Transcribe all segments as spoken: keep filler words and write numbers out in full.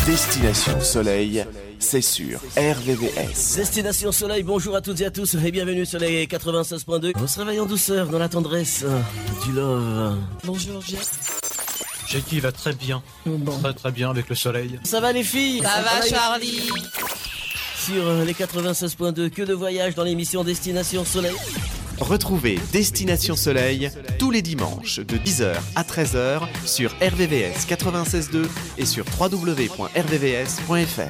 Destination Soleil, c'est sur R V V S. Destination Soleil, bonjour à toutes et à tous et bienvenue sur les quatre-vingt-seize point deux. On se réveille en douceur dans la tendresse du love. Bonjour Jeff. Jackie va très bien, bon. très très bien avec le soleil. Ça va les filles? Ça va Charlie? Sur les quatre-vingt-seize point deux, que de voyage dans l'émission Destination Soleil. Retrouvez Destination Soleil tous les dimanches de dix heures à treize heures sur R V V S quatre-vingt-seize point deux et sur w w w point r v v s point f r.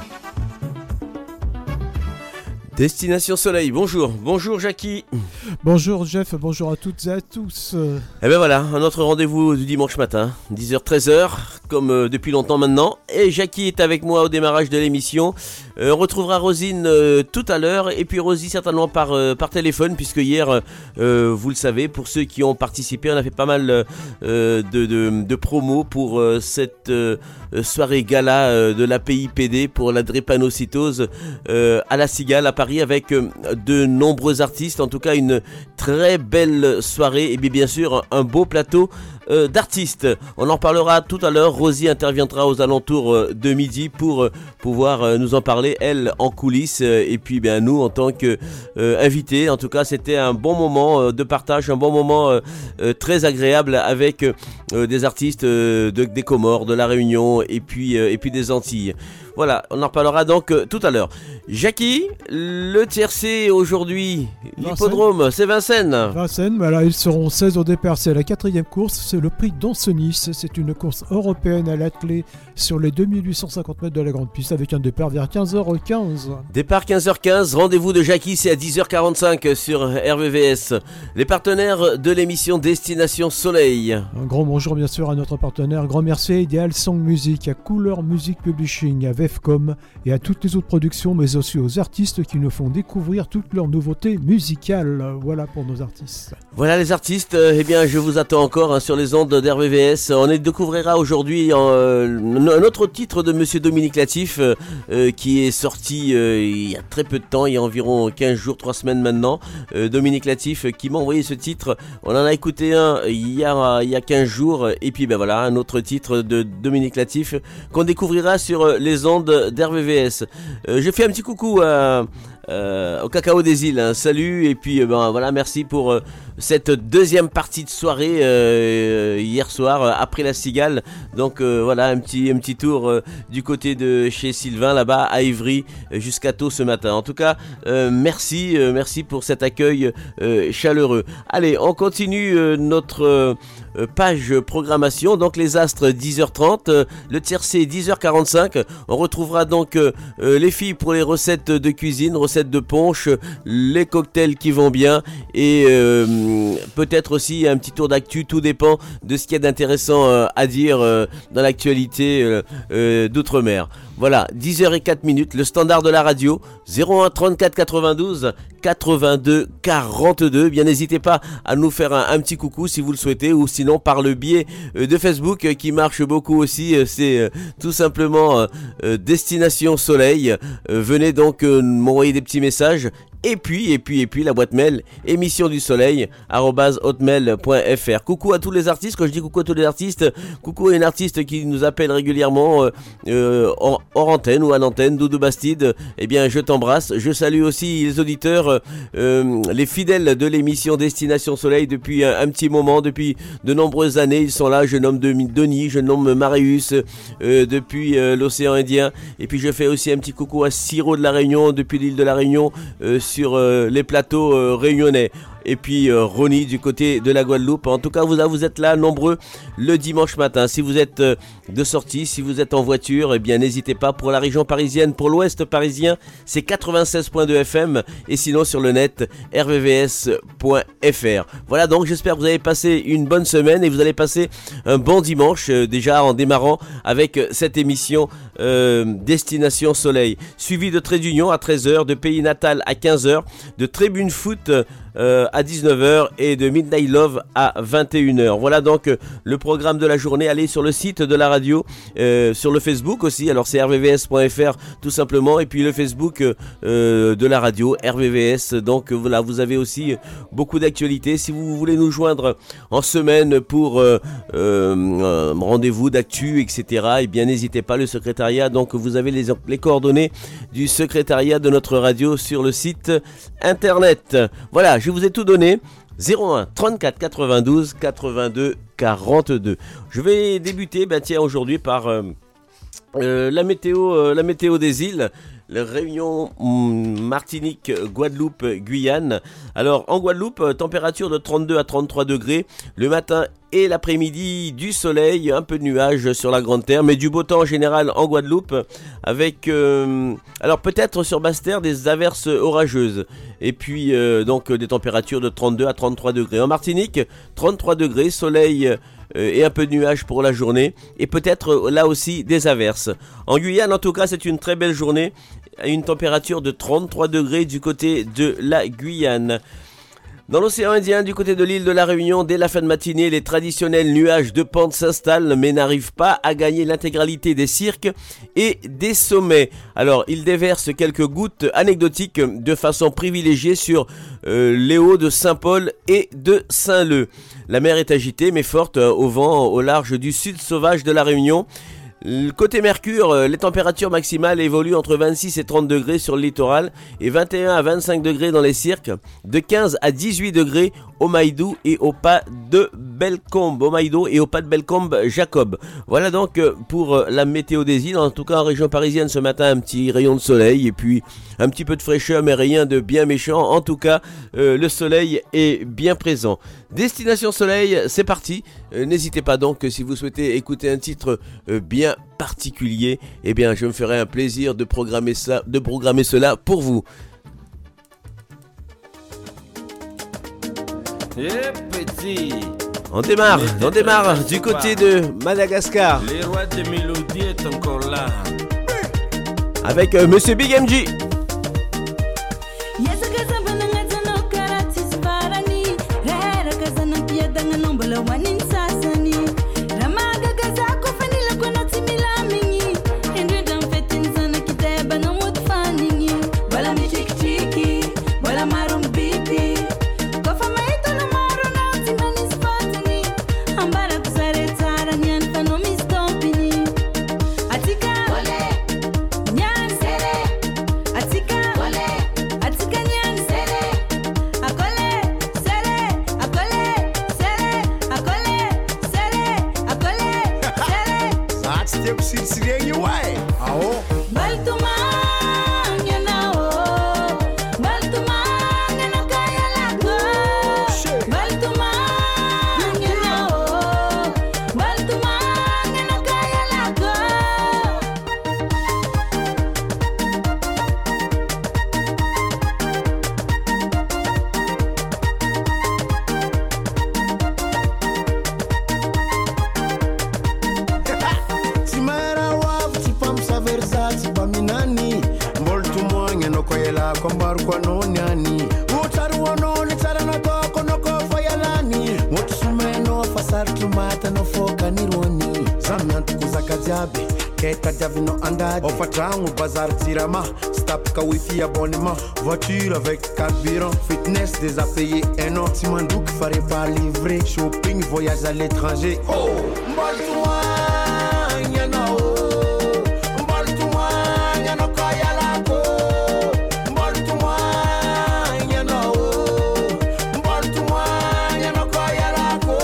Destination Soleil, bonjour, bonjour Jackie. Bonjour Jeff, bonjour à toutes et à tous. Et ben voilà, un autre rendez-vous du dimanche matin, dix heures treize heures, comme euh, depuis longtemps maintenant. Et Jackie est avec moi au démarrage de l'émission. Euh, on retrouvera Rosine euh, tout à l'heure, et puis Rosie certainement par, euh, par téléphone, puisque hier, euh, vous le savez, pour ceux qui ont participé, on a fait pas mal euh, de, de, de promos pour euh, cette euh, soirée gala euh, de l'A P I P D pour la drépanocytose euh, à la Cigale à Paris, avec euh, de nombreux artistes, en tout cas une très belle soirée, et bien, bien sûr un beau plateau Euh, d'artistes. On en parlera tout à l'heure. Rosie interviendra aux alentours euh, de midi pour euh, pouvoir euh, nous en parler, elle en coulisses, euh, et puis ben, nous en tant qu'invités. Euh, en tout cas, c'était un bon moment euh, de partage, un bon moment euh, euh, très agréable avec euh, des artistes euh, de, des Comores, de la Réunion et puis, euh, et puis des Antilles. Voilà, on en reparlera donc euh, tout à l'heure. Jackie, le tiercé aujourd'hui, l'hippodrome, c'est Vincennes. Vincennes, voilà, ils seront seize au départ, c'est la quatrième course, c'est le prix d'Ancenis, c'est une course européenne à l'attelé sur les deux mille huit cent cinquante mètres de la grande piste avec un départ vers quinze heures quinze. Départ quinze heures quinze, rendez-vous de Jackie, c'est à dix heures quarante-cinq sur R V V S. Les partenaires de l'émission Destination Soleil. Un grand bonjour bien sûr à notre partenaire, un grand merci à Ideal Song Music, à Couleur Music Publishing, à Vefcom et à toutes les autres productions, mais aussi aux artistes qui nous font découvrir toutes leurs nouveautés musicales. Voilà pour nos artistes. Voilà les artistes, euh, eh bien je vous attends encore hein, sur les ondes d'R V V S. On découvrira aujourd'hui euh, un autre titre de Monsieur Dominique Latif euh, euh, qui est sorti euh, il y a très peu de temps, il y a environ quinze jours, trois semaines maintenant. Euh, Dominique Latif euh, qui m'a envoyé ce titre, on en a écouté un hier, euh, il y a quinze jours, et puis ben voilà, un autre titre de Dominique Latif qu'on découvrira sur euh, les ondes d'R V V S. Euh, je fais un petit coucou à, euh, au Cacao des Îles, hein. Salut, et puis euh, ben voilà, merci pour euh, cette deuxième partie de soirée euh, hier soir euh, après la Cigale. Donc euh, voilà, un petit, un petit tour euh, du côté de chez Sylvain là-bas à Ivry euh, jusqu'à tôt ce matin. En tout cas, euh, merci, euh, merci pour cet accueil euh, chaleureux. Allez, on continue euh, notre euh, page programmation. Donc les astres dix heures trente, euh, le tiercé dix heures quarante-cinq. On retrouvera donc euh, euh, les filles pour les recettes de cuisine, recettes de punch, les cocktails qui vont bien, et euh, peut-être aussi un petit tour d'actu. Tout dépend de ce qu'il y a d'intéressant euh, à dire euh, dans l'actualité euh, euh, d'outre-mer. Voilà, dix heures zéro quatre minutes, le standard de la radio, zéro un trente-quatre quatre-vingt-douze quatre-vingt-deux quarante-deux. Bien, n'hésitez pas à nous faire un, un petit coucou si vous le souhaitez, ou sinon par le biais euh, de Facebook euh, qui marche beaucoup aussi, euh, c'est euh, tout simplement euh, euh, Destination Soleil. Euh, venez donc euh, m'envoyer des petits messages. Et puis, et puis, et puis, la boîte mail, émission du soleil, arobase hotmail point f r. Coucou à tous les artistes. Quand je dis coucou à tous les artistes, coucou à une artiste qui nous appelle régulièrement, euh, euh, hors, hors antenne ou à l'antenne, Doudou Bastide. Eh bien, je t'embrasse. Je salue aussi les auditeurs, euh, les fidèles de l'émission Destination Soleil depuis un, un petit moment, depuis de nombreuses années. Ils sont là. Je nomme Denis, je nomme Marius, euh, depuis euh, l'océan Indien. Et puis, je fais aussi un petit coucou à Siro de la Réunion, depuis l'île de la Réunion, euh, sur euh, les plateaux euh, réunionnais. Et puis euh, Ronnie du côté de la Guadeloupe. En tout cas, vous, vous êtes là nombreux le dimanche matin. Si vous êtes euh, de sortie, si vous êtes en voiture, eh bien n'hésitez pas. Pour la région parisienne, pour l'ouest parisien, c'est quatre-vingt-seize point deux F M, et sinon sur le net r v v s point f r. Voilà, donc j'espère que vous avez passé une bonne semaine et vous allez passer un bon dimanche, euh, déjà en démarrant avec cette émission euh, Destination Soleil, suivi de Trait d'Union à treize heures, de Pays Natal à quinze heures, de Tribune Foot euh, à dix-neuf heures et de Midnight Love à vingt et une heures. Voilà donc euh, le programme de la journée. Allez sur le site de la radio, euh, sur le Facebook aussi. Alors c'est r v v s point f r tout simplement, et puis le Facebook euh, de la radio R V V S. Donc voilà, vous avez aussi beaucoup d'actualités. Si vous voulez nous joindre en semaine pour euh, euh, rendez-vous d'actu, et cetera, et eh bien n'hésitez pas, le secrétariat. Donc vous avez les, les coordonnées du secrétariat de notre radio sur le site internet. Voilà, je vous ai tout donné. zéro un trente-quatre quatre-vingt-douze quatre-vingt-deux quarante-deux. Je vais débuter ben tiens, aujourd'hui par euh, euh, la, météo, euh, la météo des îles. La Réunion, Martinique, Guadeloupe, Guyane. Alors en Guadeloupe, température de trente-deux à trente-trois degrés. Le matin et l'après-midi, du soleil, un peu de nuages sur la Grande Terre, mais du beau temps en général en Guadeloupe. Avec, euh, alors peut-être sur Basse-Terre, des averses orageuses. Et puis euh, donc des températures de trente-deux à trente-trois degrés. En Martinique, trente-trois degrés, soleil et un peu de nuages pour la journée, et peut-être là aussi des averses. En Guyane, en tout cas, c'est une très belle journée, à une température de trente-trois degrés du côté de la Guyane. Dans l'océan Indien, du côté de l'île de la Réunion, dès la fin de matinée, les traditionnels nuages de pente s'installent, mais n'arrivent pas à gagner l'intégralité des cirques et des sommets. Alors, ils déversent quelques gouttes anecdotiques de façon privilégiée sur euh, les hauts de Saint-Paul et de Saint-Leu. La mer est agitée, mais forte au vent au large du sud sauvage de la Réunion. Côté Mercure, les températures maximales évoluent entre vingt-six et trente degrés sur le littoral et vingt et un à vingt-cinq degrés dans les cirques, de quinze à dix-huit degrés au Maïdou et au pas de Bellecombe, au Maïdou et au pas de Bellecombe Jacob. Voilà donc pour la météo des îles. En tout cas en région parisienne ce matin, un petit rayon de soleil et puis un petit peu de fraîcheur, mais rien de bien méchant. En tout cas, euh, le soleil est bien présent. Destination Soleil, c'est parti. Euh, n'hésitez pas donc, si vous souhaitez écouter un titre euh, bien particulier, eh bien je me ferai un plaisir de programmer ça, de programmer cela pour vous. Eh petit. On démarre, on démarre du côté de Madagascar. Les rois des mélodies est encore là. Avec euh, Monsieur Big M G. Voiture avec carburant, fitness des à payer un an. Si Mandouk ferait pas livrer, shopping, voyage à l'étranger. Oh, Mbaltouma, Yana oh, Mbaltouma, Yana Kayalako, Mbaltouma, Yana oh, Mbaltouma, Yana Kayalako.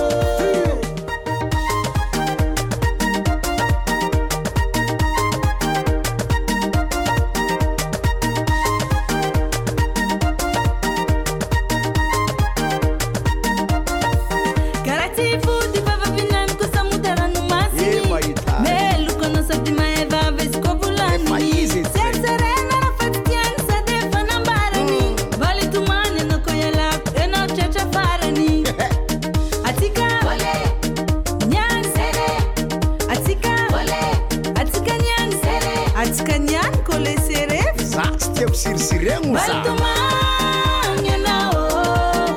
Sir Sirengusa. Baltuma, you know.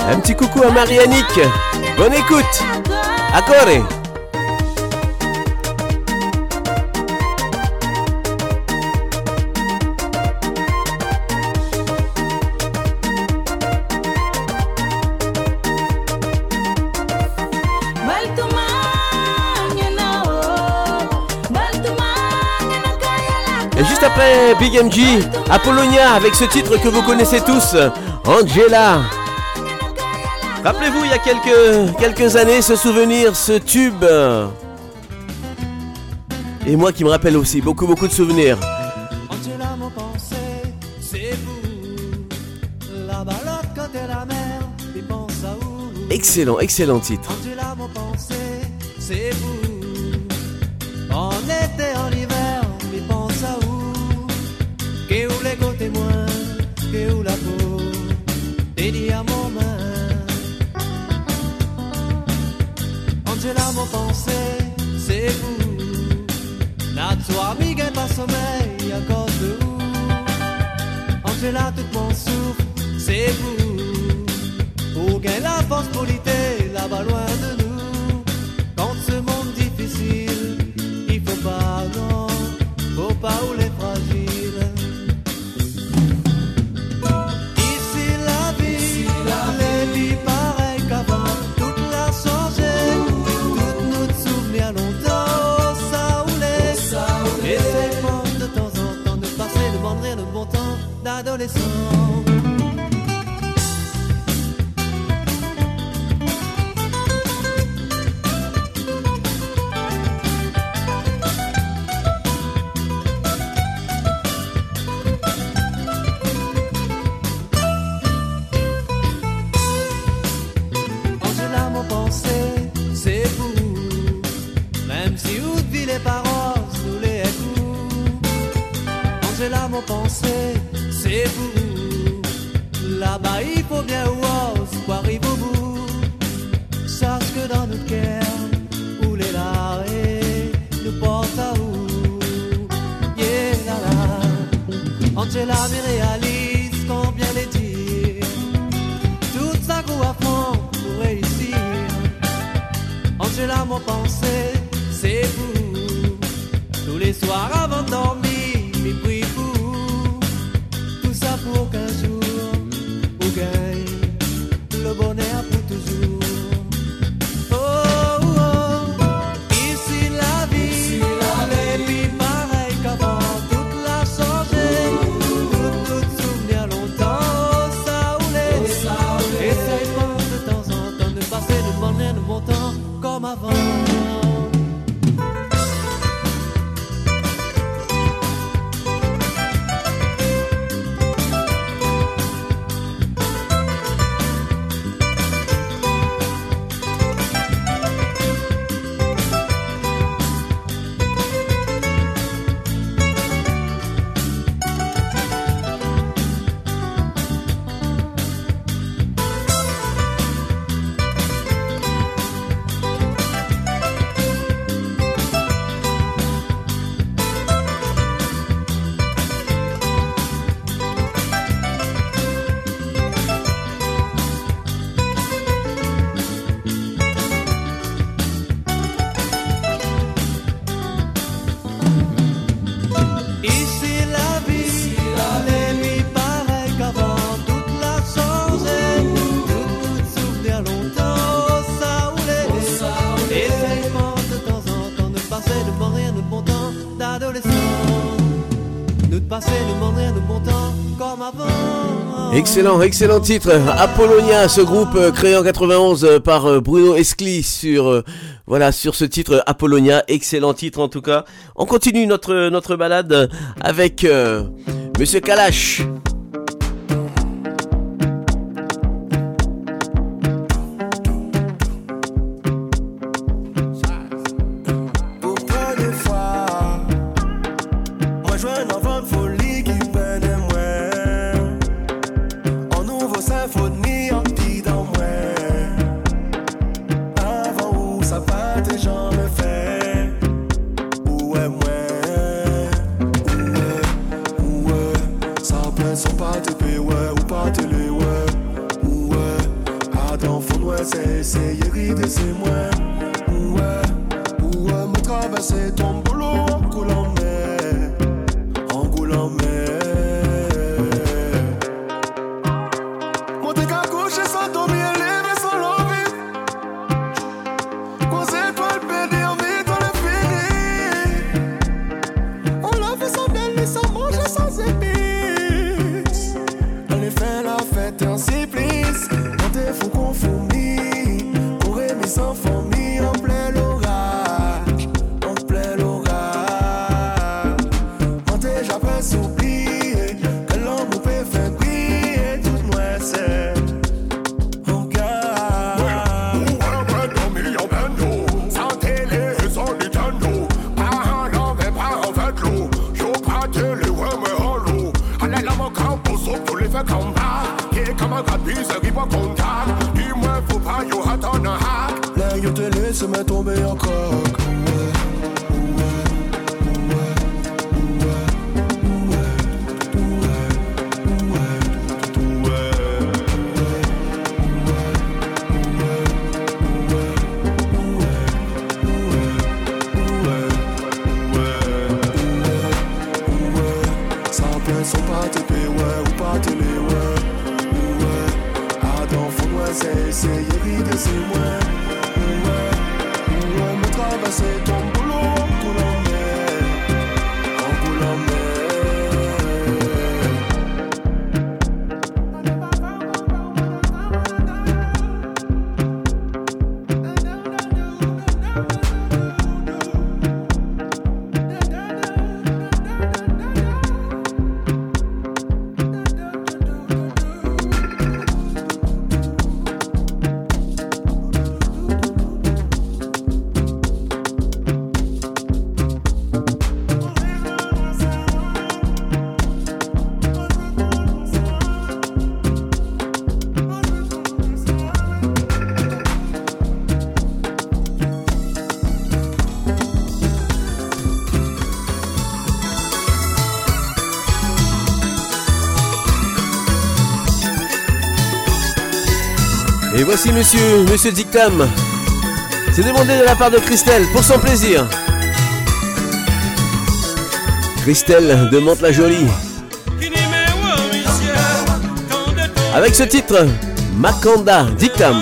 Un petit coucou à Marie-Annick. Bonne écoute. Accoré. Et juste après Big M G, Apollonia avec ce titre que vous connaissez tous, Angela. Rappelez-vous, il y a quelques, quelques années, ce souvenir, ce tube. Et moi qui me rappelle aussi beaucoup, beaucoup de souvenirs. Angela, mon pensée, c'est vous. Là-bas, l'autre côté de la mer, il pense à où? Excellent, excellent titre. Angela, mon pensée, c'est vous. En été, en hiver, il pense à où? Qu'est où les gros témoins, qu'est où la peau? T'es dit à mon main. Angela, mon pensée, c'est vous. Notre soir, mi gagne pas sommeil à cause de vous. Angela, tout mon souffle, c'est vous. Pour gagner la force pour lutter là-bas loin de nous. Quand ce monde difficile, il faut pas, non, faut pas où les fragiles. Ici la vie, les vies pareilles qu'avant, toute l'a changé. Toutes nous souvenirs longtemps, ça ou les. Et c'est bon de temps en temps de passer, de demander le bon temps d'adolescent. Angela, mon pensée, c'est vous. Même si vous devez les paroles, nous les écoutons. Angela, mon pensée, c'est vous. Là-bas, il faut bien voir pour arriver au bout. Sache que dans notre cœur, où les larrés nous portent à où. Yeah, la la. Angela me réalise combien les dire. Toute sa cour à fond pour réussir. Angela, mon pensée, c'est vous. Tous les soirs avant de dormir, mes prie pour vous. Tout ça pour qu'un jour, vous gagne le bonheur pour toujours. Oh, oh, oh. Ici la vie, les vies pareilles qu'avant, toute l'a changé. Tout nous souvenirs longtemps, ça ou les. Essaye de temps en temps de passer de bonheur, de bon temps comme avant. Ici la vie, les vies pareilles qu'avant, toute l'a changé. Tout nous souvenirs longtemps, ça ou les. Essaye de temps en temps de passer de bon rien de bon temps d'adolescent. Nous de passer de bon rien de bon temps comme avant. Excellent, excellent titre. Apollonia, ce groupe euh, créé en quatre-vingt-onze euh, par euh, Bruno Escli sur euh, voilà sur ce titre Apollonia. Excellent titre en tout cas. On continue notre notre balade avec euh, Monsieur Kalash. Pour première fois, moi je vois un enfant de folie qui peine moi. En nouveau symphonie en petit dans moi. Avant où ça pas tes gens me fait. Ouais, ouais, ouais, ouais. Ça plaît, son pas te payer, ouais, ou pas te les, ouais, ouais. c'est essayer rire, c'est moi. Ouais, ouais, me traverser ton boulot en coulant mer, en coulant mer. Monter qu'à coucher sans dormir, lever sans l'envie. Quand c'est toi le pédé, on vit dans le fini. On l'a fait sans miel, sans manger, sans épices. On les fait la fête en supplice. On te fout qu'on fourmille. Pour aimer sans famille, en plein l'orage. En plein l'orage. On te j'apprends s'oublier. Que l'homme peut faire briller toute moi c'est. On garde. Sans télé et sans Nintendo. Pas en l'envers, pas en fait l'eau. J'ouvre pas télé, ouais, mais en l'eau. Allez, là, mon camp, pour sauver tous les faits comme ça. Comme un rapide, ça arrive en contact. Dis-moi, faut pas yo attendre un hack. Là, yo te laisse me tomber en coque. Sans plein, sans pas te payer, ouais, ou pas te les, ouais. C'est essayer rire, c'est moi. Ouais, ouais, me traverser ton boulot en coulant mer, en coulant mer. Et voici monsieur, monsieur Dictam. C'est demandé de la part de Christelle pour son plaisir. Christelle de Mantes-la-Jolie. Avec ce titre, Makanda Dictam.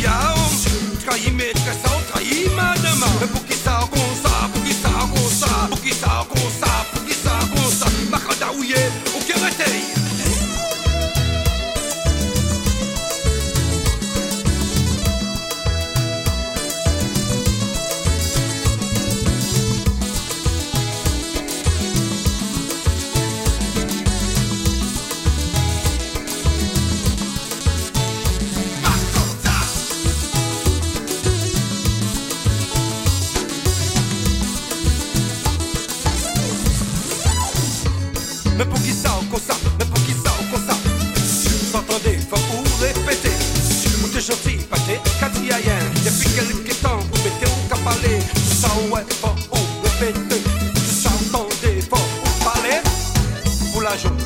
Trahi maîtresse, trahi madame. Pour qui ça comme ça, pour qui ça comme ça, pour qui ça comme ça, pour qui ça comme ça. Makanda ouye, ou qui réteille. Mais pour qui ça, comme ça, mais pour qui ça, comme ça. Vous entendez, faut vous répéter. Vous êtes gentil, pâté, quatrième. Depuis quelques temps, vous mettez au cap parler. Tout ça, ouais, faut vous répéter. Tout ça, entendez, faut vous parler. Pour la journée.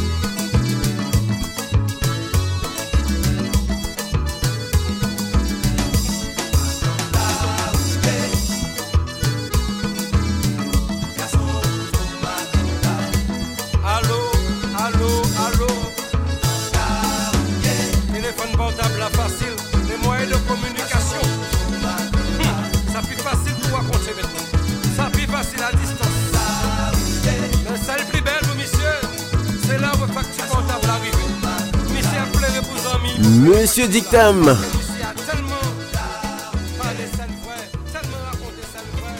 Facile, les moyens de communication. Hum, ça plus facile pour raconter maintenant. Ça plus facile à distance. Mais ça le plus belle, monsieur. C'est là où le facture comptable arrive. Monsieur a pleuré pour amis. Monsieur Dictam. Monsieur a tellement parlé ça le vrai, tellement raconté ça le vrai.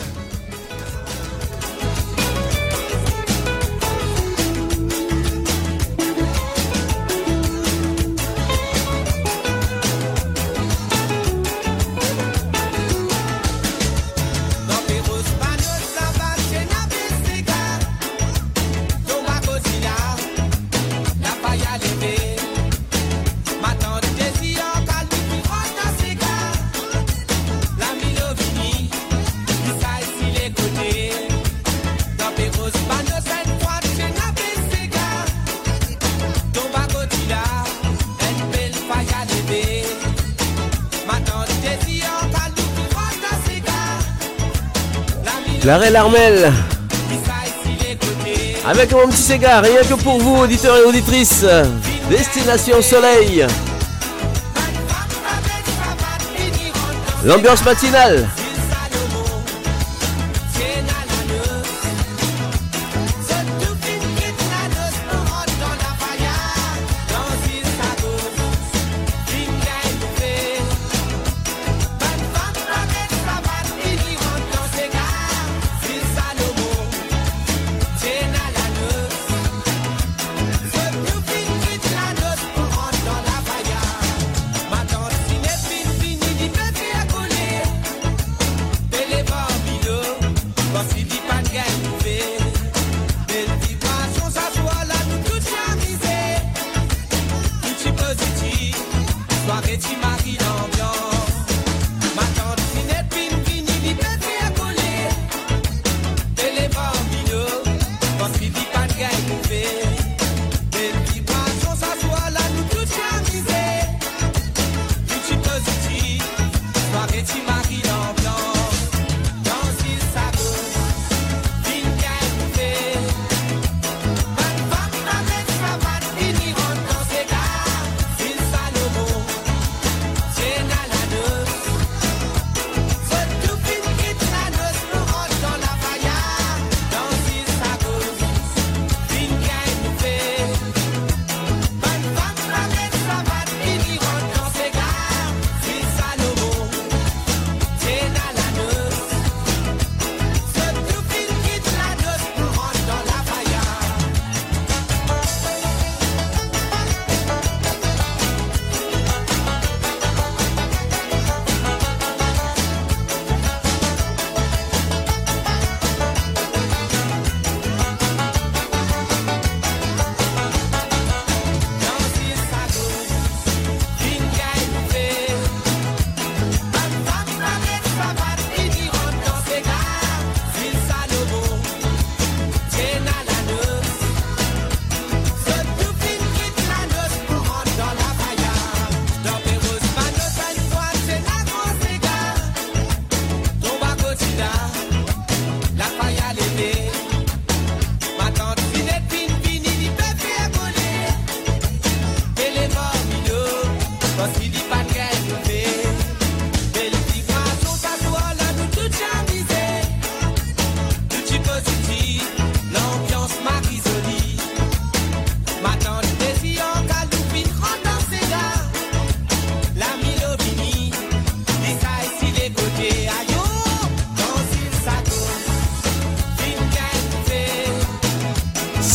L'arrêt Larmel. Avec mon petit cigare, rien que pour vous, auditeurs et auditrices. Destination Soleil. L'ambiance matinale.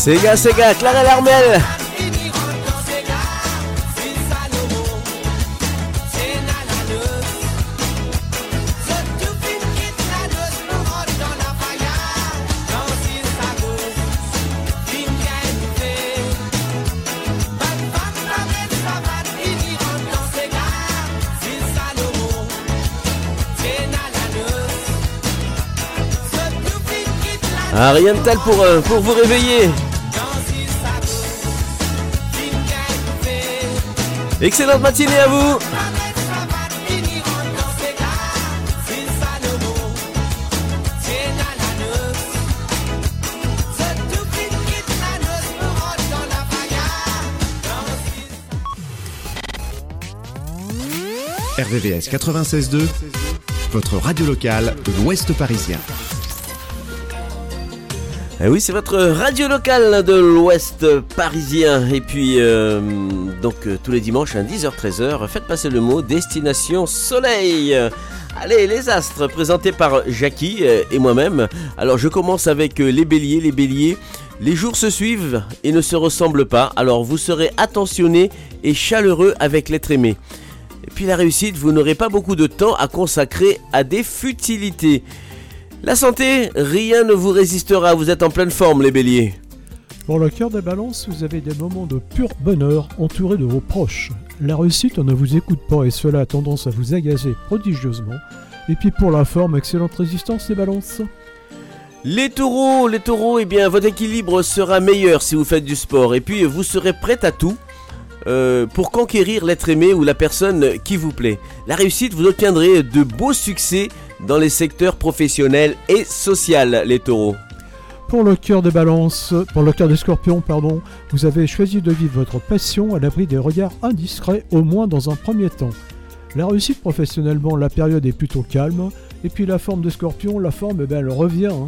Sega, Sega, Clara Larmel. Ah, rien de tel pour, euh, pour vous réveiller. Excellente matinée à vous. R V V S quatre-vingt-seize deux, votre radio locale de l'Ouest parisien. Eh oui, c'est votre radio locale de l'Ouest parisien. Et puis, euh, donc, euh, tous les dimanches, à dix heures treize heures, faites passer le mot Destination Soleil. Allez, les astres, présentés par Jackie euh, et moi-même. Alors, je commence avec euh, les béliers. Les béliers, les jours se suivent et ne se ressemblent pas. Alors, vous serez attentionnés et chaleureux avec l'être aimé. Et puis, la réussite, vous n'aurez pas beaucoup de temps à consacrer à des futilités. La santé, rien ne vous résistera, vous êtes en pleine forme les béliers. Pour le cœur des balances, vous avez des moments de pur bonheur entourés de vos proches. La réussite, on ne vous écoute pas et cela a tendance à vous agacer prodigieusement. Et puis pour la forme, excellente résistance les balances. Les taureaux, les taureaux, eh bien votre équilibre sera meilleur si vous faites du sport. Et puis vous serez prêts à tout euh, pour conquérir l'être aimé ou la personne qui vous plaît. La réussite, vous obtiendrez de beaux succès dans les secteurs professionnels et social, les taureaux. Pour le cœur des balances, pour le cœur des scorpions, pardon, vous avez choisi de vivre votre passion à l'abri des regards indiscrets, au moins dans un premier temps. La réussite professionnellement, la période est plutôt calme, et puis la forme des scorpions, la forme, eh ben, elle revient. Hein.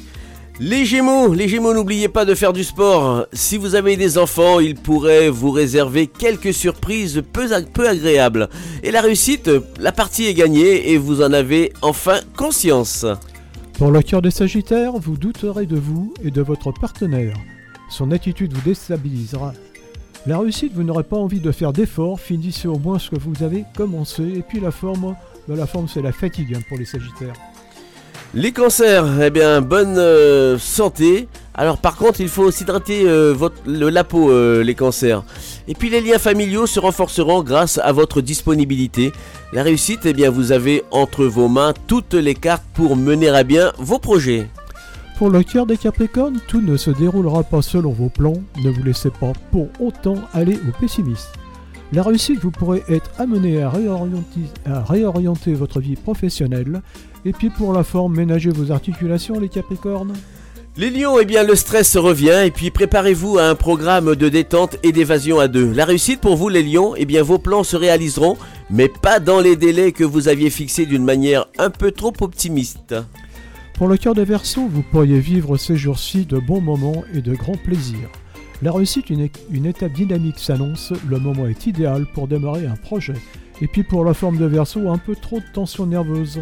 Les Gémeaux, les Gémeaux, n'oubliez pas de faire du sport. Si vous avez des enfants, ils pourraient vous réserver quelques surprises peu, peu agréables. Et la réussite, la partie est gagnée et vous en avez enfin conscience. Pour le cœur des Sagittaires, vous douterez de vous et de votre partenaire. Son attitude vous déstabilisera. La réussite, vous n'aurez pas envie de faire d'efforts, finissez au moins ce que vous avez commencé. Et puis la forme, ben la forme c'est la fatigue hein, pour les Sagittaires. Les cancers, eh bien, bonne euh, santé. Alors par contre, il faut s'hydrater euh, votre, le, la peau, euh, les cancers. Et puis les liens familiaux se renforceront grâce à votre disponibilité. La réussite, eh bien, vous avez entre vos mains toutes les cartes pour mener à bien vos projets. Pour le cœur des Capricornes, tout ne se déroulera pas selon vos plans. Ne vous laissez pas pour autant aller au pessimisme. La réussite, vous pourrez être amené à réorienter, à réorienter votre vie professionnelle. Et puis pour la forme, ménagez vos articulations les Capricornes. Les lions, eh bien le stress revient et puis préparez-vous à un programme de détente et d'évasion à deux. La réussite pour vous les lions, eh bien vos plans se réaliseront, mais pas dans les délais que vous aviez fixés d'une manière un peu trop optimiste. Pour le cœur des Verseaux, vous pourriez vivre ces jours-ci de bons moments et de grands plaisirs. La réussite, une, une étape dynamique s'annonce, le moment est idéal pour démarrer un projet. Et puis pour la forme de Verseau, un peu trop de tension nerveuse.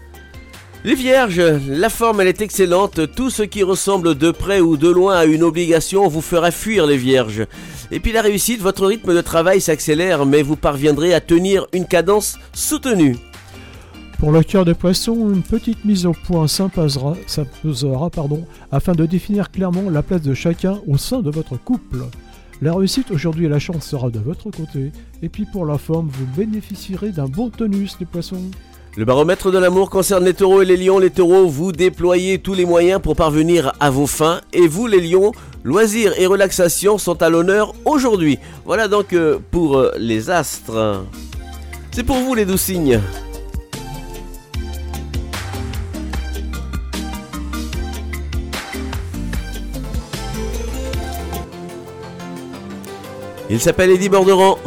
Les vierges, la forme elle est excellente, tout ce qui ressemble de près ou de loin à une obligation vous fera fuir les vierges. Et puis la réussite, votre rythme de travail s'accélère mais vous parviendrez à tenir une cadence soutenue. Pour le cœur des poissons, une petite mise au point s'imposera, s'imposera pardon, afin de définir clairement la place de chacun au sein de votre couple. La réussite aujourd'hui, la chance sera de votre côté. Et puis pour la forme, vous bénéficierez d'un bon tonus les poissons. Le baromètre de l'amour concerne les taureaux et les lions. Les taureaux, vous déployez tous les moyens pour parvenir à vos fins. Et vous les lions, loisirs et relaxation sont à l'honneur aujourd'hui. Voilà donc euh, pour euh, les astres. C'est pour vous les doux signes. Il s'appelle Eddie Borderan.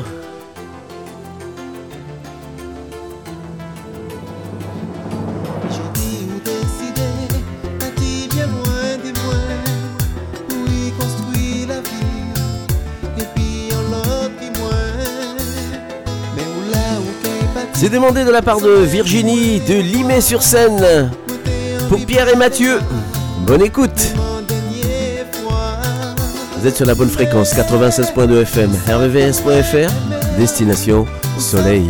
C'est demandé de la part de Virginie de Limay-sur-Seine pour Pierre et Mathieu. Bonne écoute. Vous êtes sur la bonne fréquence, quatre-vingt-seize point deux F M, R V V S point F R, Destination Soleil.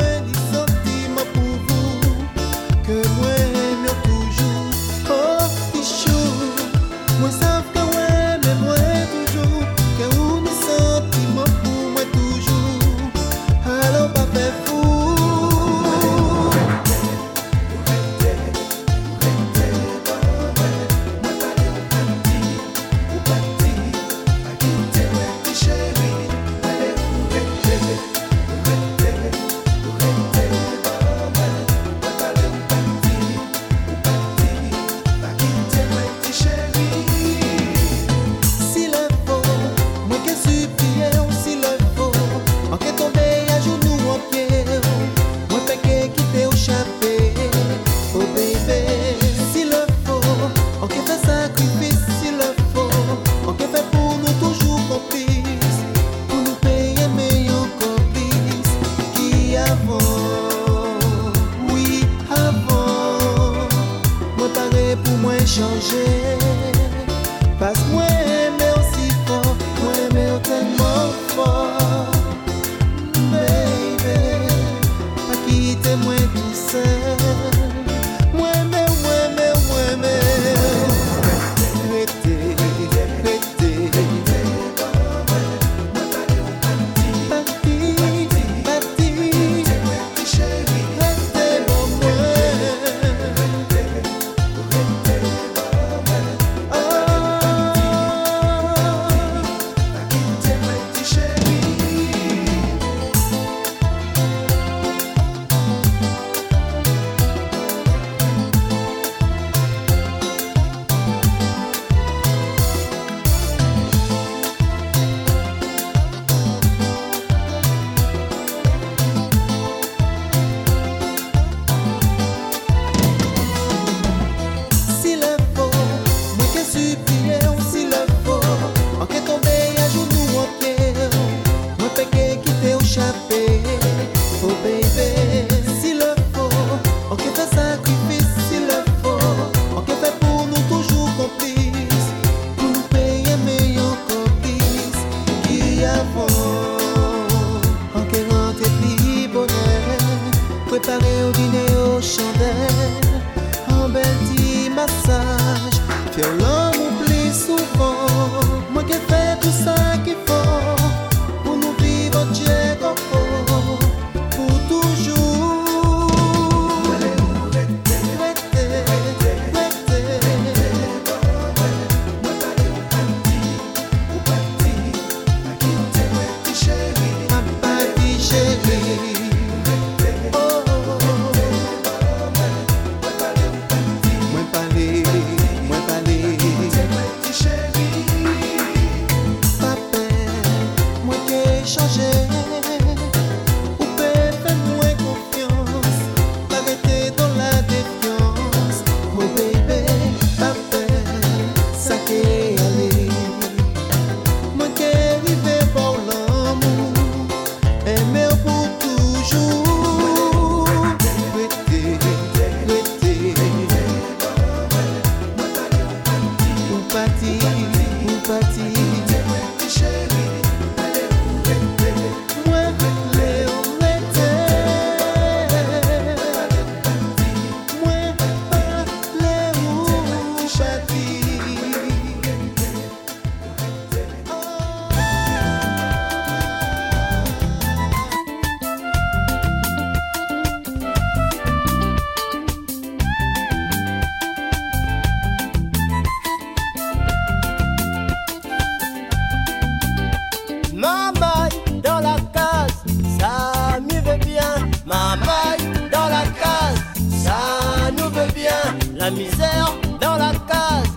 La misère dans la case,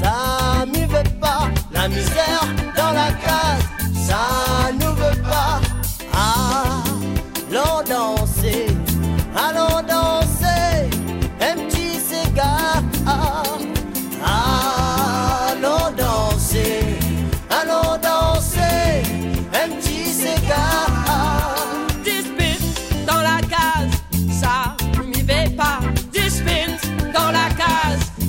ça m'y veut pas. La misère dans la case, ça nous veut pas. Allons danser, allons danser, un petit cigare. Allons danser, allons danser, un petit cigare. Dispute dans la case, ça m'y veut pas. Dispute dans la case,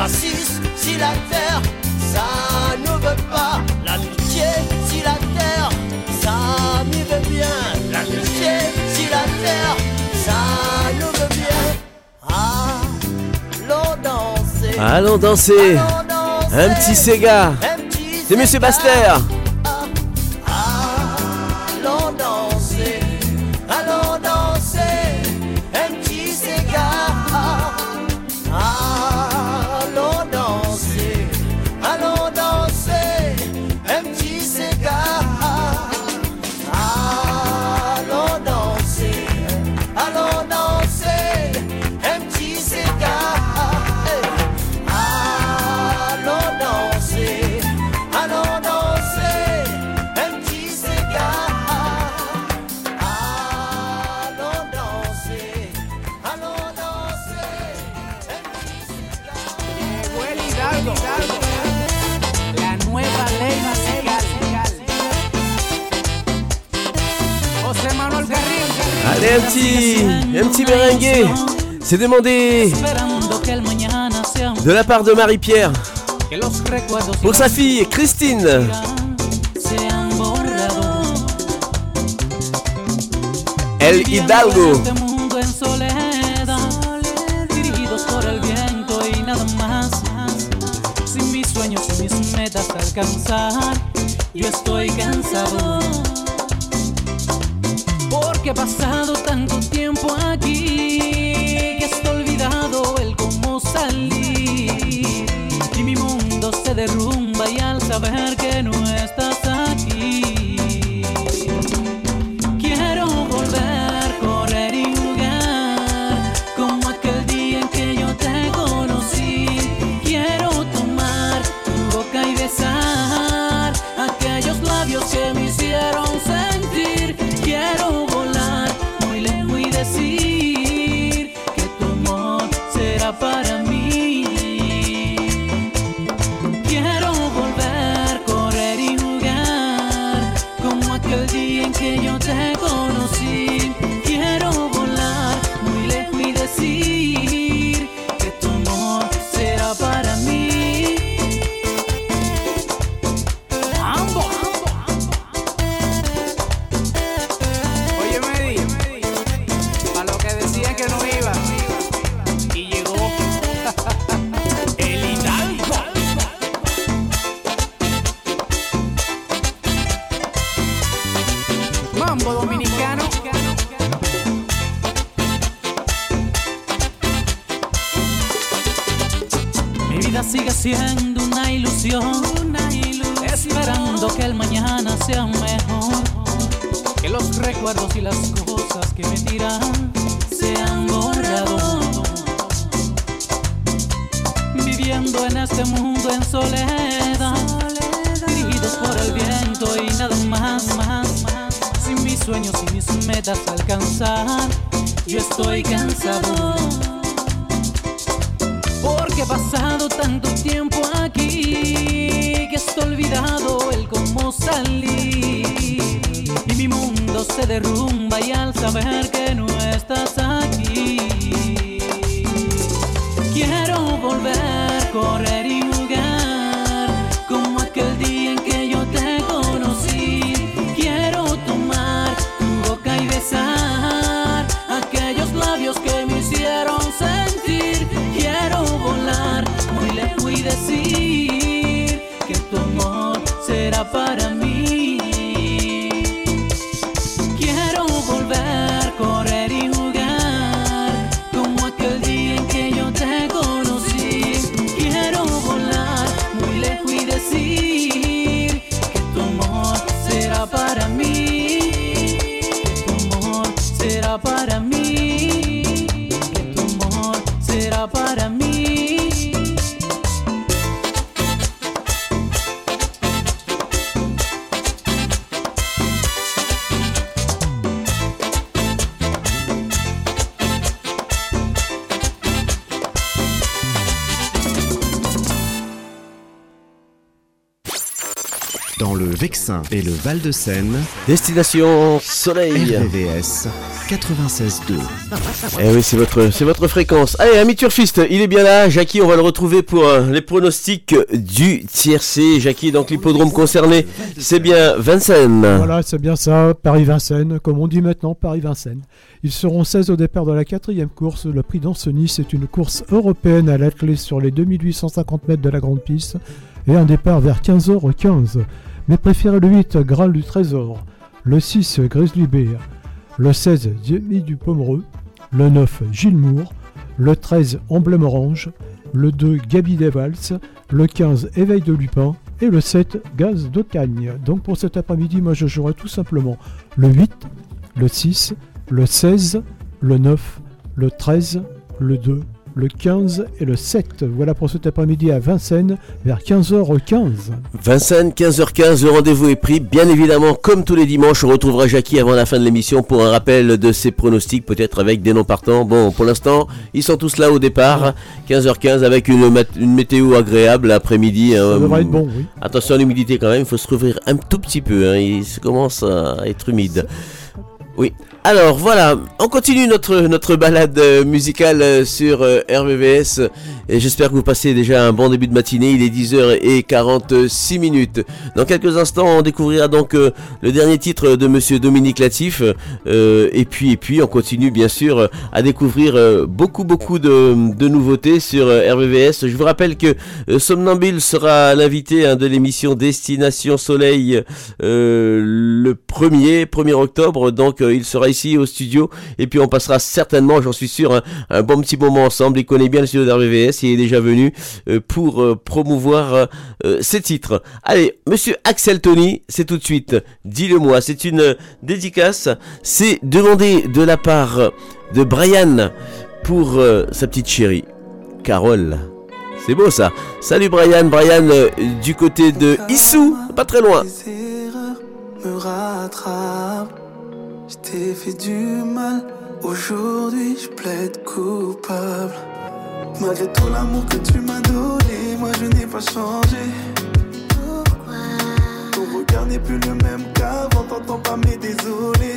racisme, si la terre, ça nous veut pas. L'amitié, si la terre, ça m'y veut bien. L'amitié, si la terre, ça nous veut bien. Allons danser. Allons danser. Allons danser. Un petit Sega. Un petit C'est Monsieur Sega. Baster. Allons danser. Allons danser. Un petit Sega. Allons danser. Allons danser. Un petit Sega. Allons danser. Allons danser. Un petit Sega. Allons danser. Allons danser. Un petit Sega. Allons danser. Allons danser. Un petit Sega. Huele Hidalgo, la nueva ley musical. José Manuel Garrido. Allez, un petit, un petit merengue. C'est demandé de la part de Marie-Pierre pour sa fille Christine. El Hidalgo. Dirigidos por el viento y nada más. Sin mis sueños y mis metas alcanzar, yo estoy cansado. Porque he pasado tanto tiempo aquí que estoy olvidado el cómo salir. Y mi mundo se derrumba y al saber que no estás aquí, quiero volver, correr y jugar como aquel día en que yo te conocí. Quiero tomar tu boca y besar aquellos labios que me hicieron sentir. Quiero volar muy lejos y decir que tu amor será para mí. Quiero volver, correr y jugar como aquel día en que yo te conocí. Quiero volar muy lejos y decir que tu amor será para mí. ¡Ambo! Oye, Medi, a lo que decían que no iba, y llegó el Hidalgo. Mambo dominicano. Mi vida sigue siendo una ilusión, esperando que el mañana sea mejor, que los recuerdos y las cosas que me tiran se han borrado. Viviendo en este mundo en soledad, dirigidos por el viento y nada más, más, más. Sin mis sueños y mis metas alcanzar, yo estoy cansado. Porque he pasado tanto tiempo aquí que estoy olvidado el cómo salir. Y mi mundo se derrumba y al saber que no estás aquí, quiero volver, correr y jugar como aquel día en que yo te conocí. Quiero tomar tu boca y besar aquellos labios que me hicieron sentir. Quiero volar muy lejos y decir que tu amor será para mí. Quiero volver, correr y jugar Vexin et le Val-de-Seine. Destination Soleil. R V V S quatre-vingt-seize deux. Eh oui, c'est votre, c'est votre fréquence. Allez, ami turfiste, il est bien là. Jackie, on va le retrouver pour euh, les pronostics du tiercé. Jackie, donc l'hippodrome concerné, c'est bien Vincennes. Voilà, c'est bien ça, Paris-Vincennes, comme on dit maintenant, Paris-Vincennes. Ils seront seize au départ de la quatrième course. Le prix d'Ancenis, c'est une course européenne à l'attelé sur les deux mille huit cent cinquante mètres de la grande piste et un départ vers quinze heures quinze. Mais préférez le huit, Graal du Trésor, le six, Grizzly Bear, le seize, Jimmy du Pomereux, le neuf, Gilles Moore, le treize, Emblème Orange, le deux, Gabi Devals, le quinze, Éveil de Lupin et le sept, Gaz de Cagne. Donc pour cet après-midi, moi je jouerai tout simplement le huit, le six, le seize, le neuf, le treize, le deux, le quinze et le sept. Voilà pour cet après-midi à Vincennes vers quinze heures quinze. Vincennes, quinze heures quinze, le rendez-vous est pris. Bien évidemment, comme tous les dimanches, on retrouvera Jackie avant la fin de l'émission pour un rappel de ses pronostics, peut-être avec des noms partants. Bon, pour l'instant, ils sont tous là au départ. quinze heures quinze avec une, mat- une météo agréable l'après-midi. Ça euh, devrait être bon, oui. Attention à l'humidité quand même, il faut se rouvrir un tout petit peu. Hein, il commence à être humide. Oui. Alors voilà, on continue notre, notre balade euh, musicale euh, sur euh, R V V S et j'espère que vous passez déjà un bon début de matinée. Il est dix heures quarante-six minutes. Dans quelques instants, on découvrira donc euh, le dernier titre de Monsieur Dominique Latif euh, et puis et puis on continue bien sûr à découvrir euh, beaucoup beaucoup de, de nouveautés sur euh, R V V S. Je vous rappelle que euh, Somnambule sera l'invité hein, de l'émission Destination Soleil euh, le premier octobre, donc euh, il sera ici au studio et puis on passera certainement, j'en suis sûr, un, un bon petit moment ensemble. Il connaît bien le studio d'R V V S, il est déjà venu euh, pour euh, promouvoir euh, ses titres. Allez, monsieur Axel Tony, c'est tout de suite, dis-le-moi, c'est une euh, dédicace, c'est demandé de la part de Brian pour euh, sa petite chérie, Carole. C'est beau ça. Salut Brian, Brian euh, du côté de Issou, pas très loin. Me rattrape. Je t'ai fait du mal, aujourd'hui je plaide coupable. Malgré tout l'amour que tu m'as donné, moi je n'ai pas changé. Pourquoi? Ton regard n'est plus le même qu'avant, t'entends pas mais désolé.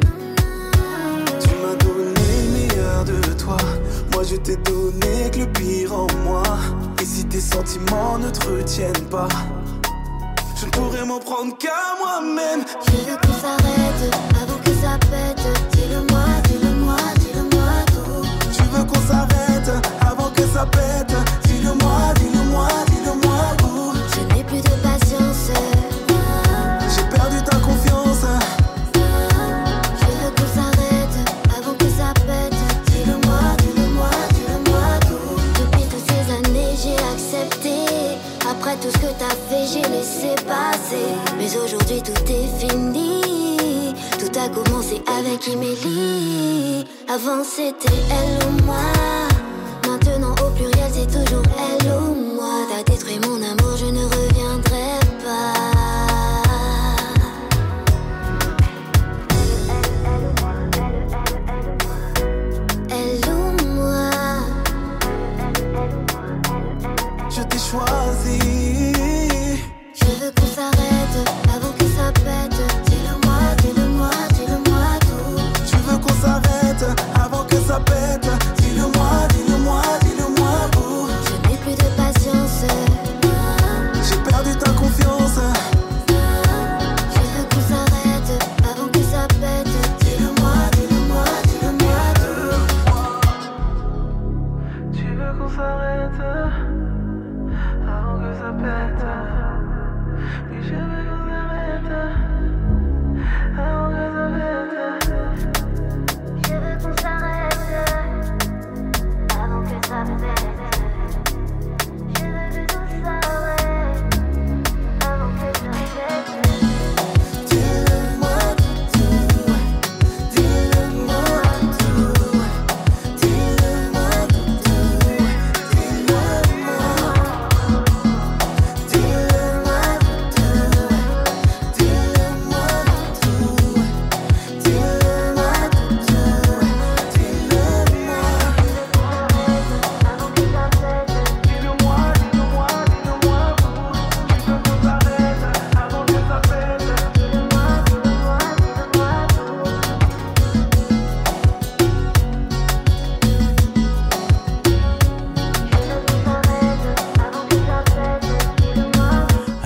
Tu m'as donné le meilleur de toi, moi je t'ai donné que le pire en moi. Et si tes sentiments ne te retiennent pas, je ne pourrais m'en prendre qu'à moi-même. Je veux qu'on s'arrête avant que ça pète. Dis-le-moi, dis-le-moi, dis-le-moi tout. Tu veux qu'on s'arrête avant que ça pète. Dis-le-moi, dis-le-moi, dis-le-moi tout. Je n'ai plus de patience. J'ai perdu ta confiance. Je veux qu'on s'arrête avant que ça pète. Dis-le-moi, dis-le-moi, dis-le-moi tout. Depuis toutes ces années j'ai accepté. Après tout ce que t'as fait, j'ai laissé passer. Mais aujourd'hui tout est fini. Tout a commencé avec Imélie. Avant c'était elle ou moi. Maintenant au pluriel c'est toujours elle ou moi. T'as détruit mon amour, je ne reviendrai pas. Elle ou moi. Je t'ai choisi. Je veux qu'on s'arrête avant que ça pète. Dis-le-moi, dis-le-moi, dis-le-moi tout. Tu veux qu'on s'arrête avant que ça pète. Dis-le-moi, dis-le-moi, dis-le-moi tout. Je n'ai plus de patience.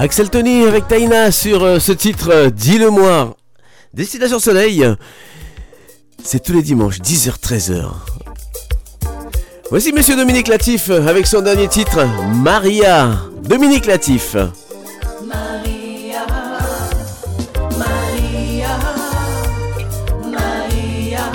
Axel Tony avec Taïna sur euh, ce titre euh, Dis-le-moi. Destination Soleil, c'est tous les dimanches, dix heures treize heures. Voici Monsieur Dominique Latif avec son dernier titre, Maria. Dominique Latif. Maria, Maria, Maria.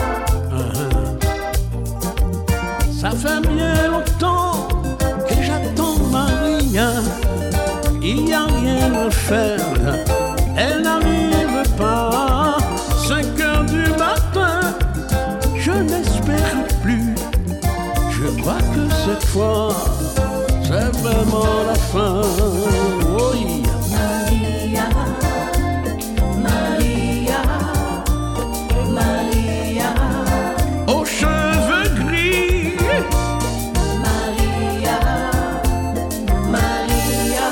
Ça fait bien longtemps que j'attends Maria. Il n'y a rien à faire, elle n'arrive pas. Cinq heures du matin, je n'espère plus. Je crois que cette fois, c'est vraiment la fin. Oui. Maria, Maria, Maria. Aux cheveux gris. Maria, Maria,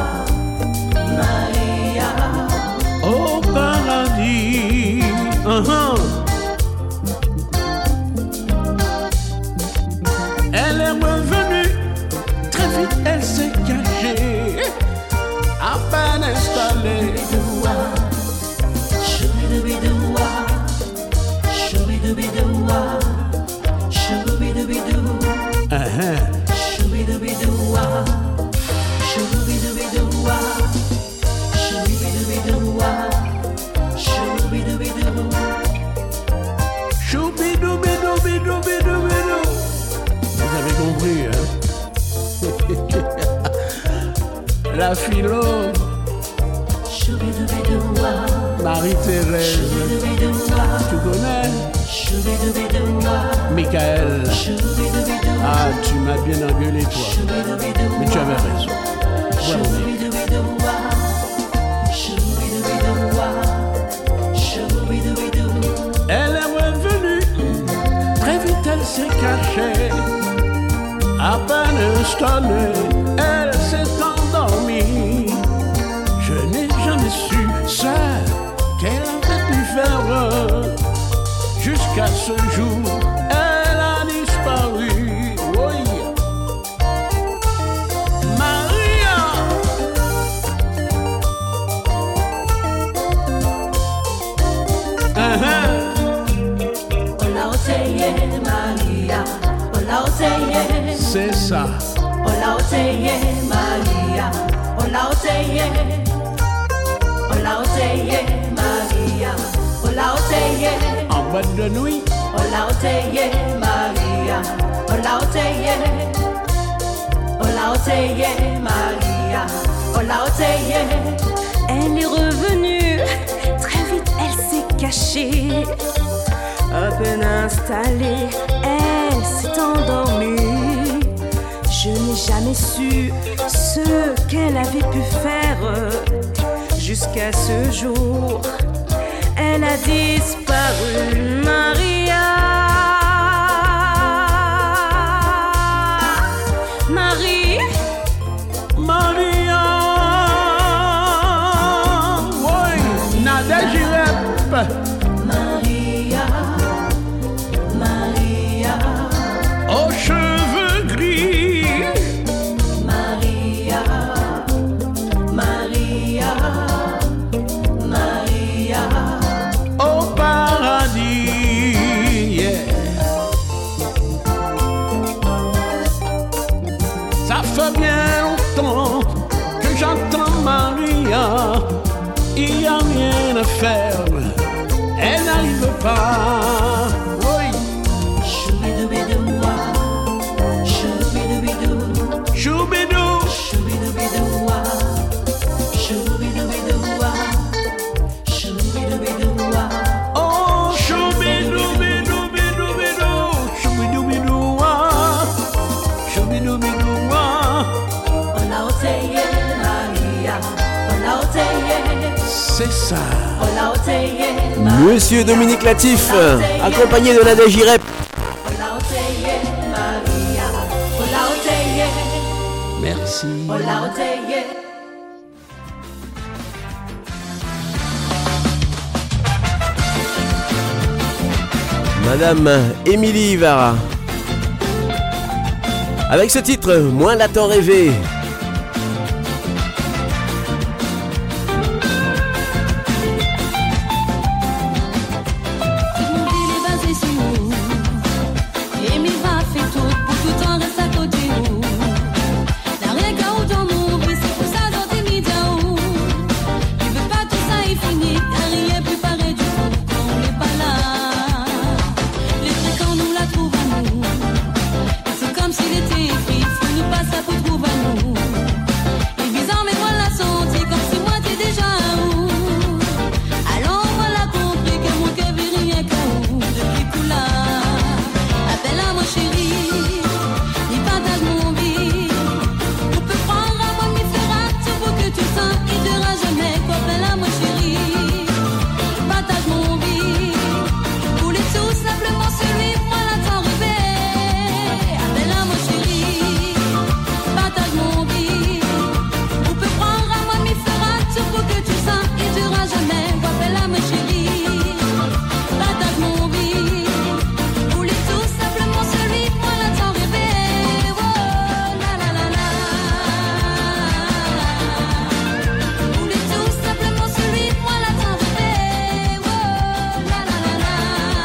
Maria. Au paradis. Uh-huh. Elle est revenue, très vite elle s'est cachée, à peine installée. Shoo-be-doo-be-doo-wah, shoo-be-doo-be-doo-wah, shoo-be-doo-be-doo. Uh-huh. Shoo-be-doo-be-doo-wah, shoo-be-doo-be-doo-wah, shoo-be-doo-be-doo-wah, shoo-be-doo-be-doo. Choubidoubidoubidoubidoubidoubidou. Vous avez compris, hein? La philo. Marie-Thérèse. Tu connais? Michael. Ah, tu m'as bien engueulé, toi. Mais tu avais raison. Voilà, mon mec. Elle est revenue, très vite elle s'est cachée, à peine installée, elle s'est endormie. Je n'ai jamais su ce qu'elle avait pu faire, jusqu'à ce jour, elle a disparu. Oui. Maria. Uh-huh. Maria, c'est ça. Olaoteye Maria, Olaoteye, Olaoteye Maria, Olaoteye. En boîte de nuit. Olaoteye Maria, Olaoteye, Olaoteye Maria, Olaoteye. Elle est revenue, très vite elle s'est cachée. À peine installée, elle s'est endormie. Je n'ai jamais su ce qu'elle avait pu faire, jusqu'à ce jour, elle a disparu. Maria, Marie, Maria, oui, Nada Girep. Aux cheveux gris. Maria, Maria, Maria. Au paradis, yeah. Ça fait bien longtemps que j'entends Maria. Il n'y a rien à faire, elle n'arrive pas. Choubidou, Shoo-be-doo-be-doo-wah, shoo-be-doo-be-doo-wah, shoo-be-doo-be-doo-wah. oh, choubidou-bidou-bidou-bidou, choubidou-bidou-wah, choubidou-bidou-wah. Olaoteye Maria, Olaoteye. C'est ça. Olaoteye Monsieur Dominique Latif, accompagné de Nada Girep. Olaoteye Maria, Olaoteye. Merci. Olaoteye. Madame Émilie Vara. Avec ce titre, Moins l'a tant rêvé. fini, car il est plus pareil du tout quand on n'est pas là. Les trucs quand nous la trouvons à nous, c'est comme s'il était écrit, faut nous pas ça pour trouver à nous. Et bizarre mais voilà senti comme si moi t'es déjà où. Alors voilà compris que mon cœur veut rien qu'à où. Depuis tout là, appelle à moi chérie, il partage mon vie. On peut prendre à moi, m'y fera tout pour que tu sens, il te dira jamais quoi. Appelle à moi chérie, partage mon vie. Voulez tout simplement celui, moi l'attends rêver. Appelle à moi chérie, partage mon vie. On peut prendre à moi, m'y fera tout pour que tu sens, il te dira jamais quoi. Appelle à moi chérie, partage mon vie. Voulez tout simplement celui, moi l'attends rêver. Oh, la la la la. Voulez tout simplement celui, moi l'attends rêver. Oh, la la la la.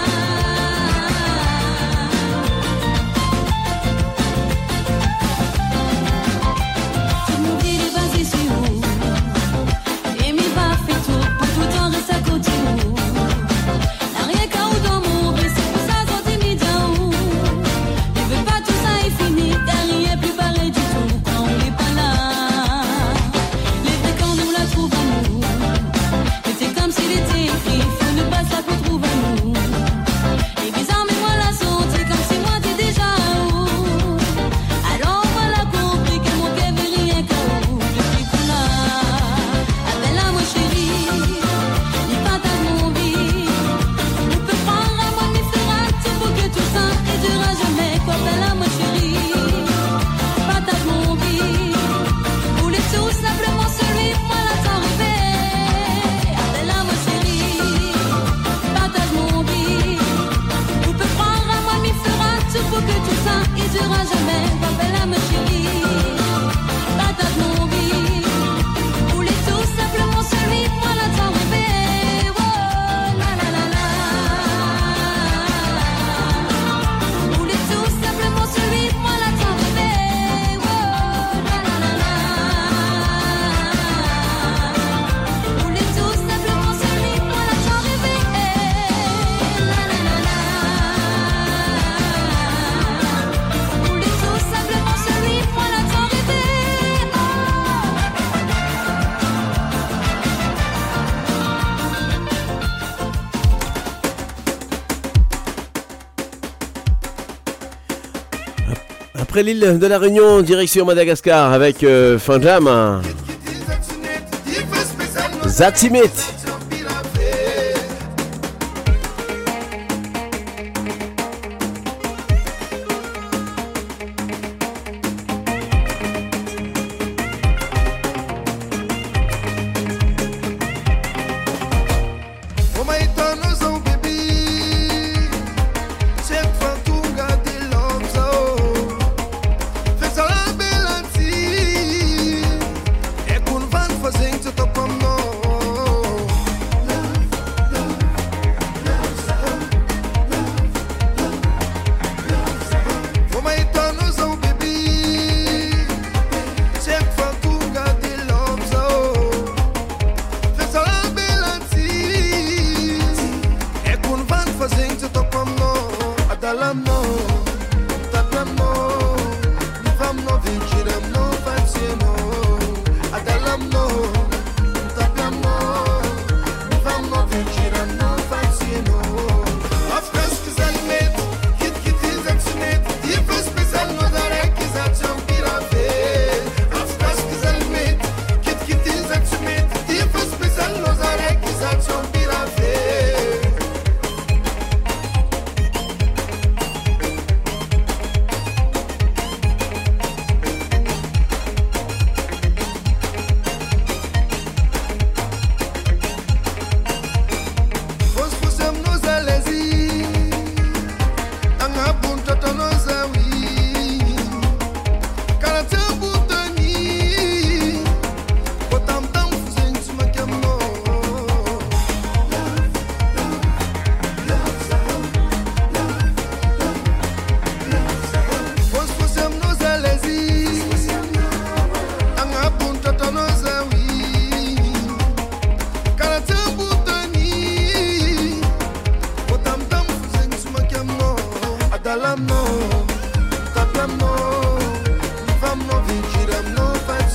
Toute mon vie est basée sur vous. Et m'y va fait tout pour tout le temps rester à côté de vous. N'a rien qu'à où dans mon vrai, c'est pour ça qu'on t'est mis dans où. Ne veux pas tout ça est fini, car il est plus pareil du tout quand on n'est pas là. Les vrais quand nous la trouvons à nous, mais c'est comme s'il était écrit, faut ne pas ça pour trouver à nous. Et bizarre mais moi la santé, comme si moi t'es déjà où. Alors voilà compris que mon cœur veut rien qu'à où. Depuis tout là, appelle à moi chérie, il partage mon vie. On peut prendre à moi, m'y fera tout pour que tu sens, et tu diras jamais quoi. Appelle à moi chérie, partage mon vie. Voulez tout simplement celui, moi l'attends rêver. Appelle à moi chérie, partage mon vie. On peut prendre à moi, m'y fera tout pour que tu sens, et tu diras jamais quoi. Appelle à moi chérie, partage mon vie. Voulez tout simplement celui, moi l'attends rêver. Oh, la la la la. Voulez tout simplement celui, moi l'attends rêver. Oh, la la la la. Voulez tout simplement celui, moi l'attends rêver. La la la la. Voulez tout simplement celui, moi l'attends rêver. Après l'île de la Réunion, direction Madagascar avec euh, Fanjam. hein. Zatimit. Fazendo, tô como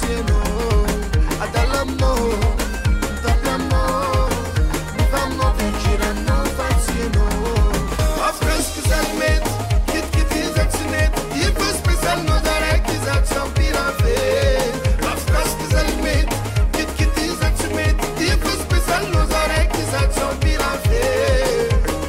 facieno, adalamo, tablamo, vamo vicino non facieno. Afras que ça met, kit kit is actionné, il faut spécial nos arrêts qui sont pire en fait. Afras que ça met, kit kit is actionné, il faut spécial nos arrêts qui sont pire en fait.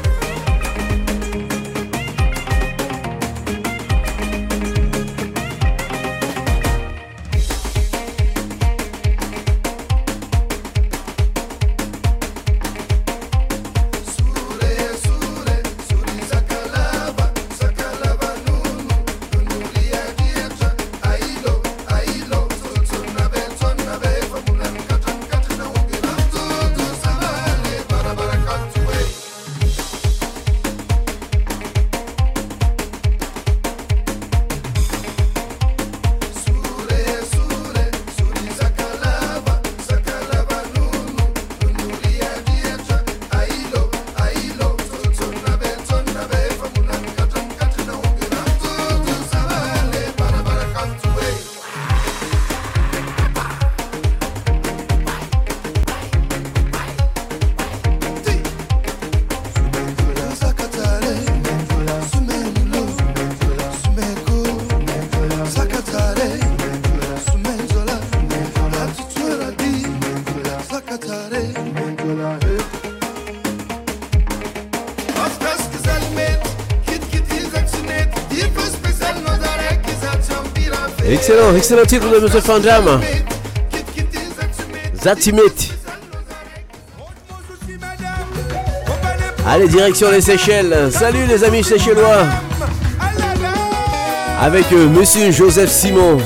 Excellent, excellent titre de Monsieur Fanjam. Zatimit. Allez, direction les Seychelles. Salut les amis seychellois. Avec euh, Monsieur Joseph Simon.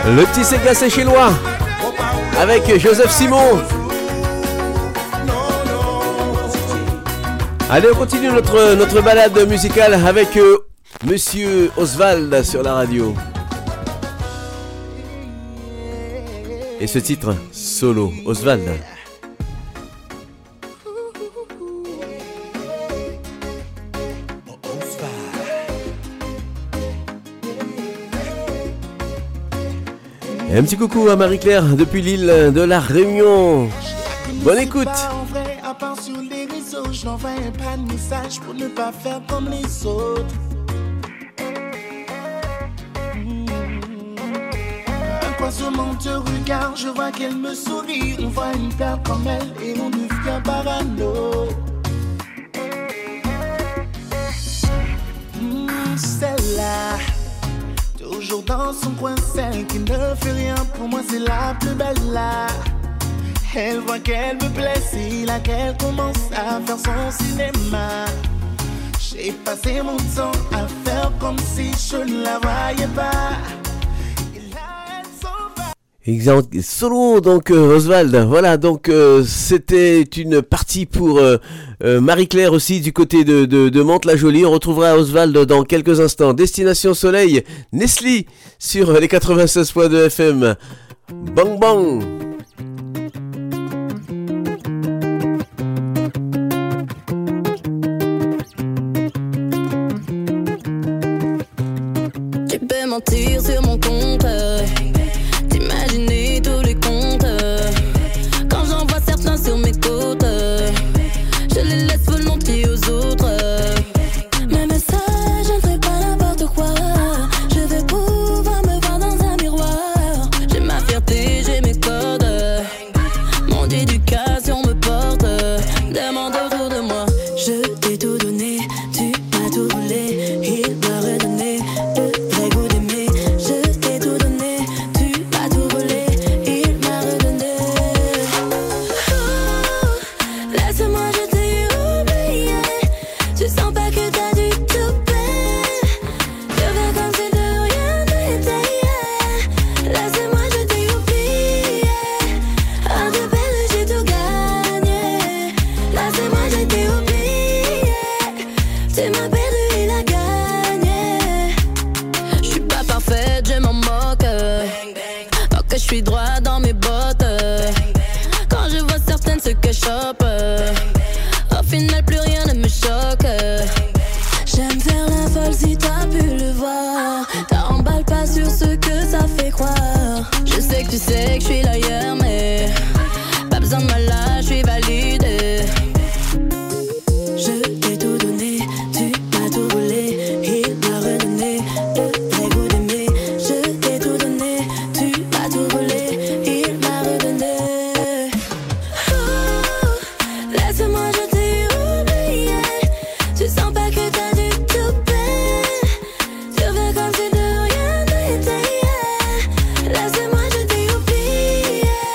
Le petit Sega Séchellois avec Joseph Simon. Allez, on continue notre, notre balade musicale avec euh, Monsieur Oswald sur la radio. Et ce titre, Solo, Oswald. Et un petit coucou à Marie-Claire depuis l'île de la Réunion. Bonne écoute. En vrai, à part sur les réseaux, je n'envoie pas de message pour ne pas faire comme les autres. Mmh. À quoi seulement te regarde, je vois qu'elle me sourit. On voit une perle comme elle et on devient parano. Mmh, celle-là, toujours dans son coin, celle qui ne fait rien pour moi, c'est la plus belle là. Elle voit qu'elle me plaît, c'est là qu'elle commence à faire son cinéma. J'ai passé mon temps à faire comme si je ne la voyais pas. Exemple, solo, donc euh, Oswald. Voilà, donc euh, c'était une partie pour euh, euh, Marie-Claire aussi du côté de, de, de Mantes-la-Jolie. On retrouvera Oswald dans quelques instants. Destination Soleil, Nestlé sur les quatre-vingt-seize point deux F M. Bang bang. Tu peux mentir sur mon compte, t'imaginer tous les comptes. Quand j'en vois certains sur mes côtes, je les laisse volontiers aux autres. Même ça, je ne ferai pas n'importe quoi. Je veux pouvoir me voir dans un miroir. J'ai ma fierté, j'ai mes codes. Mon éducation me porte. Demande autour de moi. Je t'ai tout donné, tu m'as tout volé. Il m'a redonné le vrai goût d'aimer. Je t'ai tout donné, tu m'as tout volé. Il m'a redonné. Oh, laisse-moi, je t'ai oublié. Tu sens pas que t'as du tout fait. Je fais comme si de rien n'était. Laisse-moi, je t'ai oublié. À de peine, j'ai tout gagné. Laisse-moi, je t'ai oublié. Tu m'as perdu, il a gagné. Je suis pas parfaite, je m'en moque. Tant que je suis droit dans mes bottes. Quand je vois certaines se que chope, au final plus rien ne me choque. J'aime faire la folle si t'as pu le voir. T'emballes pas sur ce que ça fait croire. Je sais que tu sais que je suis l'ailleurs, mais pas besoin de ma là, je suis validée. Je t'ai tout donné, tu m'as tout volé. Il m'a redonné le vrai goût d'aimer. Je t'ai tout donné, tu m'as tout volé. Il m'a redonné. Oh, laisse-moi, je t'ai oublié. Tu sens pas que t'as du tout fait. Tu fais comme si de rien n'était. Laisse-moi, je t'ai oublié.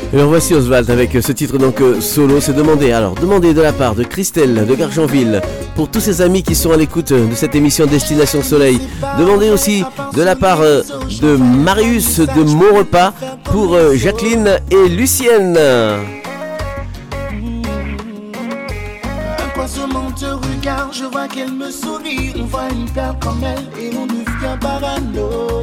Et alors voici Oswald avec ce titre donc euh, solo, c'est demandé. Alors demandé de la part de Christelle de Gargenville pour tous ses amis qui sont à l'écoute de cette émission Destination Soleil. Demandé aussi de la part euh, de Marius de Maurepas pour euh, Jacqueline et Lucienne. À quoi seulement te regarde, je vois qu'elle me sourit. On voit une perle comme elle et on devient parano.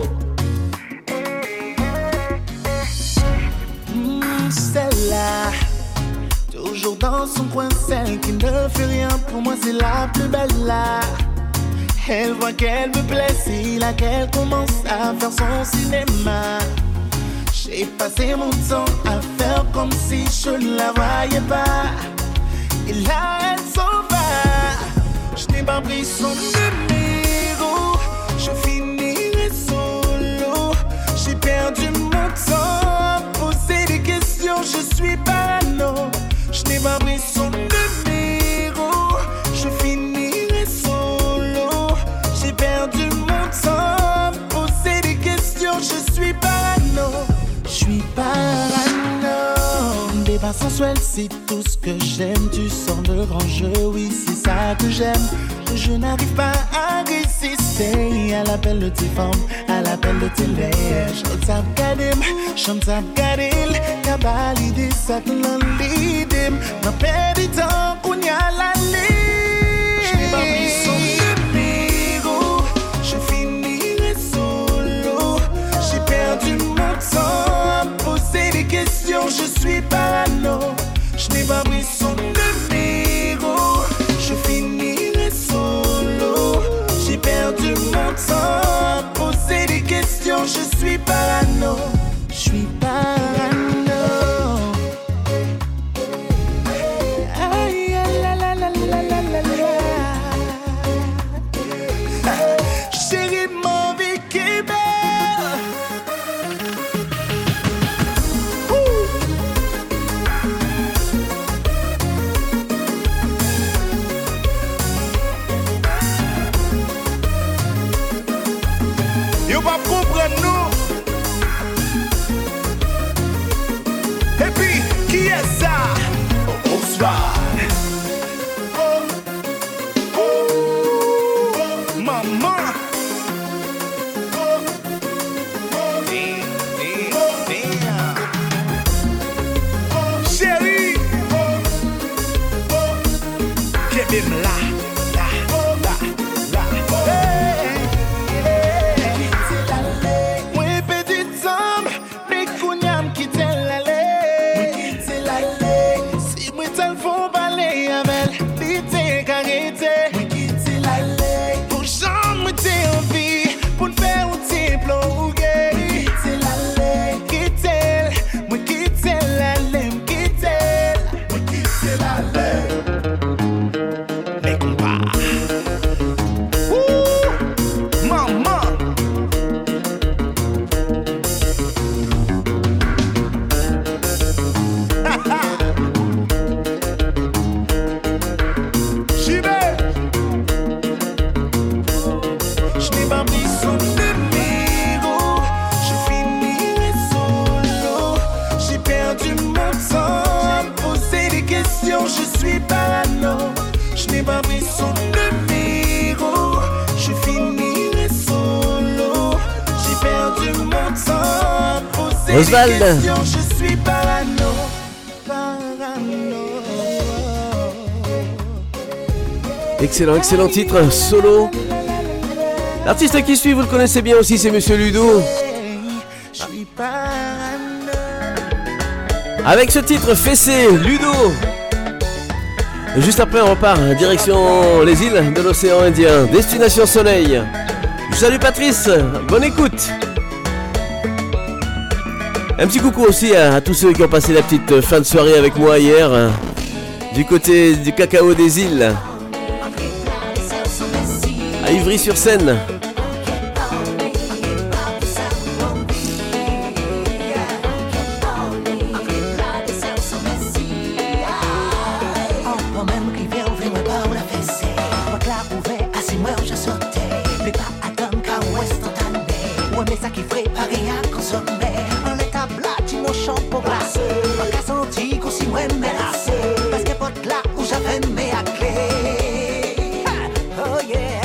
Celle-là, toujours dans son coin, celle qui ne fait rien pour moi, c'est la plus belle là. Elle voit qu'elle me plaît, c'est là qu'elle commence à faire son cinéma. J'ai passé mon temps à faire comme si je ne la voyais pas. Et là elle s'en va, je n'ai pas pris son numéro. Je finirai solo, j'ai perdu mon temps. Je suis parano, je n'ai pas pris son numéro. Je finirai solo, j'ai perdu mon temps. Poser des questions, je suis parano. Je suis parano. Débat sensuel, c'est tout ce que j'aime. Tu sors de grand jeu, oui, c'est ça que j'aime. Je n'arrive pas à résister à l'appel de tes formes, à l'appel de tes lèvres. Je t'aime gadim, je t'aime gadil. Kabalide ça que l'on l'idem. Ma paix du temps qu'on y a la ligne. Je n'ai pas pris son numéro. Je finirai solo. J'ai perdu mon temps à poser des questions. Je suis parano. Je n'ai pas pris son numéro. Je finirai solo. J'ai perdu mon temps à poser des questions. Je suis parano. Je suis parano. Oswald. Je suis parano, parano. Excellent, excellent titre, solo. L'artiste qui suit, vous le connaissez bien aussi, c'est Monsieur Ludo. Je suis parano. Avec ce titre, Fessé, Ludo. Juste après, on repart direction les îles de l'océan Indien, Destination Soleil. Je salue Patrice, bonne écoute. Un petit coucou aussi à, à tous ceux qui ont passé la petite fin de soirée avec moi hier, hein, du côté du cacao des îles, à Ivry-sur-Seine. Qui ferait Paris à consommer. Un état plat, tu mon champ glacé. Ma casse antique aussi, moi, menacé. Parce que porte là où j'avais mes à clé. Oh yeah.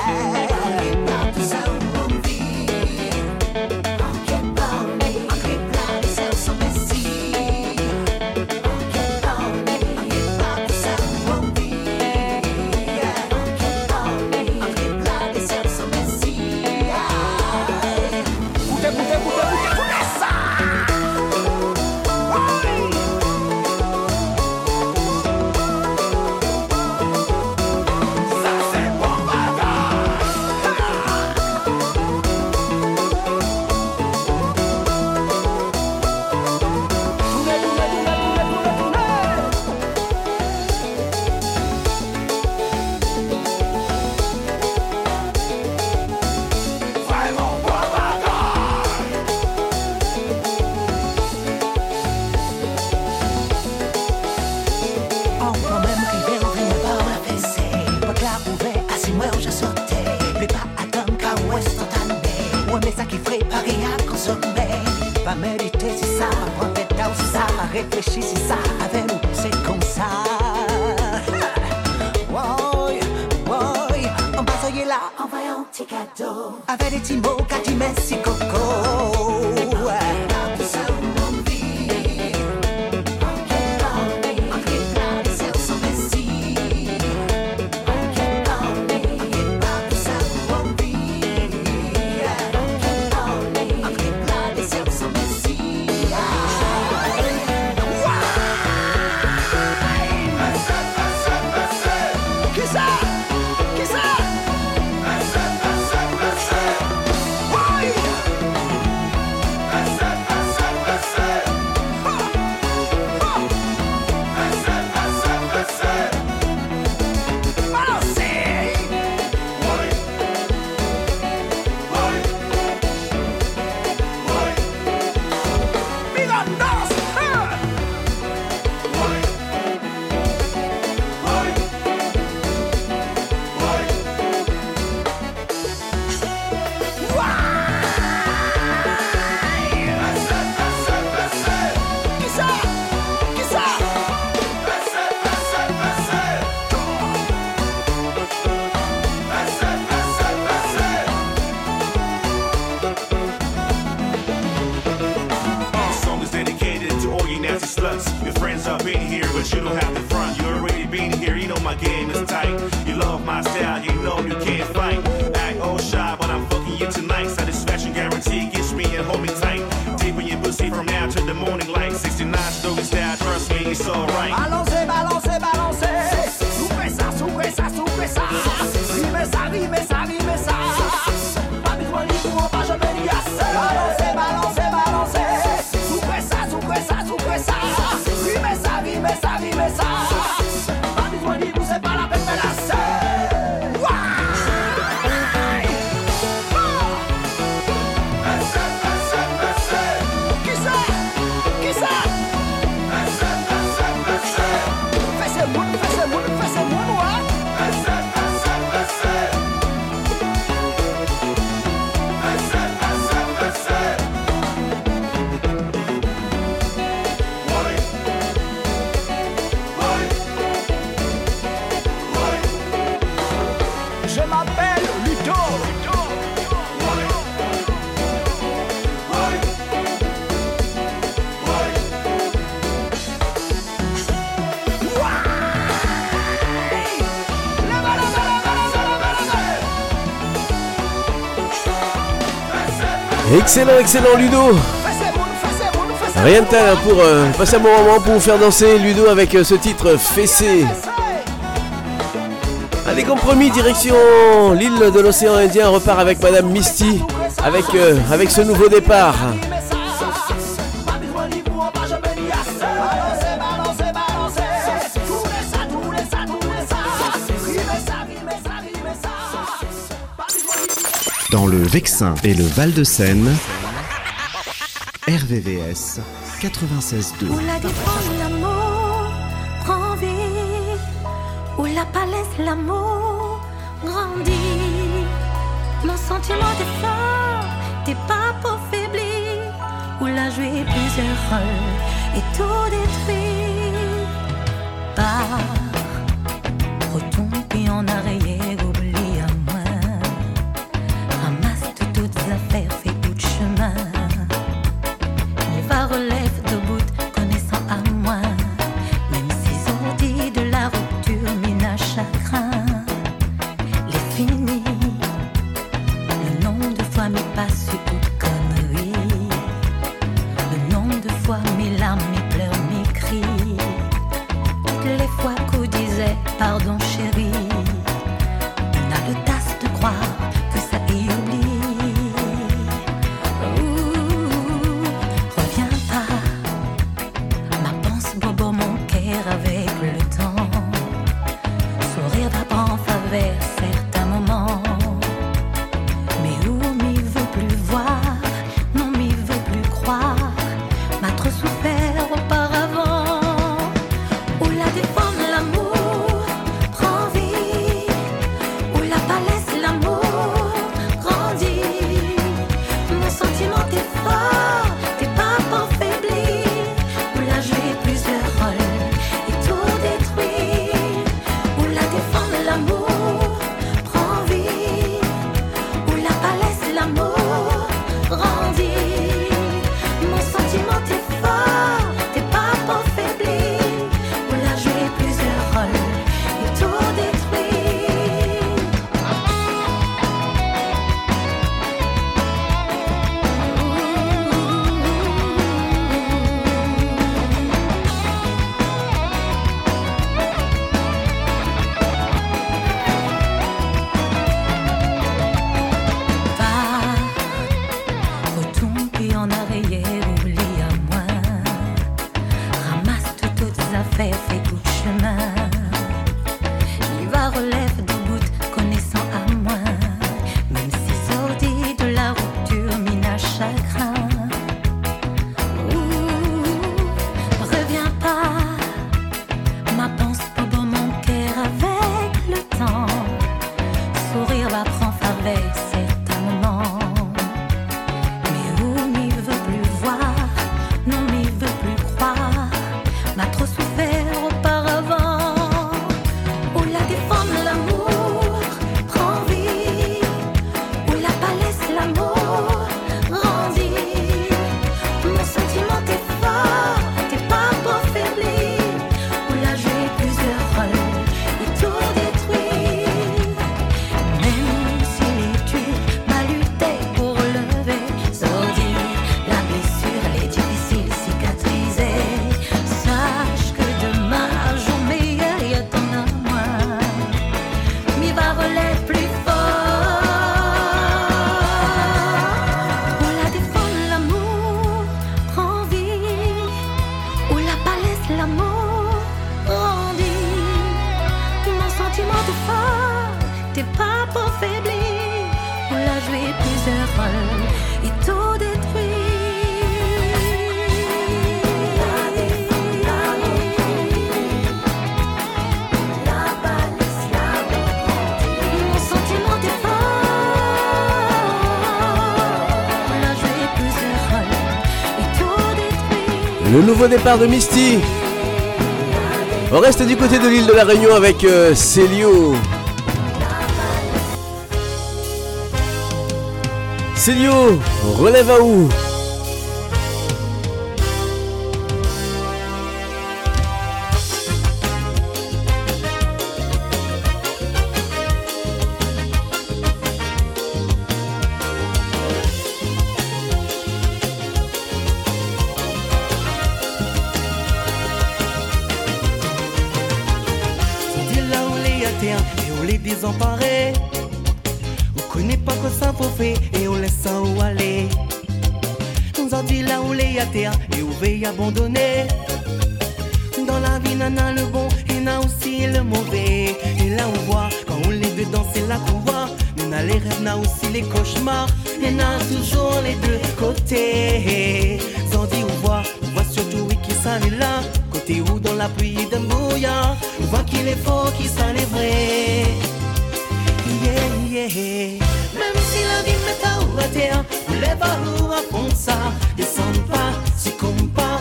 Réfléchis si ça avec nous c'est comme ça. Woy, woy, on va soyer là, envoyer un petit cadeau avec des petits mots qu'a dit merci coco. Excellent, excellent Ludo. Rien de tel pour euh, passer un bon moment pour vous faire danser Ludo avec euh, ce titre Fessé. Allez, compromis, direction l'île de l'océan Indien, on repart avec Madame Misty avec, euh, avec ce nouveau départ. Dans le Vexin et le Val-de-Seine, R V V S quatre-vingt-seize deux. Où la défense, l'amour prend vie, où la palette, l'amour grandit. Mon sentiment est fort, t'es pas pour faiblir, où la jouer plusieurs rôle et tout détruit. Pars, retourne puis en arrière, oublie à moi. Ramasse toutes tes affaires, fais bout de chemin. Il va relève debout, connaissant à moi. Même si ordi de la rupture mine à chagrin. Les finis, le nombre de fois m'y passe sur toute connerie. Le nombre de fois mes larmes, mes pleurs, mes cris. Toutes les fois qu'on disait pardon chérie. On a l'audace de croire que ça y oublie. Ouh, reviens pas. Ma pensée bobo mon cœur avec le temps. Sourire va pas en faveur certains moments. Mais où m'y veut plus voir, non m'y veut plus croire. M'a trop souffert auparavant. Où la déforme l'amour prend vie. Où la palesse l'amour grandit. Mon sentiment t'est fort, t'es pas pour faiblir. Où la joué plusieurs rôles et tout détruit. Où la déforme l'amour prend vie. Où la palesse l'amour grandit. Mon sentiment t'est fort, t'es pas pour faiblir. Où la joué plusieurs rôles et tout détruit. Va, retourne puis en arrière, oublie à moi. Ramasse toutes tes affaires, fais bout de chemin. Il va relève debout, connaissant à moi. Même si sorti de la rupture, mine à chagrin. Ouh, reviens pas. Ma pensée bobo mon cœur avec le temps. Sourire va prendre faveur certains moments. Mais où m'y veut plus voir, non m'y veut plus croire. M'a trop souffert auparavant. Où la déforme l'amour prend vie. Où la palesse l'amour grandit. Mon sentiment t'est fort, t'es pas pour faiblir. Où la joué plusieurs rôles et tout détruit. Même si les tués m'a lutté pour lever, sordi, la blessure elle est difficile cicatriser. Sache que demain, jour meilleur, y a ton à moi. M'y va relève plus fort. Où la déforme l'amour prend vie. Où la palesse l'amour grandit. Mon sentiment t'est fort, t'es pas pour faiblir. Où la joué plusieurs rôles et tout détruit. Mon sentiment t'est fort. Où la joué plusieurs rôles et tout détruit. Le nouveau départ de Misty. On reste du côté de l'île de la Réunion avec euh, Célio. Célio, relève à où? C'est là où les terre et où les désemparés. On connaît pas que ça faut faire et on laisse ça où aller. Nous en dit là où les terre et où veille abandonner. Dans la vie, nana le bon et n'a aussi le mauvais. Et là on voit quand on les deux danser là qu'on voit. Mais n'a les rêves, n'a aussi les cauchemars. Et n'a toujours les deux côtés. Sans dire on voit, on voit surtout oui qui s'en est là. Côté où dans la pluie d'un brouillard. On voit qu'il est faux, qu'il s'en est vrai. Yeah, yeah. Même si la vie met à ou à terre, on lève à ou à fond ça. Descends pas, succombe pas.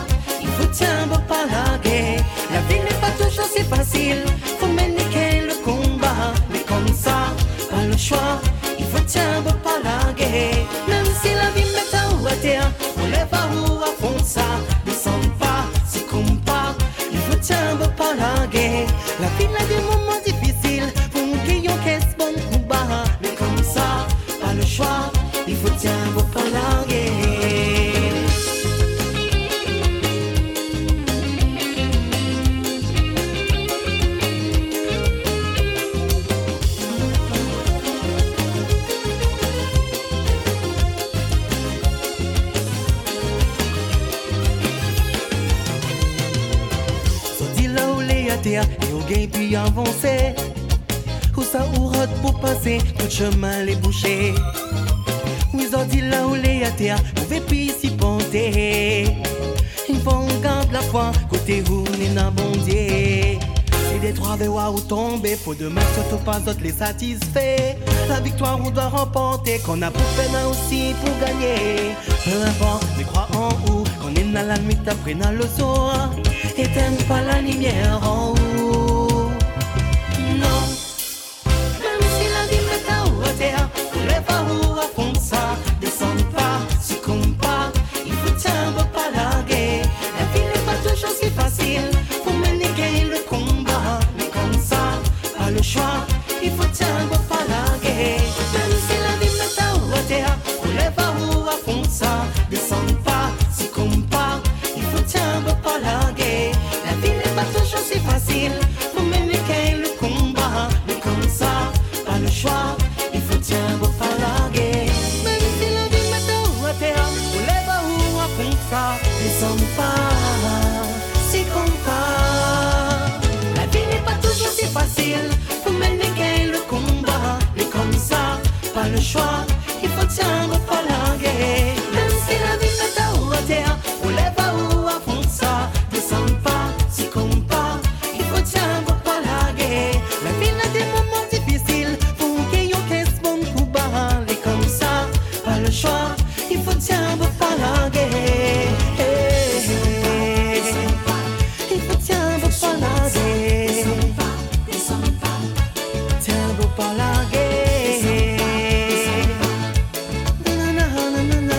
terre et au gain puis avancer. Où ça ou route pour passer, tout chemin les boucher. Ils ont dit là où les à terre, vous pouvez plus s'y ponter. Il faut on garde la foi, côté vous n'est n'a bon Dieu. Si des trois vewa ou tomber, faut demain surtout pas d'autres les satisfaits. La victoire on doit remporter, qu'on a pour peine aussi pour gagner. Peu importe, mais crois en où, qu'on est dans la nuit après dans le soir. Éteins pas la lumière en haut. Non. Même si la vie met à haut à terre, lève à haut à fond ça. Descends pas, succombe pas, il faut tiens pas larguer. La vie n'est pas toujours si facile, faut mener le combat. Mais comme ça, pas le choix, il faut tiens pas larguer. Même si la vie met à haut à terre, lève à haut à fond ça. Descends pas, succombe pas, il faut tiens pas larguer. La vie n'est pas toujours si facile, faut mener le combat. Mais comme ça, pas le choix, il faut tiens pas larguer. Même si la vie met à haut à terre, lève à haut à fond ça. Descends pas, succombe pas. La vie n'est pas toujours si facile, faut mener le combat. Mais comme ça, pas le choix, il faut tiens pas larguer. Même si la vie met à haut à terre, lève à haut à fond ça. Descends pas, succombe pas, il faut tiens pas larguer. La vie a des moments difficiles, faut qu'il y ait un bon coup bas. Et comme ça, pas le choix, il faut tiens pas larguer. Il faut tiens pas larguer. Tiens pas larguer. Na na na na na.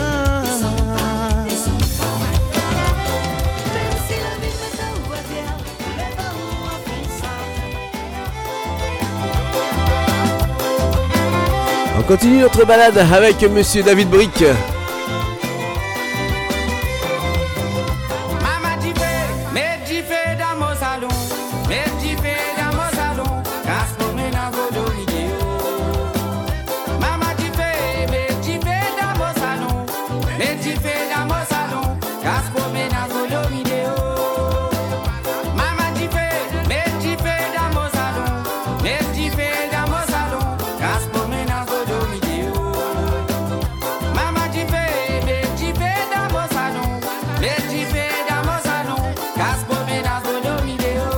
Même si la vie met à haut à terre, lève à haut à fond ça. On continue notre balade avec Monsieur David Brick. Mama jife, me jife dans mon salon, me jife dans mon salon, casse me na godo video. Mama jife, me jife dans mon salon, me jife dans mon salon, casse me na godo video. Mama jife, me jife dans mon salon, me jife dans mon salon, casse me na godo video. Mama jife, me jife dans mon salon, me jife dans mon salon, casse me na godo video.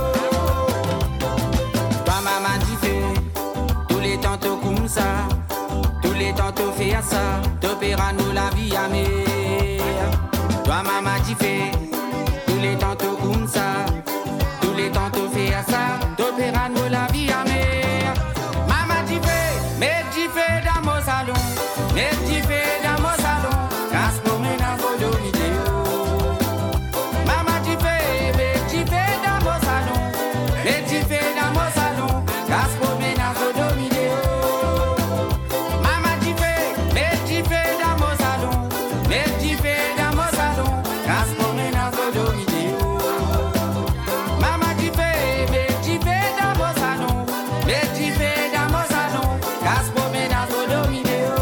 Toi maman jife, tous les tantôt comme ça, tous les tantôt fait à ça, t'opéra nous la vie à mer. Toi maman jife, tous les tantôt comme ça, tous les tantôt fait à ça, t'opéra nous la vie à mer. Maman jife, me jife dans mon salon, me jife dans mon salon, casse me na godo video. Maman jife, me jife dans mon salon, me jife dans mon salon, casse me na godo video. Maman jife, me jife dans mon salon, me jife dans mon salon, casse me na godo video. Maman jife, me jife dans mon salon, me jife dans mon salon, casse me na godo video.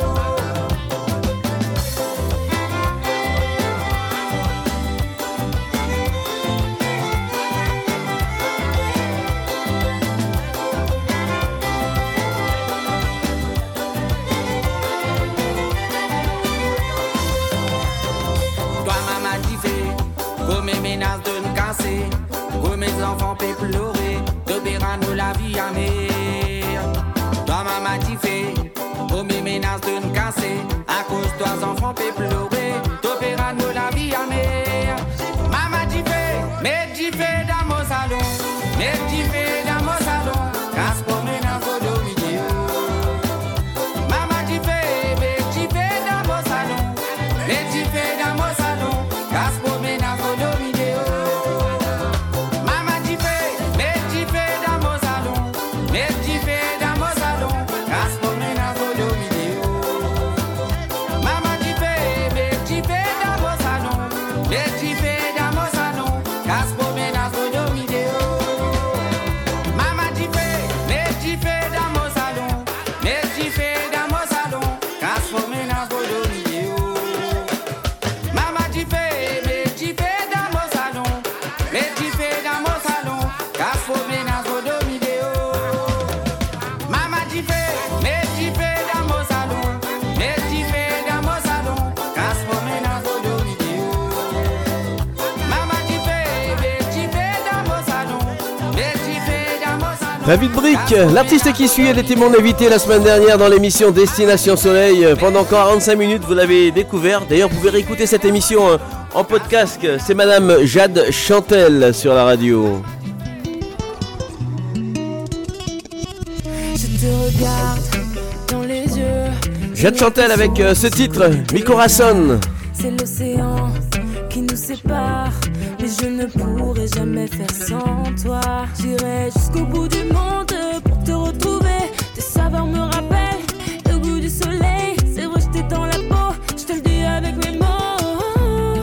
Toi maman jife, pour mes menaces de nous casser, pour mes enfants peut pleurer, t'opéra nous la vie à mer. Toi maman jife, pour mes menaces de nous casser, à cause de toi enfants peut pleurer, t'opéra nous la vie à mer. Maman jife, me jife dans mon salon, me jife dans mon salon, casse pour mes na godo video. Maman jife, me jife dans mon salon, me jife dans mon salon, casse pour mes na godo video. Maman jife, me jife dans mon salon, me jife dans mon salon, casse pour mes na godo video. Maman jife, me jife dans mon salon, me jife dans mon salon, casse pour mes na godo video. Maman jife, me jife dans mon salon, me jife dans mon salon, casse pour mes na godo video. David Brick, l'artiste qui suit, elle était mon invité la semaine dernière dans l'émission Destination Soleil. Pendant quarante-cinq minutes, vous l'avez découvert. D'ailleurs, vous pouvez réécouter cette émission en podcast. C'est Madame Jade Chantel sur la radio. Je te regarde dans les yeux. Jade Chantel avec euh, ce titre, Mi Corazon. C'est l'océan qui nous sépare, mais je ne pourrai jamais faire sans toi. J'irai jusqu'au bout du monde pour te retrouver. Tes saveurs me rappellent le goût du soleil. C'est vrai, je t'ai dans la peau, je te le dis avec mes mots.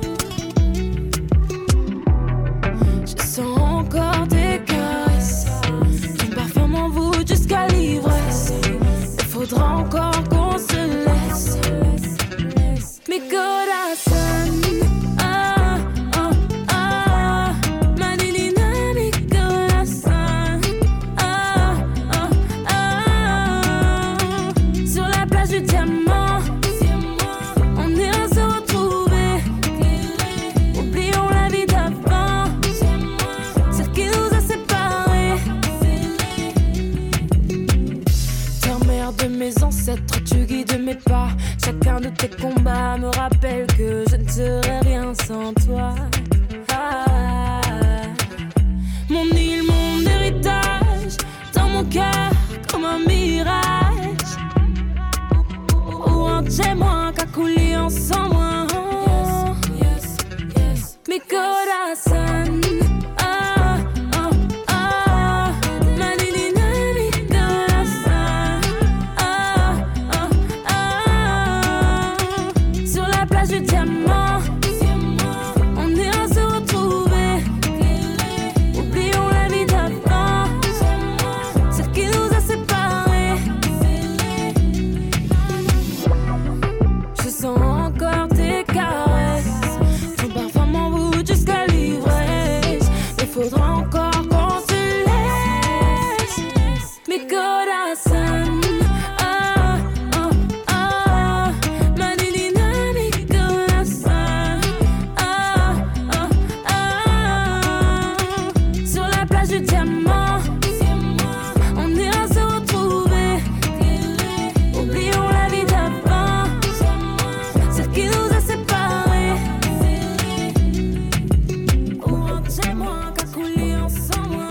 Je sens encore tes caresses, ton parfum m'envoûte jusqu'à l'ivresse. Il faudra encore qu'on se laisse. Mi corazón, ah, ah, ah, Marilina, mi corazón, ah, ah, ah. Sur la plage du diamant, on ira se retrouver. Oublions la vie d'avant, celle qui nous a séparés. Terre-mère de mes ancêtres, tu guides mes pas. Chacun de tes combats me rappelle que je ne serai rien sans toi. Ah, mon île, mon héritage, dans mon cœur comme un mirage. Ou un témoin qu'a coulé en sans moi. Yes, yes, yes. Mi corazón. Ah, ah, ah, Marilina, mi corazón. Ah, ah, ah. Sur la plage du diamant, on ira se retrouver. Oublions la vie d'avant, celle qui nous a séparés. Je sens encore tes caresses, ton parfum m'envoûte jusqu'à l'ivresse. Il faudra encore qu'on se laisse. Mi corazón. Ah, ah, ah, Marilina, mi corazón. Ah, ah, ah. Sur la plage du diamant, on ira se retrouver. Oublions la vie d'avant, celle qui nous a séparés. Ou un témoin qu'a coulé en sans moi.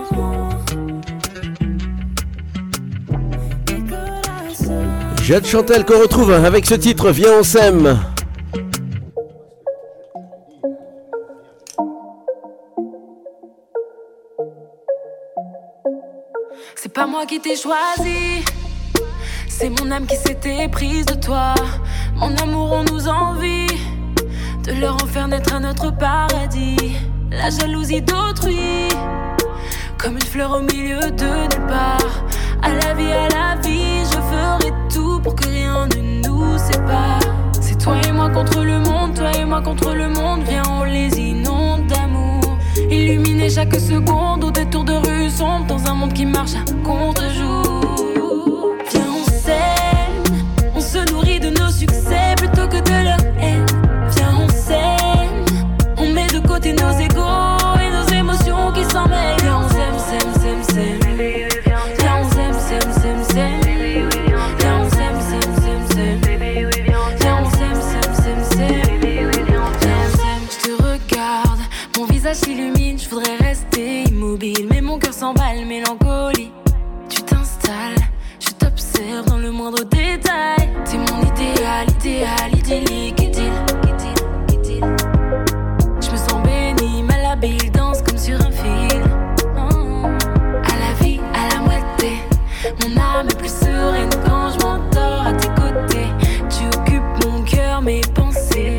Mi corazón. Jade Chantel qu'on retrouve avec ce titre, Viens on s'aime. C'est pas moi qui t'ai choisi, c'est mon âme qui s'était prise de toi. Mon amour, on nous envie de leur en faire naître un autre paradis. La jalousie d'autrui, comme une fleur au milieu de nulle part. À la vie, à la vie, je ferai tout pour que rien ne nous sépare. C'est toi et moi contre le monde, toi et moi contre le monde. Viens, on les inonde d'amour, illuminer chaque seconde au détour de rues sombres, dans un monde qui marche à contre-jour. Viens, on s'aime, on se nourrit de nos succès plutôt que de leur haine. Viens, on s'aime, on met de côté nos égos et nos émotions qui s'en mêlent. Viens, on s'aime, s'aime, s'aime, s'aime. Viens, on s'aime, s'aime, s'aime, s'aime. Viens, on s'aime, s'aime, s'aime, s'aime. Viens, on s'aime, s'aime, s'aime, s'aime. Viens, on s'aime. Je te regarde, mon visage s'illumine, je voudrais rester immobile, mais mon cœur s'emballe, mélancolie. Tu t'installes, je t'observe dans le moindre détail. T'es mon idéal, idéal, idyllique, idylle, idylle, idylle. Je me sens bénie, malhabile, danse comme sur un fil. Oh. À la vie, à la moitié, mon âme est plus sereine quand je m'endors à tes côtés. Tu occupes mon cœur, mes pensées.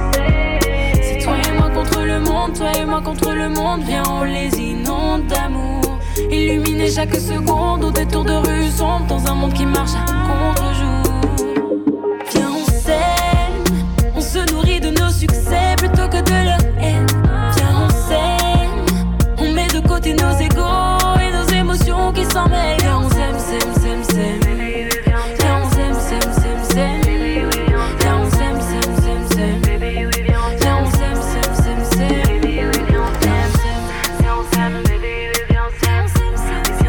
C'est toi et moi contre le monde, toi et moi contre le monde. Viens, on les inonde d'amour, illuminer chaque seconde au détour de rues sombres, dans un monde qui marche à contre-jour. Viens, on s'aime, on se nourrit de nos succès plutôt que de leur haine. Viens, on s'aime, on met de côté nos égos et nos émotions qui s'en mêlent. Viens, on s'aime, s'aime, s'aime, s'aime. Viens, on s'aime, s'aime, s'aime, s'aime. Viens, on s'aime, s'aime, s'aime, s'aime. Viens, on s'aime, s'aime, s'aime, s'aime. Viens, on s'aime, viens, on s'aime, viens, on s'aime, viens, on s'aime, viens, on s'aime, viens, on s'aime,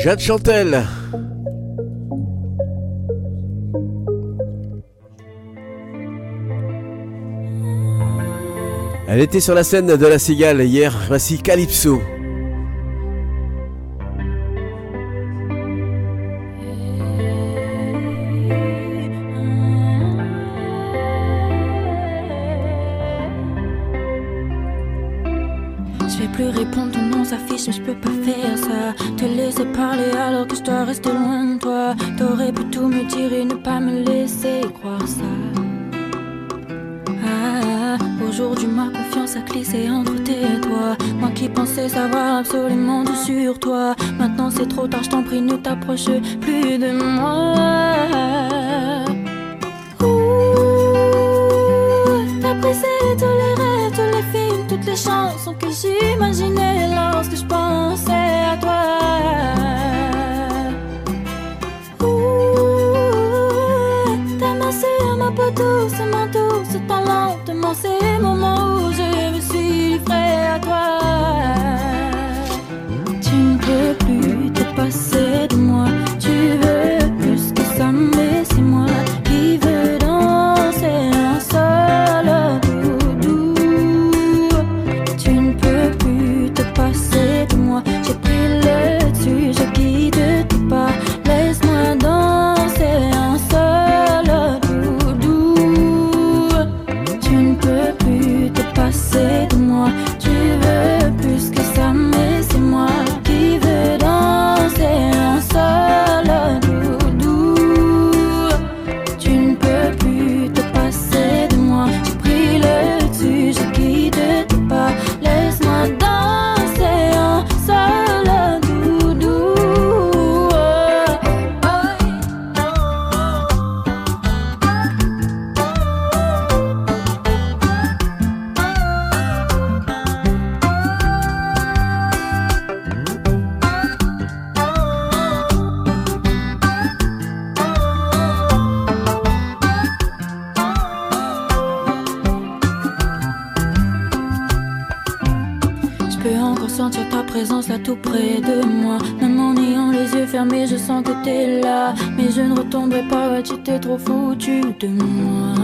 Jade Chantel. Elle était sur la scène de La Cigale hier. Voici Calypso. Je vais plus répondre, ton nom s'affiche, mais je peux pas faire ça. Te laisser parler alors que je dois rester loin de toi. T'aurais pu tout me dire et ne pas me laisser croire ça. Ah, aujourd'hui ma confiance a glissé entre tes doigts. Moi qui pensais savoir absolument tout sur toi. Maintenant c'est trop tard, je t'en prie, ne t'approche plus de moi. Ouh, t'as brisé tous les rêves, tous les films, toutes les chansons que j'imaginais lorsque je pensais à toi. Ouh, t'as massé ma peau douce, ma douce, tant lentement ces moments où je me suis livrée à toi. Tu ne peux plus te passer de moi, tu veux plus que ça, mais c'est moi qui veux danser un solo doudou. Tu ne peux plus te passer de moi, j'ai pris le dessus, je guide tes pas. Laisse-moi danser un solo doudou. Tu ne peux plus te passer de moi, tu veux plus que ça, mais c'est moi qui veux danser un solo doudou. Tu ne peux plus te passer de moi, j'ai pris le dessus, je guide tes pas. Laisse-moi danser un solo doudou. Je peux encore sentir ta présence là tout près de moi. Même en ayant les yeux fermés, je sens que t'es là. Mais je ne retomberai pas, ouais, tu t'es trop foutu de moi.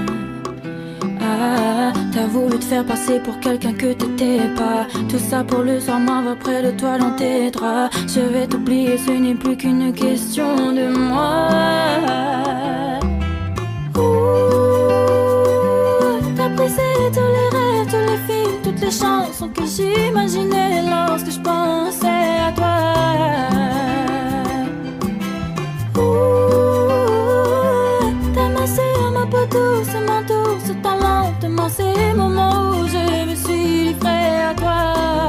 Ah, t'as voulu te faire passer pour quelqu'un que t'étais pas. Tout ça pour le soir, m'avoir près de toi dans tes draps. Je vais t'oublier, ce n'est plus qu'une question de moi. Ouh, t'as brisé tous les rêves, tous les films, toutes les chansons que j'imaginais lorsque je pensais à toi. Ouh, t'as massé ma peau douce, ma douce, tant lentement ces moments où je me suis livrée à toi.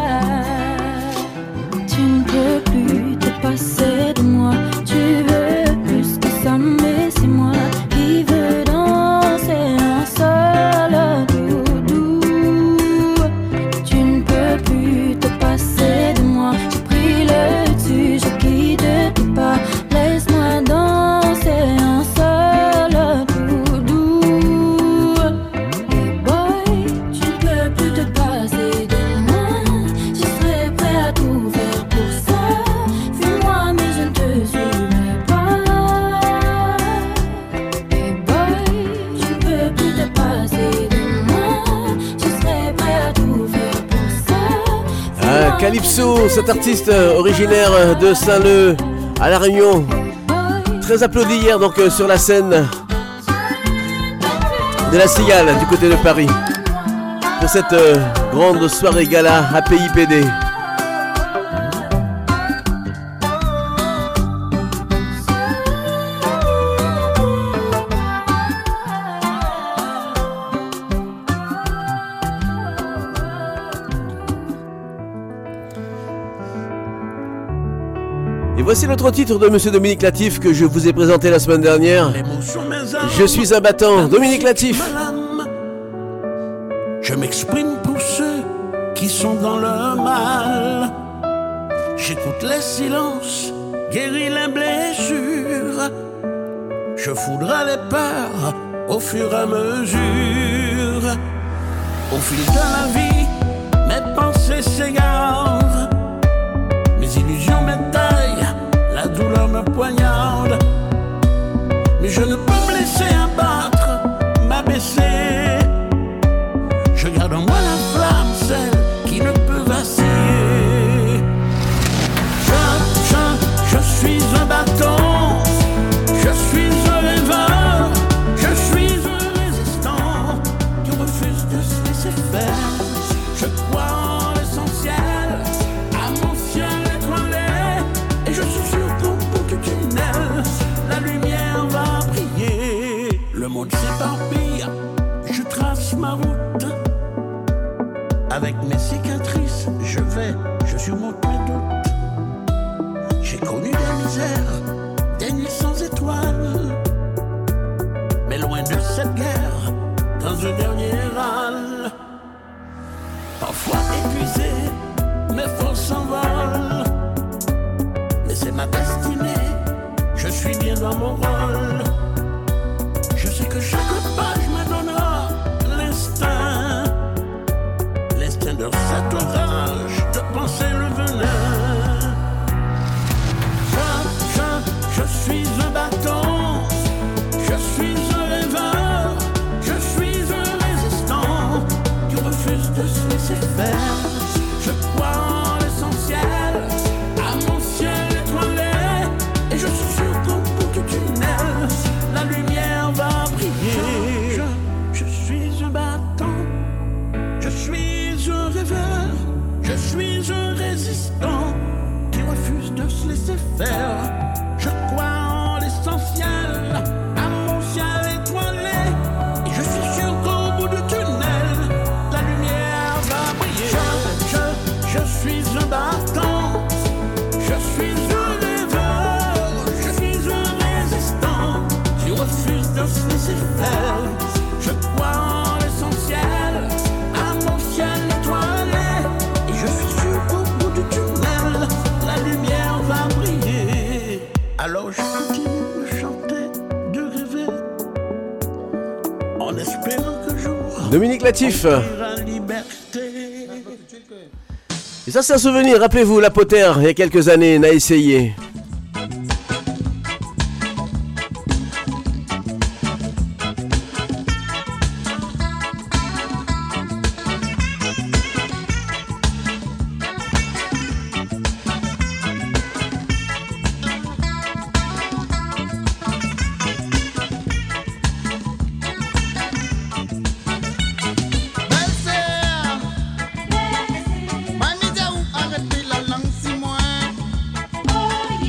Tu ne peux plus te passer de moi, tu veux plus que ça, mais c'est moi qui veux danser un solo doudou. Tu ne peux plus te passer de moi, j'ai pris le dessus, je guide tes pas. Laisse-moi danser un solo doudou. Hey boy, tu ne peux plus te passer de moi, je serai prêt à tout faire pour ça. Fuis-moi mais je ne te suivrai pas. Hey boy, tu ne peux plus te passer de moi, je serai prêt à tout faire pour ça. Ah, Calypso, cet artiste originaire de Saint-Leu à La Réunion. Très applaudi hier donc euh, sur la scène de La Cigale du côté de Paris pour cette euh, grande soirée gala A P I P D. Et voici l'autre titre de Monsieur Dominique Latif que je vous ai présenté la semaine dernière. Je suis un battant, Dominique Latif. Je m'exprime pour ceux qui sont dans le mal. J'écoute les silences, guéris les blessures. Je foudrai les peurs au fur et à mesure. Au fil de la vie, mes pensées s'égarent. Mes illusions m'étaillent poignarde. Mais je ne peux me laisser abattre, m'abaisser. Je garde en moi la flamme, celle qui ne peut vaciller. Je, je, je suis un bâton, je suis un rêveur, je suis un résistant qui refuse de se laisser faire. Je crois en l'essentiel, à mon ciel étoilé, et je suis sûr qu'au bout du tunnel, la lumière va briller. Le monde s'éparpille, je trace ma route. Avec mes cicatrices, je vais, je surmonte mes doutes. J'ai connu des misères, des nuits sans étoiles. Mais loin de cette guerre, dans un dernier râle. Parfois épuisé, mes forces s'envolent. Mais c'est ma destinée, je suis bien dans mon rôle. Je sais que chaque page me donnera l'instinct. L'instinct de cet orage, de penser le venin. Je, je, je suis un bâton, je suis un rêveur, je suis un résistant qui refuse de se laisser faire. Je crois en l'essentiel, à mon ciel étoilé, et je suis sûr qu'au bout du tunnel, la lumière va briller. Je, je suis un bâton, je suis un rêveur, je suis un résistant qui refuse de se laisser faire. Je crois en l'essentiel, à mon ciel étoilé, et je suis sûr qu'au bout du tunnel, la lumière va briller. Je, je, je suis un bâton, je suis un rêveur, je suis un résistant qui refuse de se laisser faire. Je crois en l'essentiel, à mon ciel étoilé, et je suis sûr qu'au bout du tunnel, la lumière va briller. Alors je continue de chanter, de rêver, en espérant qu'un jour Dominique Latif. on ira liberté. Et ça c'est un souvenir, rappelez-vous la Potter il y a quelques années, n'a essayé. Mamie, arrête la langue si moi.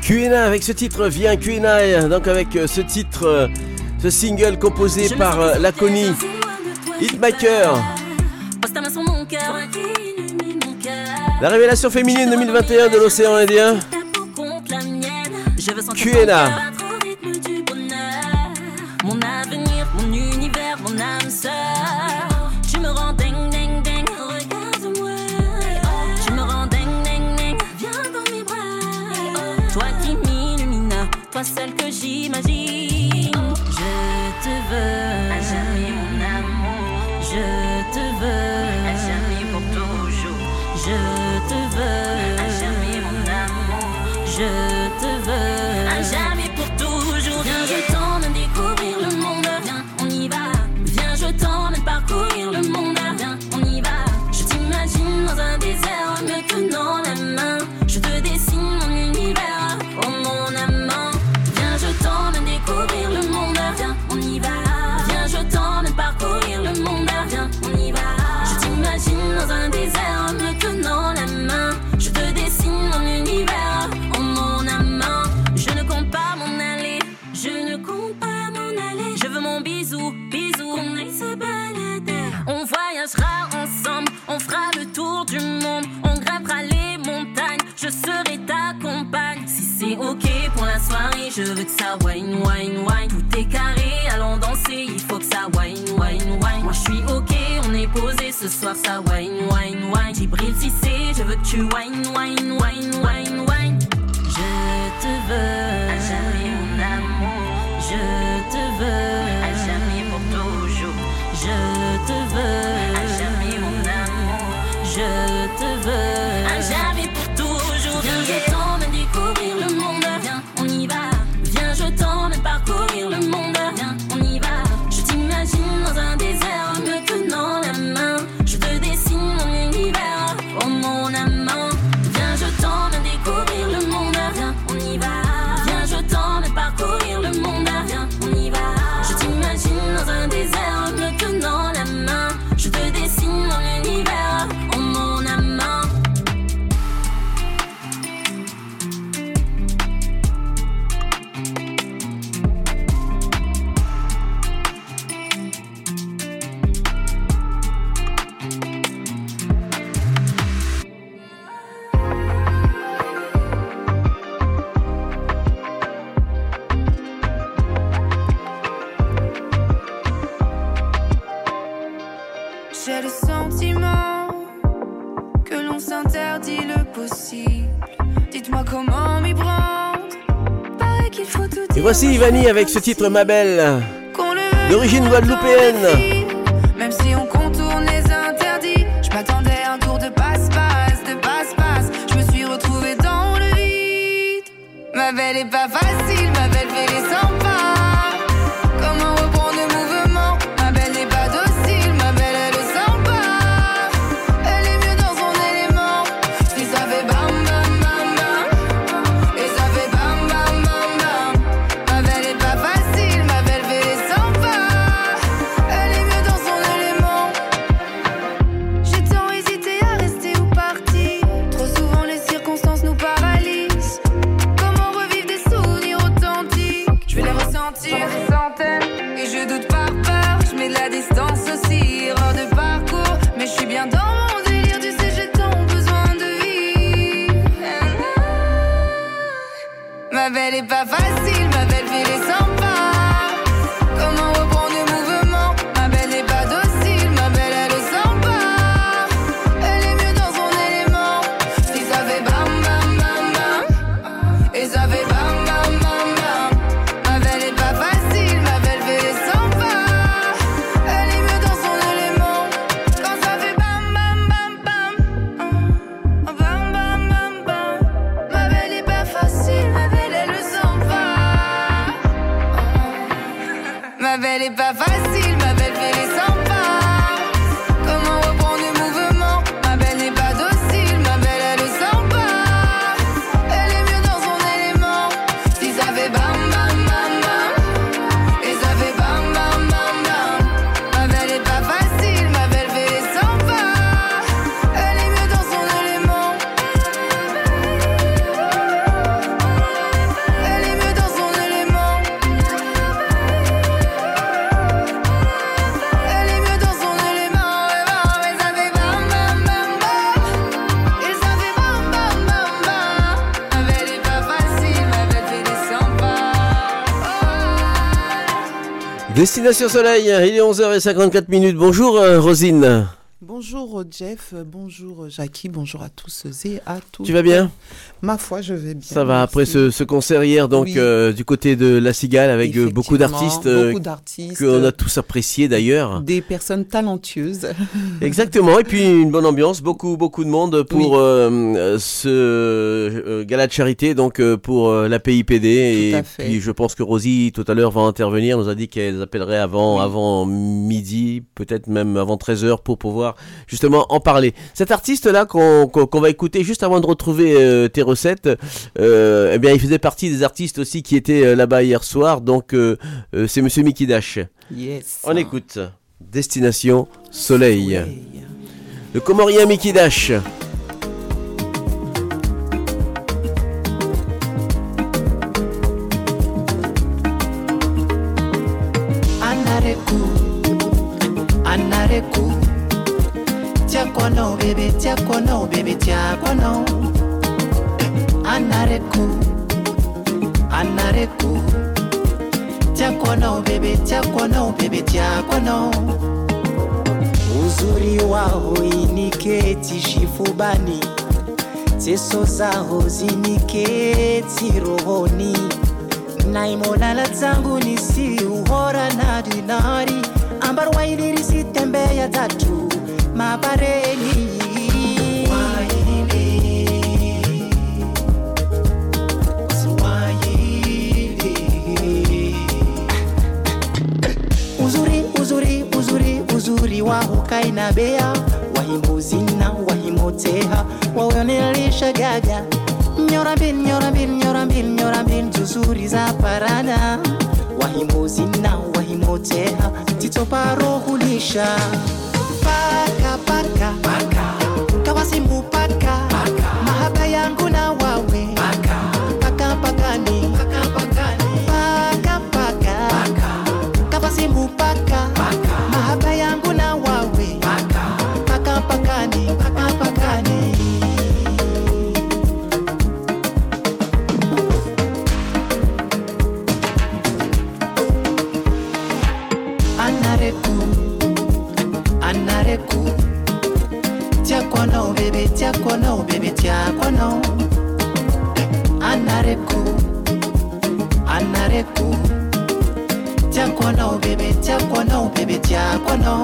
Q N A avec ce titre, viens Q N A, donc avec euh, ce titre, euh, ce single composé par euh, Laconi, Hitmaker. La révélation féminine deux mille vingt et un de l'océan Indien. Q N A. Mon avenir, mon univers, mon âme sœur. Tu me rends ding ding ding, regarde-moi. Tu me rends ding ding ding, viens dans mes bras. Toi qui m'illumines, toi celle que j'imagine. Je te veux, à jamais mon amour. Je te veux, à jamais pour toujours. Je te veux, à jamais mon amour. Je te veux, à jamais pour toujours. Viens, je t'emmène découvrir le monde. Viens, on y va. Viens, je t'emmène parcourir le monde. Viens, on y va. Je t'imagine dans un désert, me tenant la main. Je te dessine mon univers, oh mon amant. Viens, je t'emmène découvrir le monde. Viens, on y va. Viens, je t'emmène parcourir le monde. Viens, on y va. Je t'imagine dans un désert, me tenant la main. Je te dessine mon univers, oh mon amant. Je ne compte pas m'en aller, je ne compte pas m'en aller. Je veux mon bisou, bisou, on aille se balader. On voyagera ensemble, on fera le tour du monde. On grimpera les montagnes, je serai ta compagne. Si c'est ok pour la soirée, je veux que ça wine, wine, wine. Tout est carré, allons danser, il faut que ça wine, wine, wine. Moi je suis ok, on est posé ce soir, ça wine, wine, wine. J'hybride si c'est, je veux que tu wine, wine, wine, wine, wine. Je te veux, à jamais mon amour. Je te veux, à jamais pour toujours. Je te veux, à jamais mon amour. Je te veux, à jamais pour toujours. Viens, je t'emmène découvrir le monde. Viens, on y va. Viens, je t'emmène parcourir le monde. Viens, on y va. Je t'imagine dans un désert, me tenant la main. Je te dessine mon univers, oh mon amant. Viens, je t'emmène découvrir le monde. Viens, on y va. Viens, je t'emmène parcourir le monde. Viens, on y va. Je t'imagine dans un désert, me tenant la main. Je te dessine mon univers, oh mon amant. J'ai le sentiment que l'on s'interdit le possible. Dites-moi comment m'y prendre. Paraît qu'il faut tout dire. Et voici Ivani avec ce titre Ma Belle, Qu'on le veuille d'origine guadeloupéenne. Même si on contourne les interdits, je m'attendais à un tour de passe-passe, de passe-passe. Je me suis retrouvée dans le vide. Ma belle est pas facile, ma belle fait les cent pas. Comment reprendre le mouvement? Ma belle n'est pas docile, ma belle elle le sent pas. Elle est mieux dans son élément. Si ça fait bam bam bam bam, et ça fait bam bam bam bam. Ma belle est pas facile, ma belle fait les cent pas. Elle est mieux dans son élément. J'ai tant hésité à rester ou partir. Trop souvent les circonstances nous paralysent. Comment revivre des souvenirs authentiques? Je vais les ressentir des centaines. Et je doute par peur, je mets de la distance aussi. Erreur de parcours, mais je suis bien dans mon délire. Tu sais, j'ai tant besoin de vivre. Ma belle est pas facile, ma belle fait les cent pas. Comment reprendre le mouvement? Ma belle n'est pas docile, ma belle elle le sent pas. Elle est mieux dans son élément. Si ça fait bam bam bam bam, et ça fait bam bam bam bam. Ma belle est pas facile, ma belle fait les cent pas. Elle est mieux dans son élément. Quand ça fait bam bam bam bam, bam bam bam bam. Ma belle est pas facile, ma belle elle le sent pas. Ma belle est pas facile, ma belle fait les cent pas. Comment reprendre le mouvement? Ma belle n'est pas docile, ma belle elle le sent pas. Elle est mieux dans son élément. Si ça fait bam bam bam bam, et ça fait bam bam bam bam. Ma belle est pas facile, ma belle fait les cent pas. Elle est mieux dans son élément. Destination Soleil, il est onze heures cinquante-quatre minutes. Bonjour euh, Rosine. Bonjour Jeff, bonjour Jackie, bonjour à tous et à toutes. Tu vas bien ? Ma foi, je vais bien. Ça va, après ce, ce concert hier, donc oui. euh, du côté de La Cigale, avec euh, beaucoup d'artistes, euh, beaucoup d'artistes qu'on a tous appréciés d'ailleurs. Des personnes talentueuses. Exactement, et puis une bonne ambiance, beaucoup beaucoup de monde pour oui. euh, ce euh, gala de charité, donc euh, pour euh, la P I P D. Tout et puis je pense que Rosie, tout à l'heure, va intervenir, nous a dit qu'elle appellerait avant, oui. avant midi, peut-être même avant treize heures pour pouvoir justement en parler. Cet artiste-là qu'on, qu'on, qu'on va écouter juste avant de retrouver euh, tes recettes, euh, eh bien il faisait partie des artistes aussi qui étaient euh, là-bas hier soir, donc euh, euh, c'est Monsieur Mickey Dash. Yes. On écoute Destination Soleil. Soleil. Le Comorien Mickey Dash. Anareku, Anareku. Tiakono bébé, tiakono bébé, tiakono. Anareku, anareku. Tiakono bébé, tiakono bébé, tiakono. Uzuri wao iniketi shifubani, teso zao ziniketi rohoni. Naimolala zangu nisi uhora na dinari, ambar waidiri sitembea tatu mabareni. Uzuri, uzuri, uzuri, uzuri wao kaina bea, wahimuzina, wahimoteha, waonelisha gaga. Nyorambin, nyorambin, nyorambin, nyorambin, zuzuri za parada, wahimuzina, wahimoteha, titoparo hulisha. Paka, paka, paka, kawasimu paka, paka, mahaba yangu na wawe, paka, paka, pakani, paka, pakani, paka, paka, paka, kawasimu paka, paka, mahaba yangu na wawe, paka, paka, pakani, paka, pakani. Anareku, anareku. Tiakono bébé, tiakono bébé, tiakono. Anareku, anareku. Tiakono bébé, tiakono bébé, tiakono.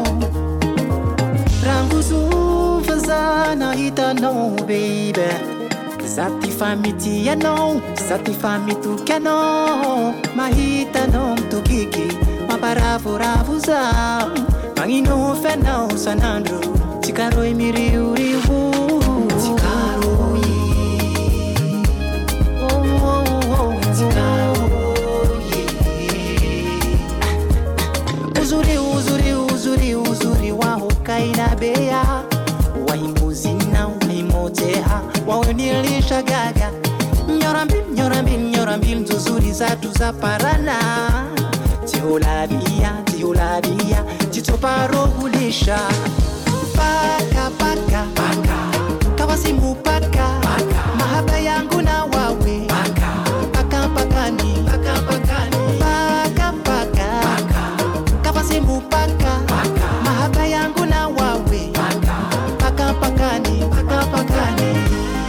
Ranguzu fazana hitano baby. Zati famiti ya no, zati famitu kano. Mahita no mtukiki, mabarafu rafuza. Mangino fena usanandro. Tikaro imiri urivu, tikaro yi, oh oh oh, tikaro yi. Uzuri uzuri uzuri uzuri wao kaina bea, wahimuzina wahimoteha, waonilisha gaga. Nyorambil nyorambil nyorambil zuzuri zatu za parana. Tiholabia tiholabia titoparo hulisha. Paka, paka, paka, kawasimu paka, paka, mahaba yangu na wawe, paka, paka, pakani, paka, pakani, paka, paka, paka, kawasimu paka, paka, mahaba yangu na wawe, paka, paka, pakani, paka, pakani.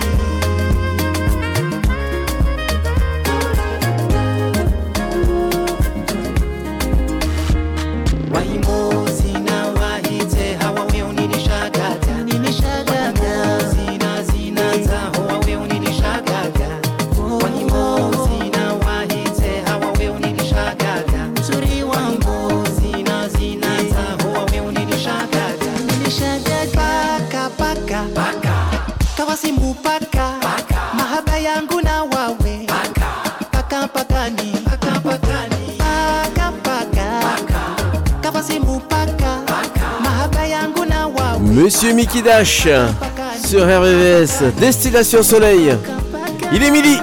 Wahimozi na wahite hawa weo nilishagata, nilishagata. Zina zina za hawa weo nilishagata. Wahimozi na wahite hawa weo nilishagata. Zuri wangu zina zina za hawa weo nilishagata, nilishagata. Paka paka paka, kawasimu paka, paka, mahaba yangu na wawe, paka, paka pakani, paka pakani, paka paka, paka. Monsieur Mickey Dash sur R V V S, Destination Soleil. Il est midi.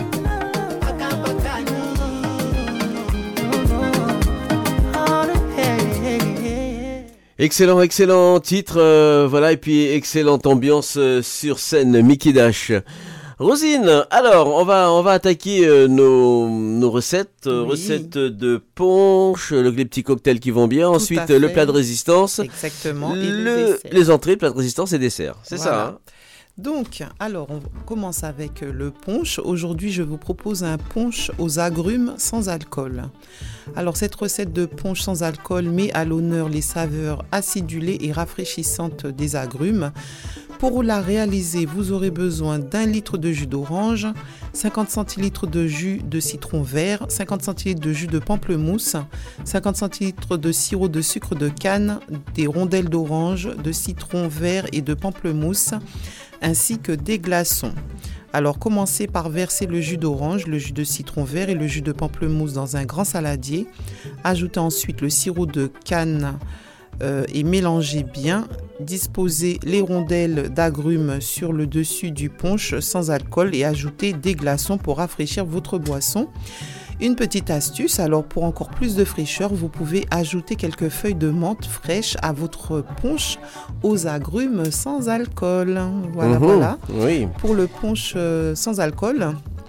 Excellent, excellent titre, euh, voilà, et puis excellente ambiance euh, sur scène, Mickey Dash. Rosine, alors on va on va attaquer euh, nos, nos recettes, euh, Oui. recettes de punch, le, les petits cocktails qui vont bien, Tout ensuite à fait. le plat de résistance, Exactement. Et le le, dessert. les entrées, plat de résistance et dessert, c'est Voilà. ça. Hein. Donc, alors, on commence avec le punch. Aujourd'hui, je vous propose un punch aux agrumes sans alcool. Alors, cette recette de punch sans alcool met à l'honneur les saveurs acidulées et rafraîchissantes des agrumes. Pour la réaliser, vous aurez besoin d'un litre de jus d'orange, cinquante centilitres de jus de citron vert, cinquante centilitres de jus de pamplemousse, cinquante centilitres de sirop de sucre de canne, des rondelles d'orange, de citron vert et de pamplemousse, ainsi que des glaçons. Alors, commencez par verser le jus d'orange, le jus de citron vert et le jus de pamplemousse dans un grand saladier. Ajoutez ensuite le sirop de canne euh, et mélangez bien. Disposez les rondelles d'agrumes sur le dessus du punch sans alcool et ajoutez des glaçons pour rafraîchir votre boisson. Une petite astuce, alors pour encore plus de fraîcheur, vous pouvez ajouter quelques feuilles de menthe fraîches à votre punch aux agrumes sans alcool. Voilà, Mmh, voilà. oui. Pour le punch euh, sans alcool.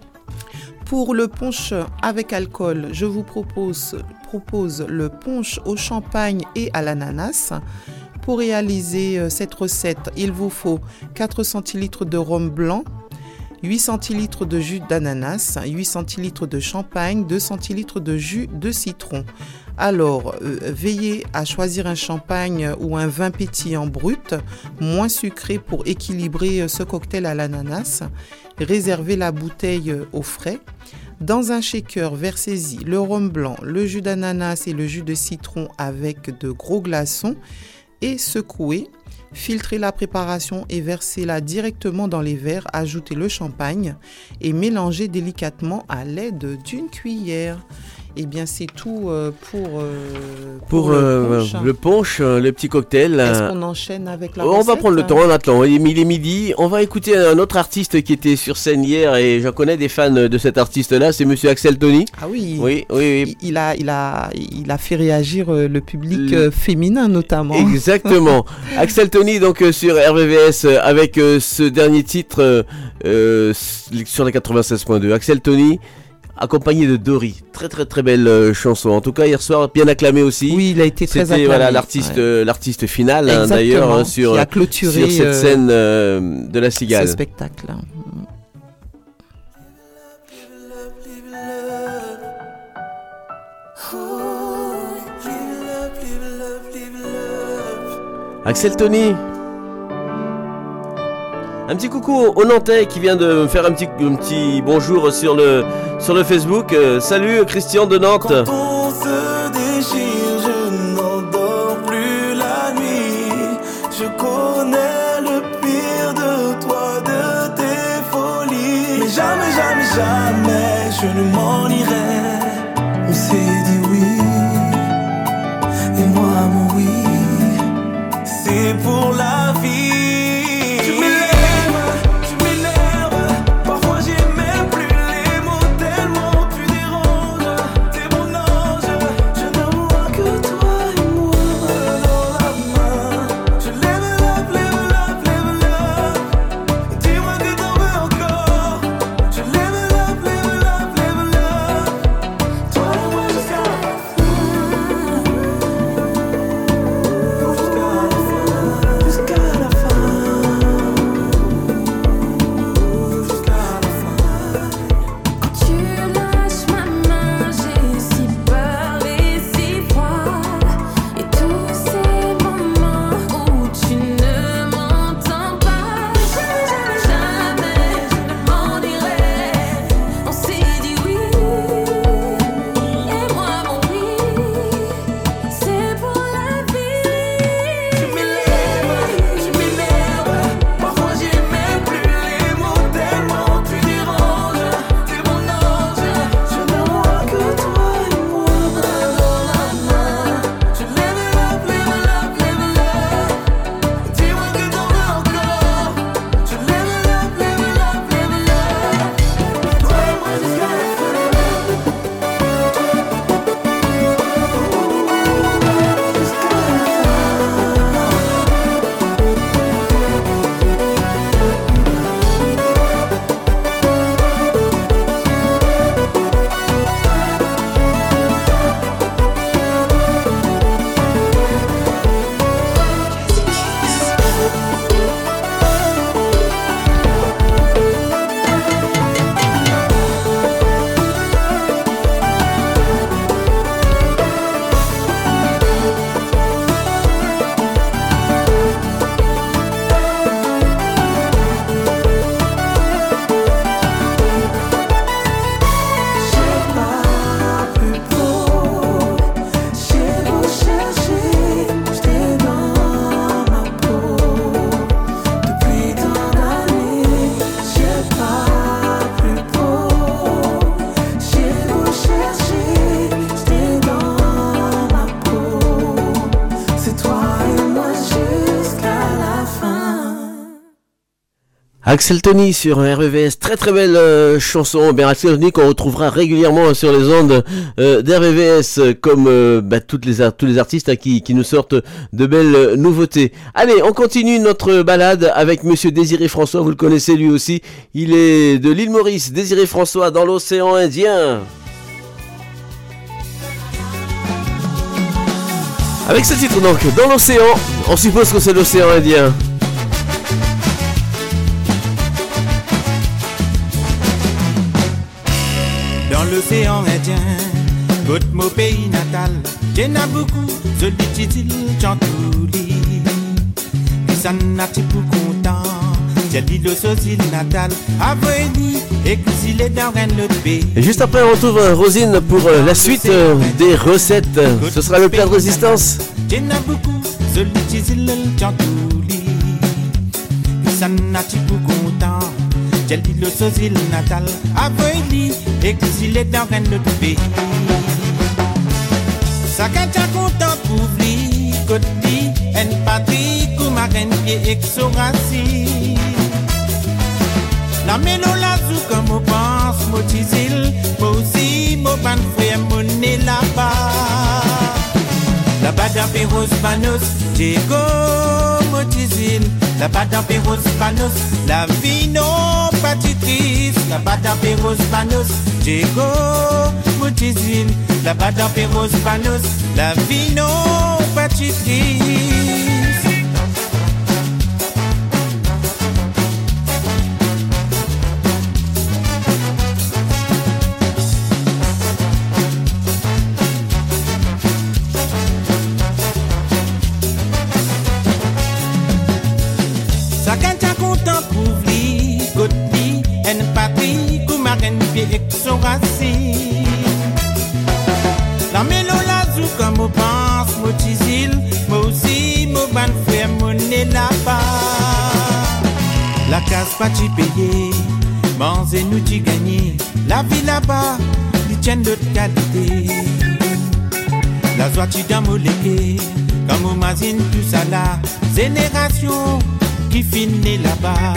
Pour le punch avec alcool, je vous propose, propose le punch au champagne et à l'ananas. Pour réaliser euh, cette recette, il vous faut quatre centilitres de rhum blanc, huit centilitres de jus d'ananas, huit centilitres de champagne, deux centilitres de jus de citron. Alors, euh, veillez à choisir un champagne ou un vin pétillant brut, moins sucré pour équilibrer euh, ce cocktail à l'ananas. Réservez la bouteille euh, au frais. Dans un shaker, versez-y le rhum blanc, le jus d'ananas et le jus de citron avec de gros glaçons et secouez. Filtrez la préparation et versez-la directement dans les verres. Ajoutez le champagne et mélangez délicatement à l'aide d'une cuillère. Eh bien, c'est tout euh, pour, euh, pour, Pour le euh, punch. le punch, euh, le petit cocktail. Est-ce euh, qu'on enchaîne avec la On recette va prendre le temps, on attend. Il est midi. On va écouter un autre artiste qui était sur scène hier et j'en connais des fans de cet artiste-là. C'est Monsieur Axel Tony. Ah oui. Oui, oui, oui. Il, il a, il, a, il a fait réagir euh, le public Le- euh, féminin notamment. Exactement. Axel Tony donc euh, sur R V V S euh, avec euh, ce dernier titre euh, euh, s- sur la quatre-vingt-seize point deux. Axel Tony accompagné de Dory. Très très très belle euh, chanson. En tout cas hier soir bien acclamé aussi. Oui, il a été très C'était acclamé. voilà l'artiste Ouais. euh, l'artiste final hein, Exactement, d'ailleurs hein, qui sur a clôturé, sur cette euh, scène euh, de la Cigale. Ce spectacle. Axel Tony. Un petit coucou au Nantais qui vient de me faire un petit, un petit bonjour sur le, sur le Facebook. Euh, salut Christian de Nantes. On se déchire, je n'endors plus la nuit. Je connais le pire de toi, de tes folies. Mais jamais, jamais, jamais, je ne m'en irai. On s'est dit oui, et moi mon oui, c'est pour la vie. Tu m'élèves, tu m'énerves. Parfois j'ai même plus les mots tellement tu déranges. T'es mon ange, je ne vois que toi et moi dans la main. Je lève love, lève love, lève love. Dis-moi que t'en veux encore. Je lève love, lève love, lève love. Toi et moi jusqu'à la fin. Axel Tony sur R V V S, très très belle euh, chanson. Bien, Axel Tony qu'on retrouvera régulièrement sur les ondes euh, d'R V V S, comme euh, bah, toutes les, tous les artistes hein, qui, qui nous sortent de belles euh, nouveautés. Allez, on continue notre balade avec Monsieur Désiré François, vous le connaissez lui aussi, il est de l'île Maurice. Désiré François dans l'océan Indien. Avec ce titre donc, dans l'océan, on suppose que c'est l'océan Indien. Dans l'océan Indien, votre mon pays natal, j'en ai beaucoup, celui qui dit Chantouli. Et ça n'a pas pour content, j'ai dit le sosil natal, avouez-lui, et que s'il est dans un autre pays. Et juste après, on retrouve euh, Rosine pour euh, la suite euh, des recettes. Ce sera le plat de résistance. J'en ai beaucoup, celui qui dit Chantouli. Et ça n'a pas pour content. J'ai dit le sosil natal, avouez-lui, et que s'il est dans un autre pays. Ça quand t'as content pour lui, côté lui, une patrie, comme un pied et que son racine. La mélo la zou comme on pense, mon tisil, moi aussi, mon ban frère, mon nez là-bas. La bada perros panos, Diego, mon tisil. La bada perros panos, la vino patitrice. La bada perros panos, Diego, mon tisil. La bada perros panos, la vino patitrice. Son racine. La mélo la zou comme on pense, mon tisil, moi aussi, mon ban frère, mon nez là-bas. La casse pas t'y payer, manger nous t'y gagner. La vie là-bas, ils tiennent de qualité. La joie t'y d'amoléguer, comme on mazine tout ça là. Génération qui finit là-bas.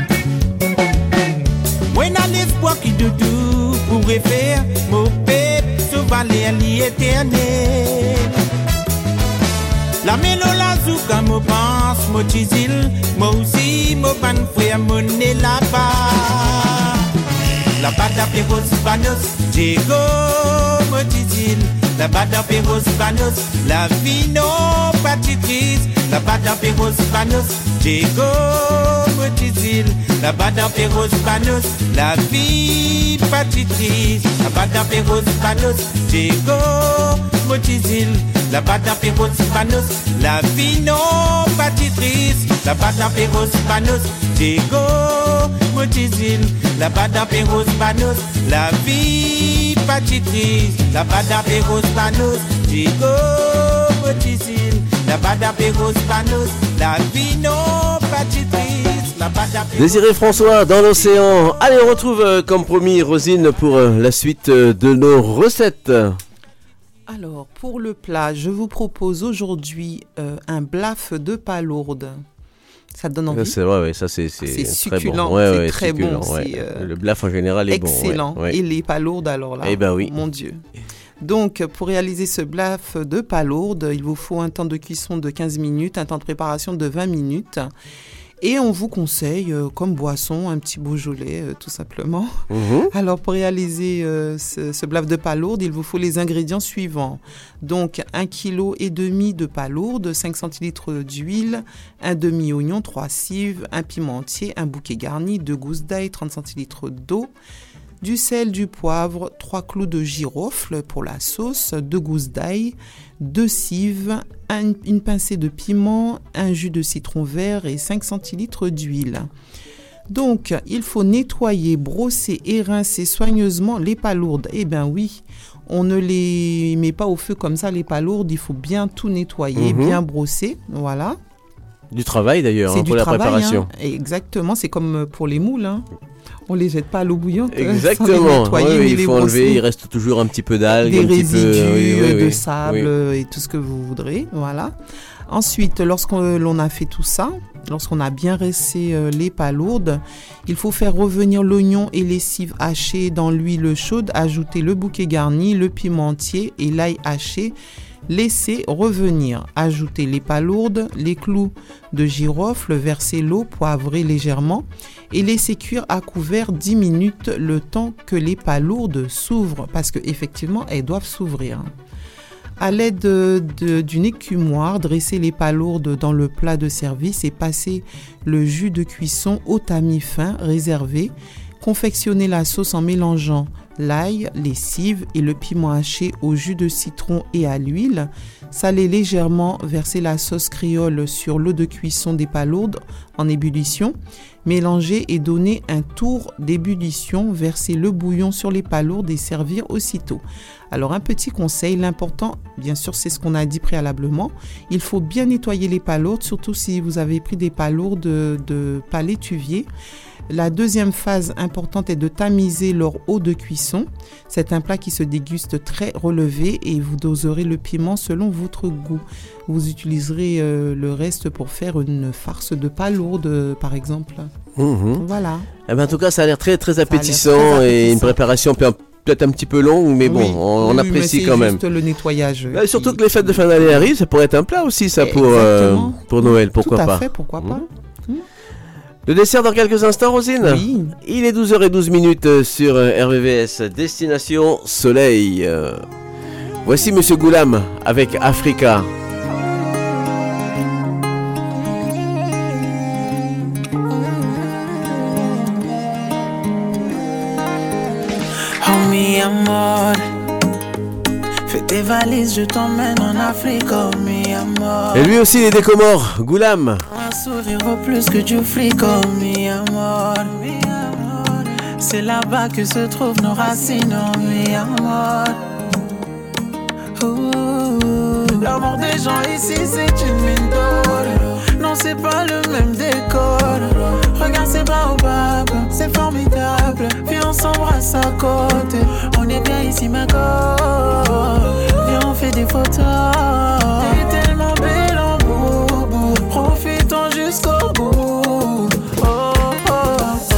Moi n'a l'espoir qui doudou pourrait faire mon peuple sauver l'éternel. La mélo la zou comme on pense, mon tisil, moi aussi, mon ban frère, mon nez là-bas. La bada perros panos, Diego, mon tisil. La bada perros panos, la vino patitrice. La bada perros panos, Diego, mon tisil. La bada perros panos, la vie patitrice. La bada perros panos, Diego, mon tisil. La bada perros panos, la vino patitrice. La bada perros panos, Diego, mon tisil. La bada perros panos, la vie patitrice. La bada perros panos, Diego, mon tisil. La bada perros panos, la vino patitrice. La bada perros. Désiré François dans l'océan. Allez, on retrouve euh, comme promis Rosine pour euh, la suite euh, de nos recettes. Alors, pour le plat, je vous propose aujourd'hui euh, un blaf de palourde. Ça te donne envie? C'est vrai, ouais, ça c'est c'est très succulent, bon. Ouais, c'est ouais, très succulent, bon. ouais. c'est, euh, Le blaf en général est excellent. bon. Ouais, ouais. Et les palourdes, alors là, eh ben oui. mon Dieu. Donc, pour réaliser ce blaf de palourde, il vous faut un temps de cuisson de quinze minutes, un temps de préparation de vingt minutes. Et on vous conseille, euh, comme boisson, un petit Beaujolais, euh, tout simplement. Mmh. Alors, pour réaliser euh, ce, ce blaf de palourde, il vous faut les ingrédients suivants. Donc, un kilo et demi de palourde, cinq centilitres d'huile, un demi-oignon, trois cives, un piment entier, un bouquet garni, deux gousses d'ail, trente centilitres d'eau, du sel, du poivre, trois clous de girofle pour la sauce, deux gousses d'ail, deux cives, un, une pincée de piment, un jus de citron vert et cinq centilitres d'huile. Donc, il faut nettoyer, brosser et rincer soigneusement les palourdes. Eh bien oui, on ne les met pas au feu comme ça, les palourdes. Il faut bien tout nettoyer, Mmh. bien brosser. Voilà. Du travail d'ailleurs C'est hein, du pour la travail, préparation. hein. Exactement, c'est comme pour les moules. Hein. On les jette pas à l'eau bouillante. euh, sans les Exactement. nettoyer, Oui, mais oui, il les faut brosser. enlever. Il reste toujours un petit peu d'algues, Des un petit résidus peu, oui, oui, euh, de oui. sable Oui. euh, et tout ce que vous voudrez. Voilà. Ensuite, lorsqu'on l'on a fait tout ça, lorsqu'on a bien rincé euh, les palourdes, il faut faire revenir l'oignon et les cives hachées dans l'huile chaude, ajouter le bouquet garni, le piment entier et l'ail haché. Laissez revenir, ajouter les palourdes, les clous de girofle, verser l'eau, poivrer légèrement et laisser cuire à couvert dix minutes le temps que les palourdes s'ouvrent parce qu'effectivement elles doivent s'ouvrir. À l'aide de, de, d'une écumoire, dressez les palourdes dans le plat de service et passez le jus de cuisson au tamis fin réservé. Confectionnez la sauce en mélangeant l'ail, les cives et le piment haché au jus de citron et à l'huile. Salez légèrement, versez la sauce créole sur l'eau de cuisson des palourdes en ébullition. Mélangez et donnez un tour d'ébullition. Versez le bouillon sur les palourdes et servir aussitôt. Alors un petit conseil, l'important, bien sûr, c'est ce qu'on a dit préalablement. Il faut bien nettoyer les palourdes, surtout si vous avez pris des palourdes de, de palétuvier. La deuxième phase importante est de tamiser leur eau de cuisson. C'est un plat qui se déguste très relevé et vous doserez le piment selon votre goût. Vous utiliserez euh, le reste pour faire une farce de palourdes, par exemple. Mmh. Voilà. Eh ben, en tout cas, ça a l'air très, très appétissant, très appétissant. Et une préparation peut- peut-être un petit peu longue, mais bon, Oui. on, on Oui, apprécie mais quand c'est même. juste le nettoyage. Bah, surtout que les fêtes de fin d'année arrivent, ça pourrait être un plat aussi, ça, pour, euh, pour Noël, pourquoi Tout à pas. fait, pourquoi pas. Mmh. Le dessert dans quelques instants, Rosine. Oui. Il est douze heures douze minutes sur R V V S, Destination Soleil. Euh, Voici Monsieur Goulam avec Africa. Oh mi amor, fais tes valises, je t'emmène en Afrique, oh mi amor. Et lui aussi, il est des Comores, Goulam. Un sourire vaut plus que du fric, oh mi amor. C'est là-bas que se trouvent nos racines, oh mi amor. Ouh. L'amour des gens ici, c'est une mine d'or. Non, c'est pas le même décor. Regarde ces baobabs, c'est formidable. Viens, on s'embrasse à côté. On est bien ici, ma go. Viens, on fait des photos. T'es tellement belle en boubou. Profitons jusqu'au bout. Oh, oh, oh.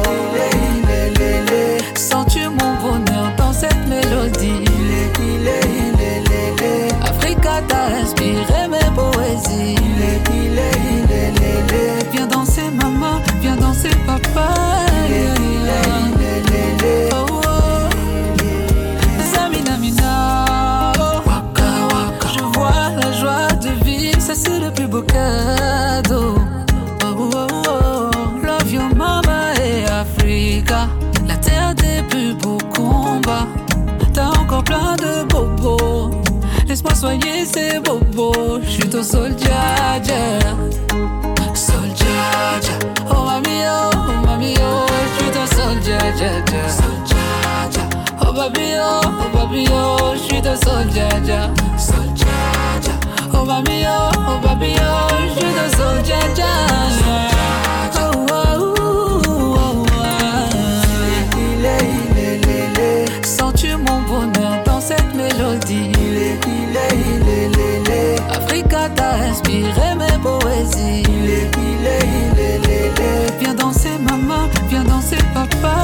Sens-tu mon bonheur dans cette mélodie? Africa t'a inspiré mes poésies. Viens danser maman, viens danser papa. Oh, oh. Zamina mina, oh. Je vois la joie de vivre, ça c'est le plus beau cadeau. Oh, oh, oh. Love your mama et Africa, la terre des plus beaux combats. T'as encore plein de bobos, laisse-moi soigner ces bobos. J'suis ton soldier, soldier. Oh mami oh, oh mami oh, j'suis ton soldier, soldier. Oh baby oh, oh baby oh, j'suis ton soldier, soldier. Oh mami oh, oh baby oh, j'suis ton soldier. Oh oh oh oh oh. Sens-tu mon bonheur dans cette mélodie? Africa t'a inspiré mes poésies. Viens danser maman, viens danser papa.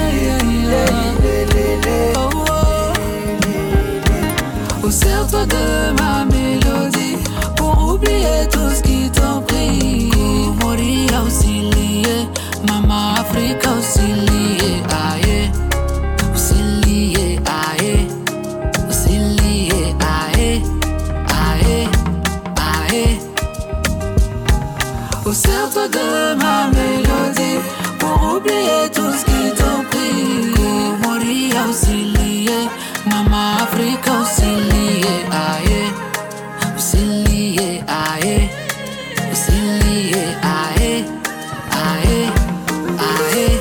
Oh, oh. Oh, sers-toi de ma mélodie pour oublier tout ce qui t'en prie. Moria aussi lié, maman Africa aussi lié. Aïe, aussi lié, aïe. Aussi lié, aïe, aïe, aïe. Oh, sers-toi de ma mélodie pour oublier tout ce qui t'en prie. Moria aussi lié, maman Africa aussi lié, aïe. Aussi lié, aïe. Aussi lié, aïe, aïe, aïe.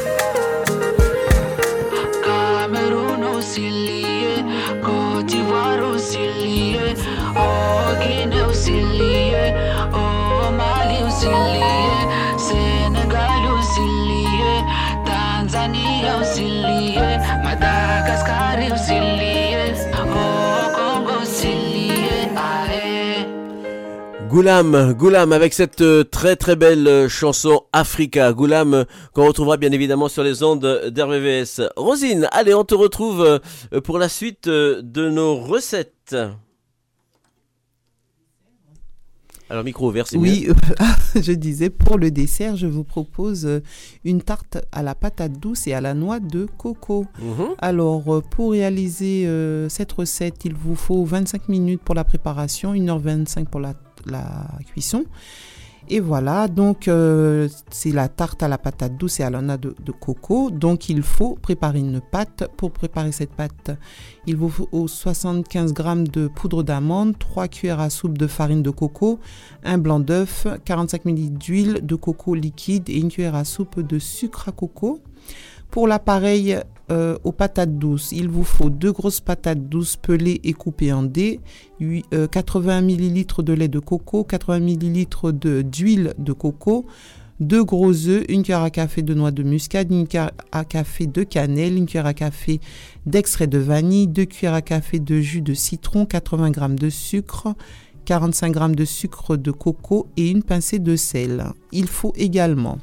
Cameroun aussi lié, Côte d'Ivoire aussi lié, oh Guinée aussi lié, oh Mali aussi lié, Sénégal aussi lié, Tanzanie aussi lié, Madagascar aussi lié, oh Congo aussi lié, aïe. Goulam, Goulam avec cette euh, très très belle euh, chanson Africa. Goulam euh, qu'on retrouvera bien évidemment sur les ondes d'R V V S. Rosine, allez, on te retrouve euh, pour la suite euh, de nos recettes. Alors micro ouvert, c'est Oui, mieux. euh, je disais, pour le dessert, je vous propose euh, une tarte à la patate douce et à la noix de coco. Mmh. Alors, euh, pour réaliser euh, cette recette, il vous faut vingt-cinq minutes pour la préparation, une heure vingt-cinq pour la, la cuisson. Et voilà, donc euh, c'est la tarte à la patate douce et à la noix de, de coco. Donc il faut préparer une pâte. Pour préparer cette pâte, il vous faut soixante-quinze grammes de poudre d'amande, trois cuillères à soupe de farine de coco, un blanc d'œuf, quarante-cinq millilitres d'huile de coco liquide et une cuillère à soupe de sucre à coco. Pour l'appareil euh, aux patates douces, il vous faut deux grosses patates douces pelées et coupées en dés, huit, euh, quatre-vingts millilitres de lait de coco, quatre-vingts millilitres de, d'huile de coco, deux gros œufs, une cuillère à café de noix de muscade, une cuillère à café de cannelle, une cuillère à café d'extrait de vanille, deux cuillères à café de jus de citron, quatre-vingts grammes de sucre, quarante-cinq grammes de sucre de coco et une pincée de sel. Il faut également,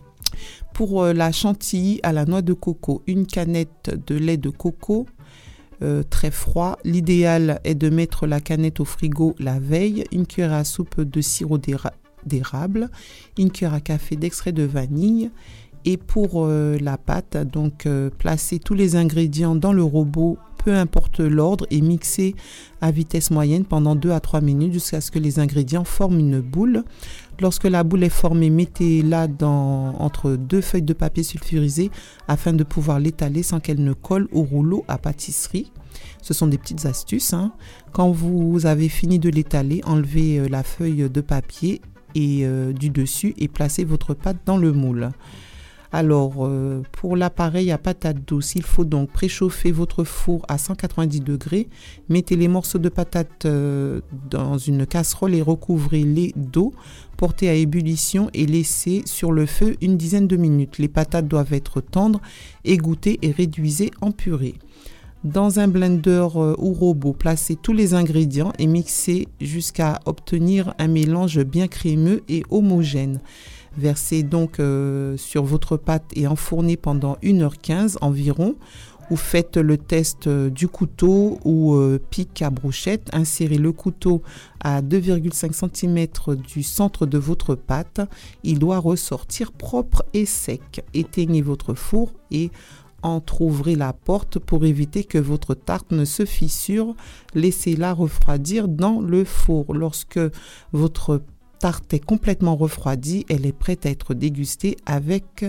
pour la chantilly à la noix de coco, une canette de lait de coco euh, très froid. L'idéal est de mettre la canette au frigo la veille, une cuillère à soupe de sirop d'éra- d'érable, une cuillère à café d'extrait de vanille. Et pour euh, la pâte, donc euh, placer tous les ingrédients dans le robot, peu importe l'ordre, et mixer à vitesse moyenne pendant deux à trois minutes jusqu'à ce que les ingrédients forment une boule. Lorsque la boule est formée, mettez-la dans, entre deux feuilles de papier sulfurisé afin de pouvoir l'étaler sans qu'elle ne colle au rouleau à pâtisserie. Ce sont des petites astuces, hein. Quand vous avez fini de l'étaler, enlevez euh, la feuille de papier et, euh, du dessus et placez votre pâte dans le moule. Alors, euh, pour l'appareil à patates douces, il faut donc préchauffer votre four à cent quatre-vingt-dix degrés. Mettez les morceaux de patates euh, dans une casserole et recouvrez-les d'eau. Portez à ébullition et laissez sur le feu une dizaine de minutes. Les patates doivent être tendres, égouttées et réduisez en purée. Dans un blender euh, ou robot, placez tous les ingrédients et mixez jusqu'à obtenir un mélange bien crémeux et homogène. Versez donc euh, sur votre pâte et enfournez pendant une heure quinze environ. Ou faites le test euh, du couteau ou euh, pique à brochette. Insérez le couteau à deux virgule cinq centimètres du centre de votre pâte. Il doit ressortir propre et sec. Éteignez votre four et entrouvrez la porte pour éviter que votre tarte ne se fissure. Laissez-la refroidir dans le four. Lorsque votre tarte est complètement refroidie, elle est prête à être dégustée avec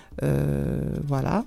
euh, voilà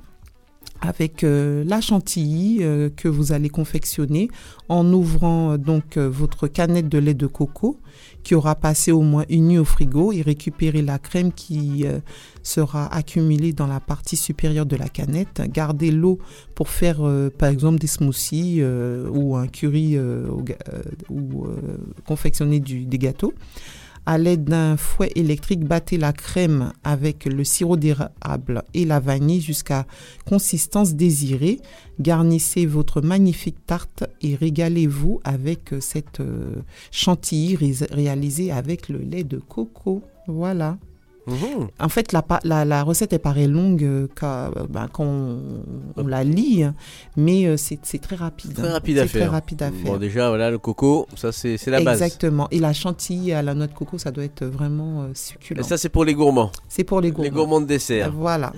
avec euh, la chantilly euh, que vous allez confectionner en ouvrant euh, donc euh, votre canette de lait de coco qui aura passé au moins une nuit au frigo et récupérez la crème qui euh, sera accumulée dans la partie supérieure de la canette. Gardez l'eau pour faire euh, par exemple des smoothies euh, ou un curry euh, ou, euh, ou euh, confectionner du, des gâteaux. À l'aide d'un fouet électrique, battez la crème avec le sirop d'érable et la vanille jusqu'à consistance désirée. Garnissez votre magnifique tarte et régalez-vous avec cette euh, chantilly ré- réalisée avec le lait de coco. Voilà. Mmh. En fait, la, la, la recette, elle paraît longue euh, quand, ben, quand on, on la lit, mais euh, c'est, c'est très rapide. Très rapide c'est à faire. Très rapide à faire. Bon, déjà, voilà, le coco, ça c'est, c'est la base. Exactement. Et la chantilly à la noix de coco, ça doit être vraiment euh, succulent. Et ça, c'est pour les gourmands. C'est pour les gourmands. Les gourmands de dessert. Euh, voilà.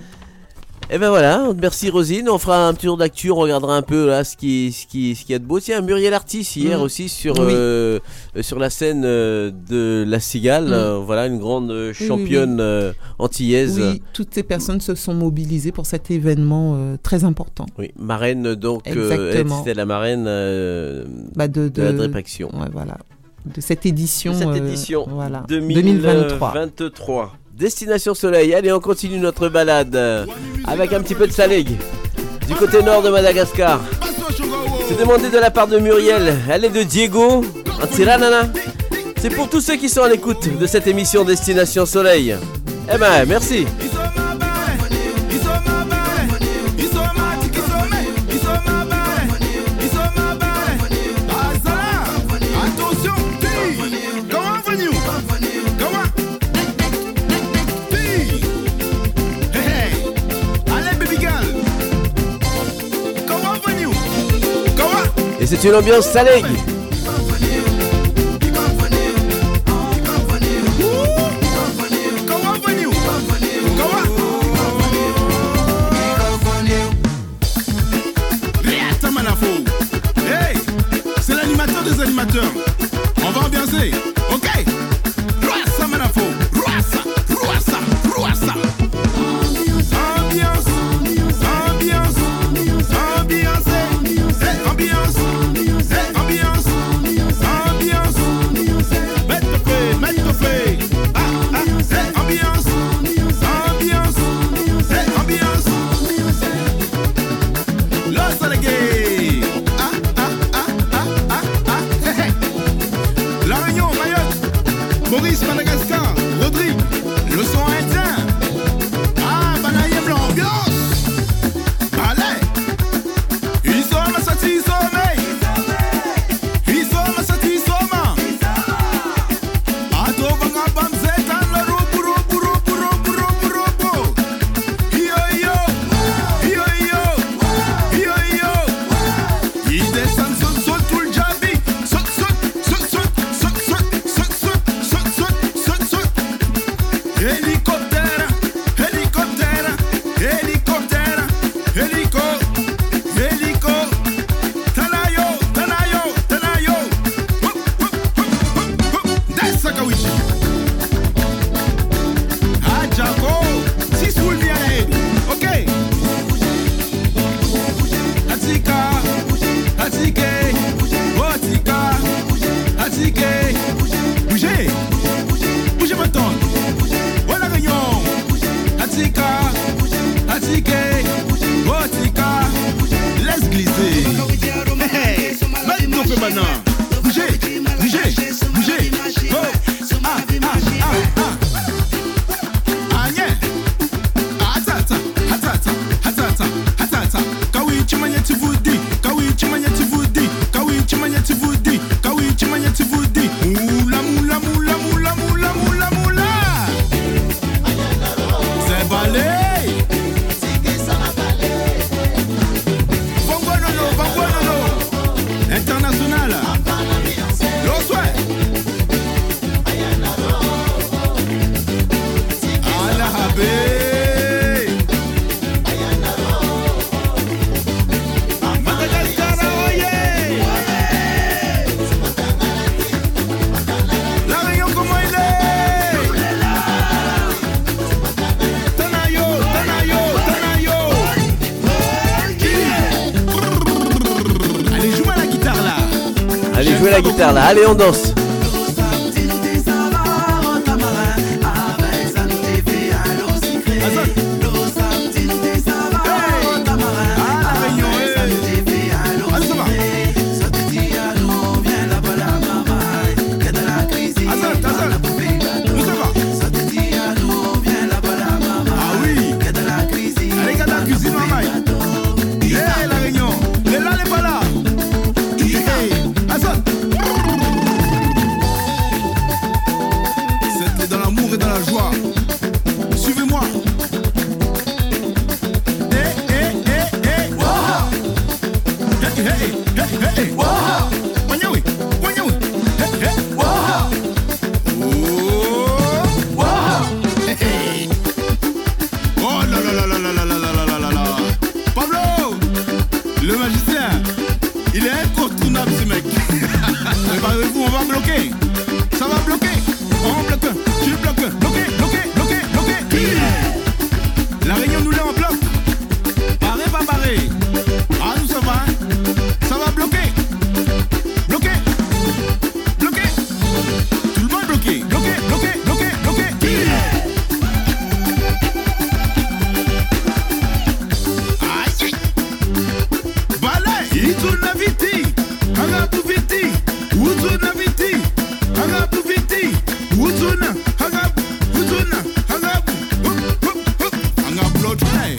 Et ben voilà, merci Rosine, on fera un petit tour d'actu, on regardera un peu là ce qui ce qui ce qui y a de beau. Tiens, Muriel Artis hier mmh. aussi sur oui. euh, sur la scène euh, de La Cigale, mmh. euh, voilà une grande euh, championne oui, oui, oui. Euh, antillaise. Oui, toutes ces personnes se sont mobilisées pour cet événement euh, très important. Oui, marraine donc euh, c'était la marraine euh, bah de, de, de la Drépaction. Ouais, voilà. De cette édition, de cette édition euh, voilà. deux mille vingt-trois. Destination Soleil, allez on continue notre balade avec un petit peu de Saleg du côté nord de Madagascar. C'est demandé de la part de Muriel, elle est de Diego, un tiranana. C'est pour tous ceux qui sont à l'écoute de cette émission Destination Soleil. Eh ben merci. Attention, comment venez-vous? C'est une ambiance salée. Hey, c'est l'animateur des animateurs. On va ambiancer, ok? Roassa Manafo, Roassa, Roassa, Roassa. Ambiance, ambiance, ambiance, hey, ambiance, hey, ambiance, ambiance. Mette au feu, mette au feu. Ah, ah, hey, ambiance, ambiance, hey, ambiance. Los Allegés. Ah, ah, ah, ah, ah, ah, hey, hey. La Réunion, Mayotte, Maurice, Madagascar, Rodrigue, le son indien. Ah, Banaïm, l'ambiance. Allez. Ils sont ma sortie, sommeil. Ils sont ma sortie, sommeil. Ato, vanga, bam, zetan, le robo, robo, robo, robo, robo, robo. Yo, yo. Yo, yo. Yo, yo. Ils descendent, saute, saute, tout le jabi. Saute, saute, saute, saute, saute, saute, saute, saute, saute, saute, saute, saute. Hélicoptère, hélicoptère, hélicoptère, hélico, hélico. Tanayo, tanayo, tanayo. Hop, hop, hop, hop, hop. Desakawichi. Ajako, si soul bien aide. Ok. Atika, Atike, Otika, Atike. Bougez, bougez votre tongue. Voilà Réunion. Atika, Atike, Otika. Laisse glisser. Hey, hey. Maintenant fais maintenant. Bougez, bougez, bougez. Oh. Ah, ah, ah, ah. Ah, yeah. Atata, atata, atata, atata. Kawi chimanyeti vudi, kawi chimanyeti vudi, kawi chimanyeti vudi, kawi chimanyeti vudi. Moula, moula, moula, moula, moula, moula, moula. C'est balé. Bongo nono, bongo nono. International. Lo souhait. Ala habé. Madagascar, oye. La Réunion, comment il est? Tanayo, Tanayo, Tanayo. Allez, joue à la guitare là. Allez jouer la guitare là, allez on danse. C'était dans l'amour et dans la joie. Suivez-moi. Hey, hey, hey, hey. Hey, hey, hey, hey, hey. Wanyawi, wanyawi. Hey, hey. Oh. Hey, hey. Oh là là là là là là là là là là là. Pablo, le magicien, il est incontournable ce mec. Préparez-vous, on va bloquer. Ça va bloquer. On bloque. Tu bloques. Bloqué, bloqué, bloqué, bloqué. La Réunion nous l'est en bloc. Paré, pas paré. Ah, nous ça va. Hein? Ça va bloquer. Bloqué. Bloqué. Tout le monde bloqué. Bloqué, bloqué, bloqué, bloqué. Aïe. Balai. Ituna viti. Agapu viti. Utuna viti. Agapu viti. Utuna. Agapu. Utuna. Agapu. Hup, hup, hup. Agapu l'autre. Hey.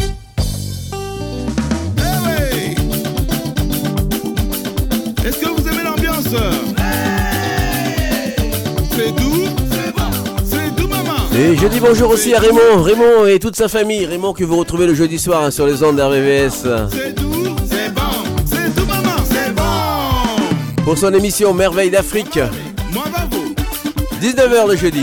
Eh ouais. Est-ce que vous aimez l'ambiance? C'est doux. C'est bon. C'est doux, maman. Et je dis bonjour aussi à Raymond, Raymond et toute sa famille. Raymond que vous retrouvez le jeudi soir hein, sur les ondes d'R V V S. C'est doux. C'est bon. C'est doux, maman. C'est bon. pour son émission Merveille d'Afrique. dix-neuf heures le jeudi.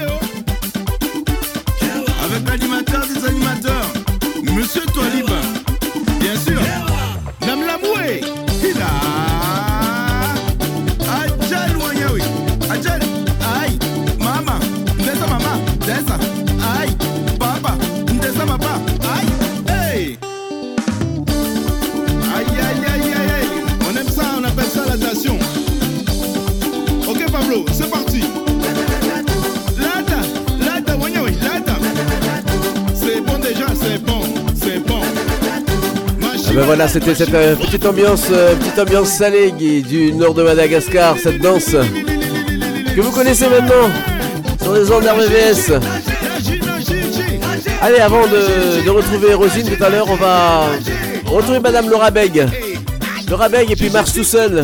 Avec l'animateur des animateurs, Monsieur Toalib, bien sûr. Nam Lamoué, il a Adjal Wanyawi, Adjal, aïe, maman, ndesa maman, ndesa, aïe, papa, ndesa papa, aïe, hey. Aïe, aïe, aïe, aïe, aïe. On aime ça, on appelle ça la nation. Ok Pablo, c'est parti. Lada, lada, Wanyawi, lada. C'est bon déjà, c'est bon, c'est bon. Ah ben voilà, c'était cette euh, petite ambiance, euh, petite ambiance salée Guy, du nord de Madagascar, cette danse que vous connaissez maintenant sur les ondes d'R V V S. Allez, avant de, de retrouver Rosine tout à l'heure, on va retrouver Madame Laura Beg. Laura Beg et puis marche tout seul.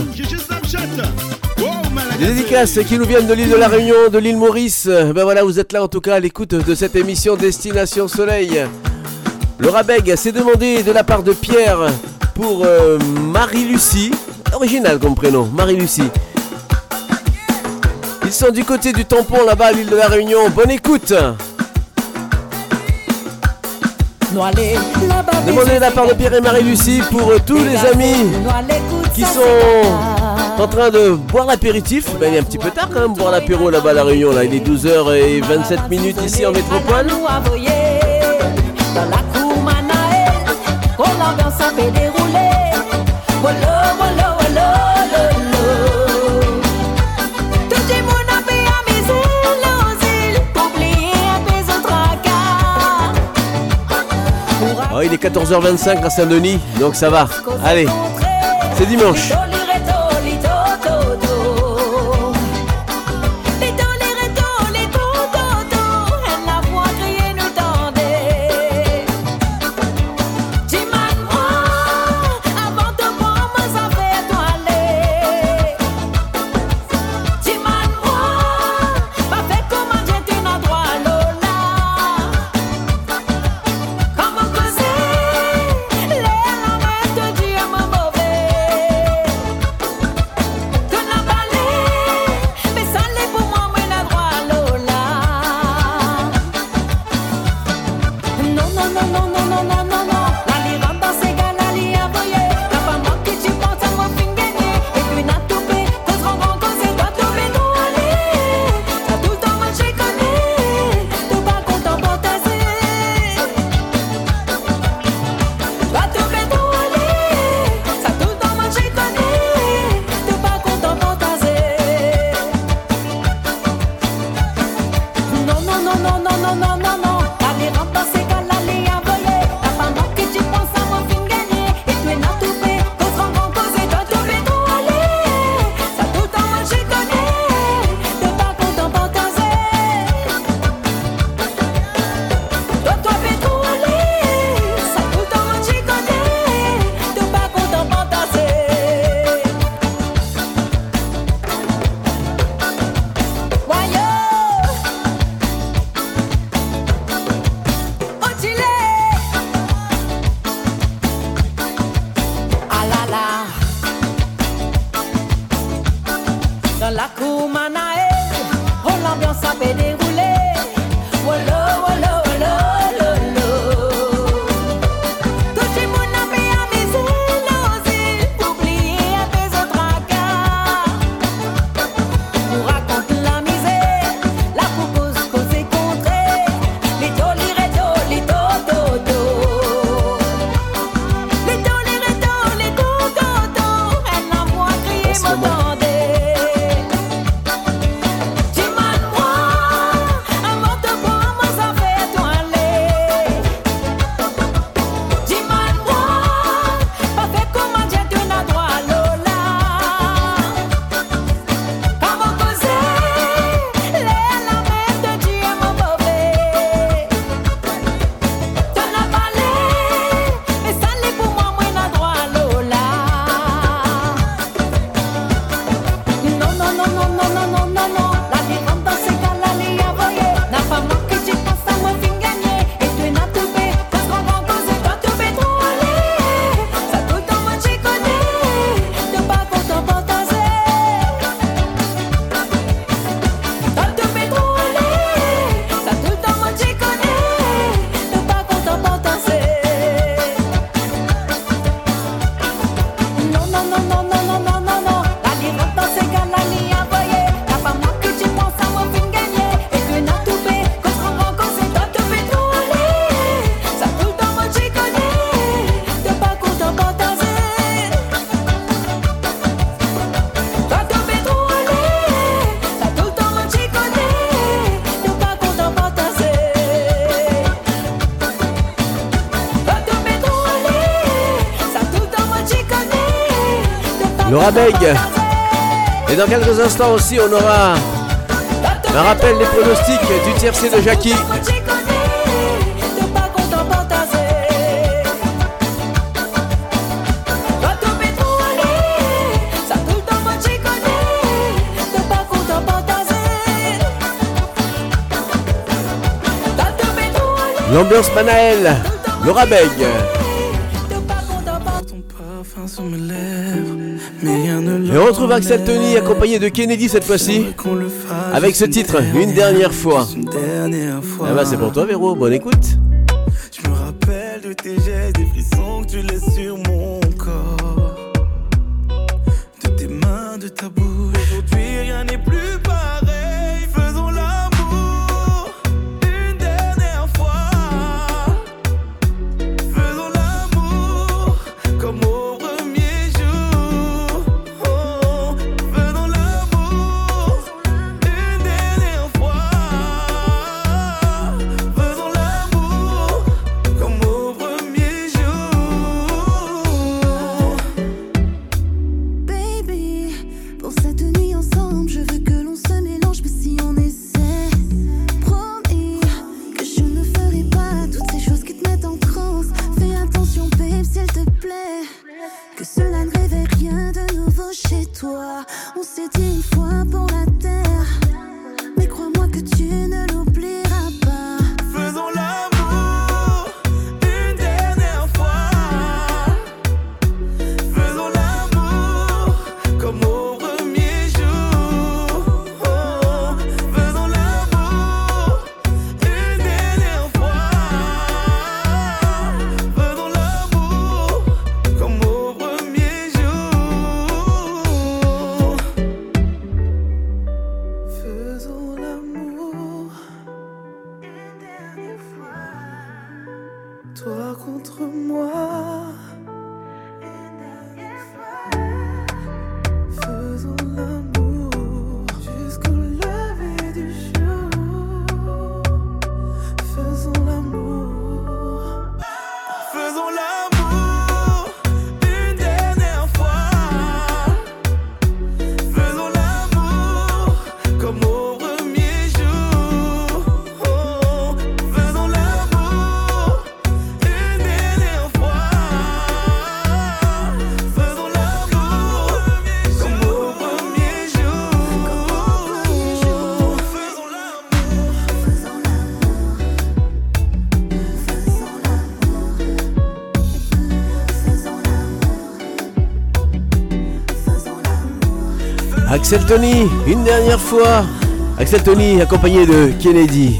Des dédicaces qui nous viennent de l'île de la Réunion, de l'île Maurice. Ben voilà, vous êtes là en tout cas à l'écoute de cette émission Destination Soleil. Laura Beg s'est demandé de la part de Pierre pour euh, Marie-Lucie. Original comme prénom, Marie-Lucie. Ils sont du côté du tampon là-bas à l'île de la Réunion. Bonne écoute. Demandez de la part de Pierre et Marie-Lucie pour euh, tous les amis qui sont en train de boire l'apéritif. Ben, il est un petit peu tard quand même boire l'apéro là-bas à la Réunion. Là. Il est douze heures vingt-sept minutes ici en métropole. Dans la cour Manaé, quand l'ambiance a fait dérouler. Wolo, wolo, wolo, lolo. Tout le monde a fait amuser l'osile, pour oublier un peu ce tracas. Oh, il est quatorze heures vingt-cinq à Saint-Denis, donc ça va. Allez, c'est dimanche. Laura Beg. Et dans quelques instants aussi, on aura un rappel des pronostics du tiercé de Jackie. L'ambiance Manaël, Laura Beg. Et on retrouve Axel Tony accompagné de Kennedy cette fois-ci, avec ce titre, Une dernière fois. Ah bah c'est pour toi Véro, bonne écoute. Je me rappelle de tes gestes, des frissons que tu laisses sur mon corps, de tes mains, de ta bouche. Aujourd'hui rien n'est plus pareil, faisons l'amour une dernière fois. Faisons l'amour comme au premier jour. Oh, faisons l'amour une dernière fois. Faisons l'amour comme au premier jour. Baby, pour cette nuit ensemble, je veux que l'on se mélange, mais si on essaie, promis que je ne ferai pas toutes ces choses qui te mettent en transe. Fais attention, babe, s'il te plaît, que cela ne réveille rien de nouveau chez toi. On s'est dit une fois pour la terre, mais crois-moi que tu ne l'oublieras pas. Faisons l'amour une dernière fois. Faisons l'amour comme au premier jour. Oh, faisons l'amour une dernière fois. Faisons l'amour comme au premier jour. Faisons l'amour une dernière fois. Toi contre moi. Une dernière fois. Faisons l'amour jusqu'au lever du jour. Faisons l'amour. Faisons l'amour une dernière fois. Faisons l'amour comme au premier jour. Oh, faisons l'amour une dernière fois. Faisons l'amour comme au premier jour. Faisons Axel Tony, une dernière fois. Axel Tony accompagné de Kennedy.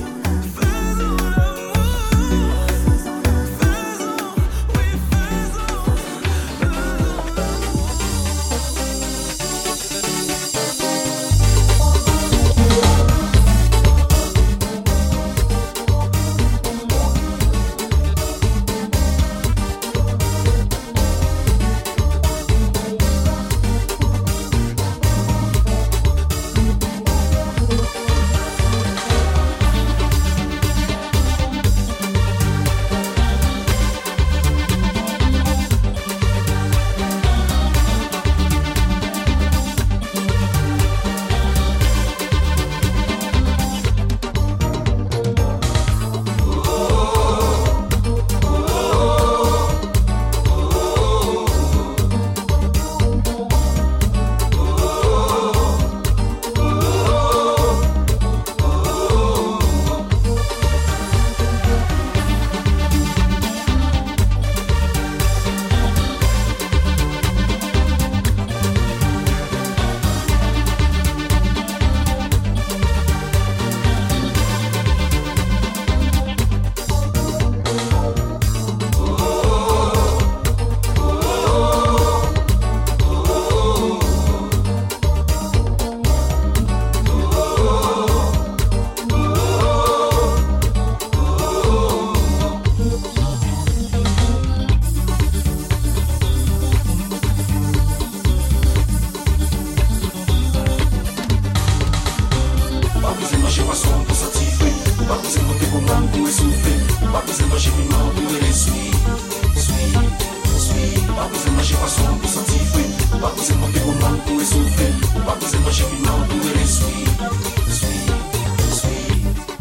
pas besoin de monter comment pour essouffler, pas besoin de manger piment pour les sweet, sweet, sweet.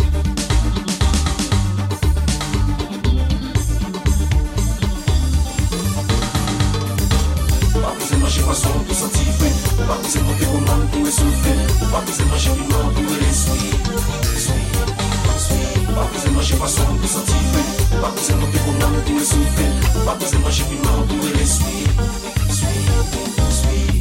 Pas besoin de manger poisson pour sentir frais, pas besoin de monter comment pour essouffler, pas besoin de manger piment pour les sweet, sweet, sweet. Pas besoin de manger poisson pour sentir frais, pas besoin de monter comment pour essouffler, pas besoin de manger piment pour les sweet, sweet, sweet.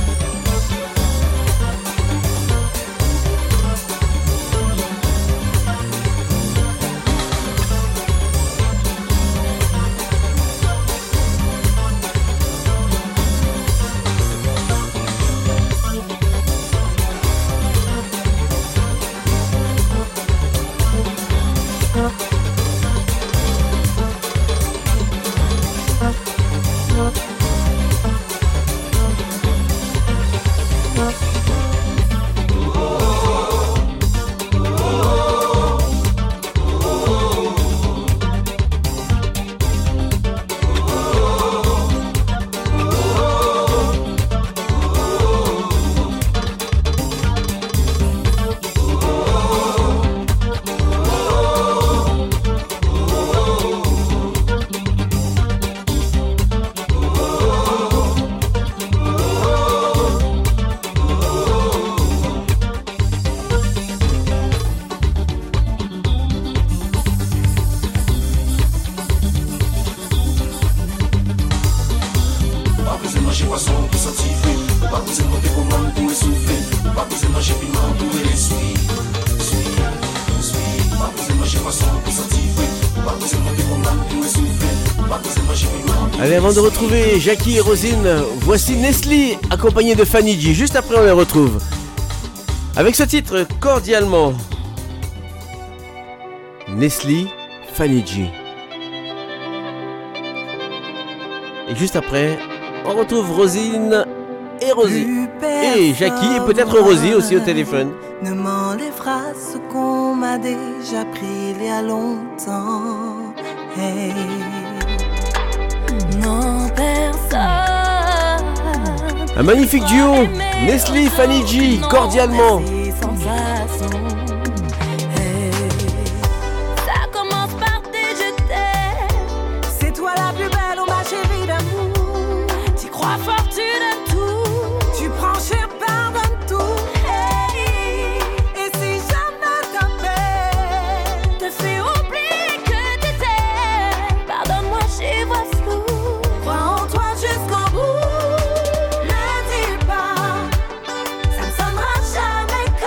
Allez, avant de retrouver Jackie et Rosine, voici Nestlé accompagné de Fanny G. Juste après, on les retrouve avec ce titre cordialement. Nestlé, Fanny G. Et juste après, on retrouve Rosine et Rosie. Et Jackie et peut-être Rosie aussi au téléphone. Ne m'enlèvera ce qu'on m'a déjà pris il y a longtemps. Hey. Non, personne. Un magnifique duo, Nestlé, Fanny G, cordialement. Sans façon. Hey. Ça commence par des je t'aime. C'est toi la plus belle, oh ma chérie d'amour. Tu crois fort, tu donnes tout. Tu prends cher, pardonne tout. Hey. Et si jamais ta paix te fait oublier que t'étais, pardonne-moi, j'y vois flou. Crois en toi jusqu'au bout. Ne dis pas, ça ne sonnera jamais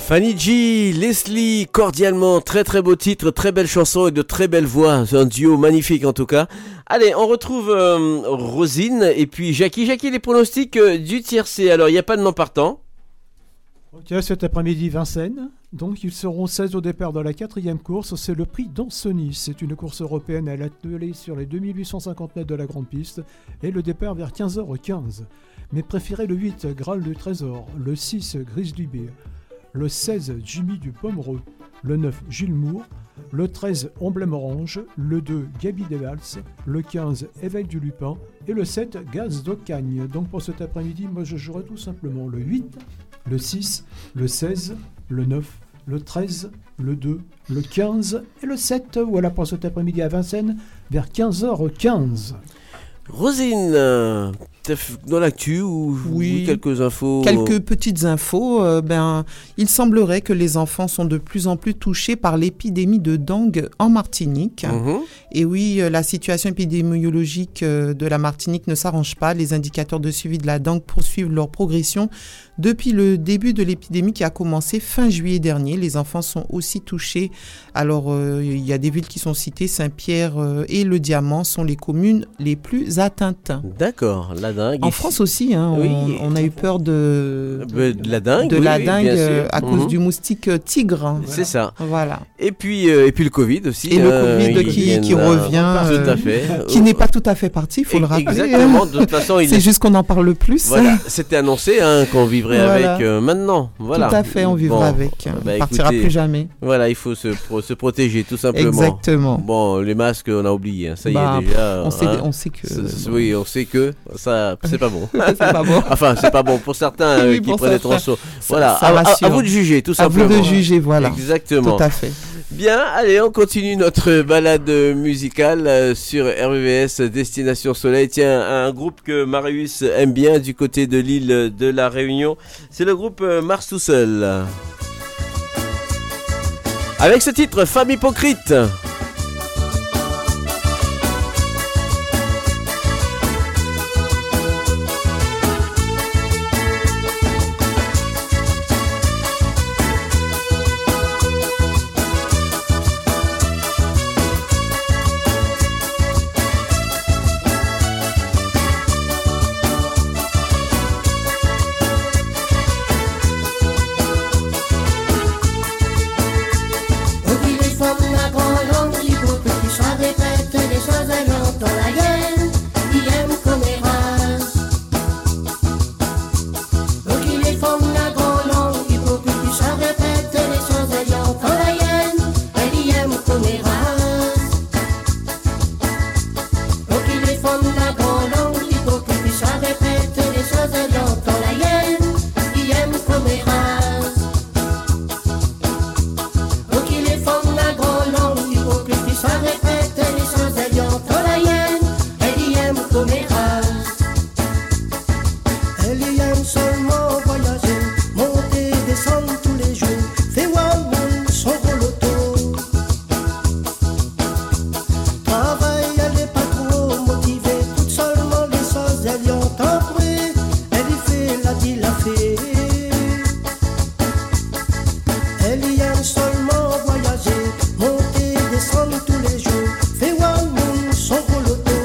Fanny G, Leslie, cordialement, très très beau titre, très belle chanson et de très belles voix, c'est un duo magnifique en tout cas. Allez, on retrouve euh, Rosine et puis Jackie. Jackie, les pronostics euh, du tiercé, alors il n'y a pas de nom partant. Ok, cet après-midi, Vincennes. Donc, ils seront seize au départ de la quatrième course. C'est le prix d'Ansony. C'est une course européenne à l'attelé sur les deux mille huit cent cinquante mètres de la grande piste. Et le départ vers quinze heures quinze. Mais préférez le huit, Graal du Trésor. Le six, Grizzly Bear. Le seize, Jimmy du Pomereux. Le neuf, Gilles Moore. Le treize, Emblème Orange. Le deux, Gabi Devals. Le quinze, Éveil du Lupin. Et le sept, Gaz d'Ocagne. Donc, pour cet après-midi, moi, je jouerai tout simplement le huit, le six, le seize, le neuf, le treize, le deux, le quinze et le sept. Voilà pour cet après-midi à Vincennes vers quinze heures quinze. Rosine, euh, dans l'actu ou Oui. ou quelques infos Quelques petites infos. Euh, ben, il semblerait que les enfants sont de plus en plus touchés par l'épidémie de dengue en Martinique. Mhm. Et oui, euh, la situation épidémiologique euh, de la Martinique ne s'arrange pas. Les indicateurs de suivi de la dengue poursuivent leur progression depuis le début de l'épidémie qui a commencé fin juillet dernier. Les enfants sont aussi touchés. Alors, euh, il y a des villes qui sont citées. Saint-Pierre euh, et Le Diamant sont les communes les plus atteintes. D'accord, la dingue. En France aussi, hein, on, Oui. on a eu peur de, de, de la dingue, de oui, la oui, dingue bien sûr. euh, à cause Mhm. du moustique euh, tigre. C'est ça. Voilà. Et puis, euh, et puis le Covid aussi. Et le hein, Covid ils qui, viennent, qui euh, revient, Tout à euh, fait. qui n'est pas tout à fait parti, il faut le rappeler. Exactement, de toute façon, il c'est est- juste qu'on en parle plus. Voilà, c'était annoncé hein, qu'on vivrait Voilà. avec euh, maintenant. Voilà. Tout à fait, on vivra avec. On partira plus jamais. Voilà, il faut se, pro- se protéger tout simplement. Exactement. Bon, les masques, on a oublié. hein, Ça y Bah, est déjà. on sait- hein. on sait que- C'est- c'est- Oui, on sait que ça, c'est pas bon. C'est pas bon. Enfin, c'est pas bon pour certains euh, Oui, qui pour prennent des certains. tronçons. Ça- Voilà, ça à, à- rassure. à vous de juger tout À vous simplement. de juger, voilà. Exactement. Tout à fait. Bien, allez, on continue notre balade musicale euh, sur R V V S Destination Soleil. Tiens, un groupe que Marius aime bien du côté de l'île de la Réunion, c'est le groupe euh, Mars tout seul. Avec ce titre, Femme hypocrite. Oublie les femmes, la grande langue, l'hypocrite qui se répète des choses allant dans la haine, il aime comme les races. Oublie les femmes, la grande langue, l'hypocrite qui se répète des choses allant dans la haine, elle y aime comme les races. Oublie les femmes, la grande langue, l'hypocrite qui se répète des choses allant dans la haine, il aime comme les races. Ok, les femmes, la grande langue, hypocrite, qui se répète les choses alliant dans la haine, elle y aime comme les races. Elle y aime seulement voyager, monter, descendre tous les jours, faire one monde son roloto. Travail, elle est pas trop motivée, toute seulement les choses alliant après, elle y fait la dit la fée. Elle y aime seulement voyager, monter, descendre tous les jours, faire one monde son roloto.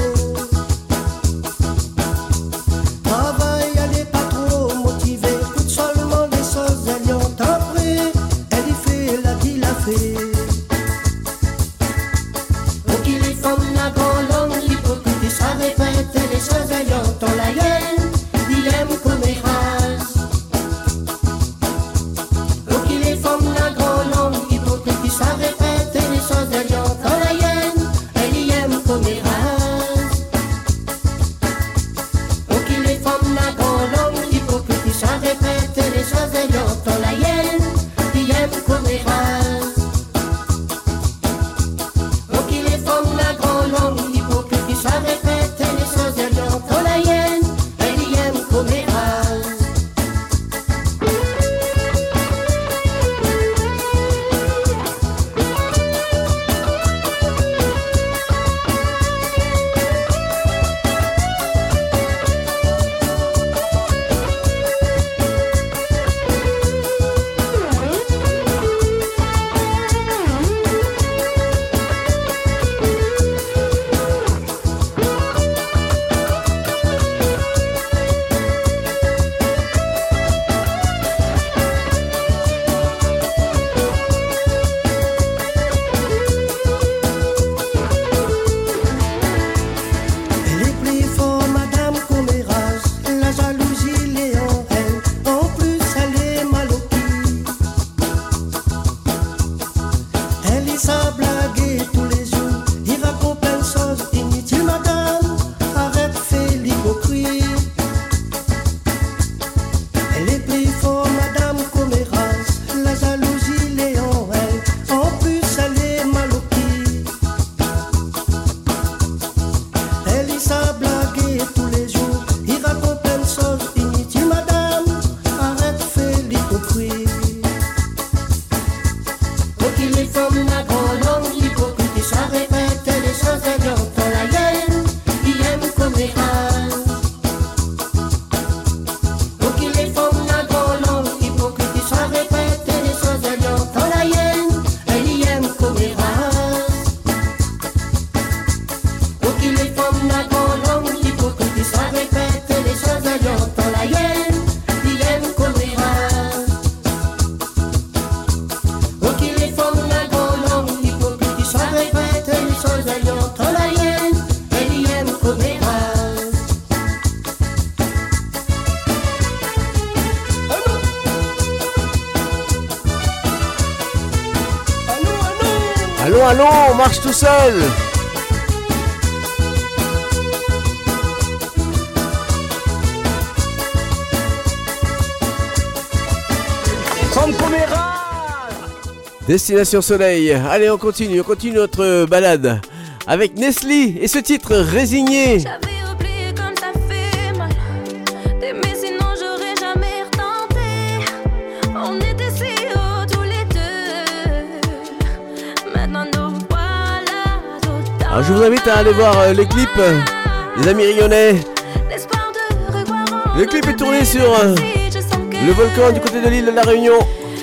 Travail, elle est pas trop motivée, écoute seulement les choses alliant après, elle y fait la dit la fée. Ok, les femmes, la grande langue, l'hypocrite, qui se répète les choses alliant dans la haine, il aime comme les races. Ok, les femmes, la grande langue, hypocrite, qui se répète les choses alliant dans la haine, elle y aime comme les races. Ok, les femmes, la grande langue, hypocrite, qui se répète les choses alliant dans la haine, il aime comme les races. Ok, les femmes, la grande langue, hypocrite, qui se répète les choses alliant dans la haine, elle y aime comme les races. qu'il est forme la grande langue, hypocrite et ça répète les choses alliantes dans la hyène, il aime comme les rats. Oh qu'il est forme la grande langue, hypocrite et ça répète les choses alliantes dans la hyène, elle y aime comme les rats. Oh qu'il est forme la grande langue, hypocrite et ça répète les choses alliantes dans la hyène, il aime comme les rats. Oh qu'il est forme la grande langue, hypocrite et ça répète les choses alliantes dans la hyène, elle y aime comme les rats. Allons, allons, on marche tout seul. Destination Soleil. Allez, on continue, on continue notre balade avec Nestlé et ce titre Résigné. J'avais oublié comme ça fait mal d'aimer, sinon j'aurais jamais retenté. On était si hauts tous les deux. Maintenant nous voilà tout. Alors, je vous invite à aller voir euh, les clips, euh, les amis rionnais. Le clip est tourné sur euh, le volcan du côté de l'île de la Réunion.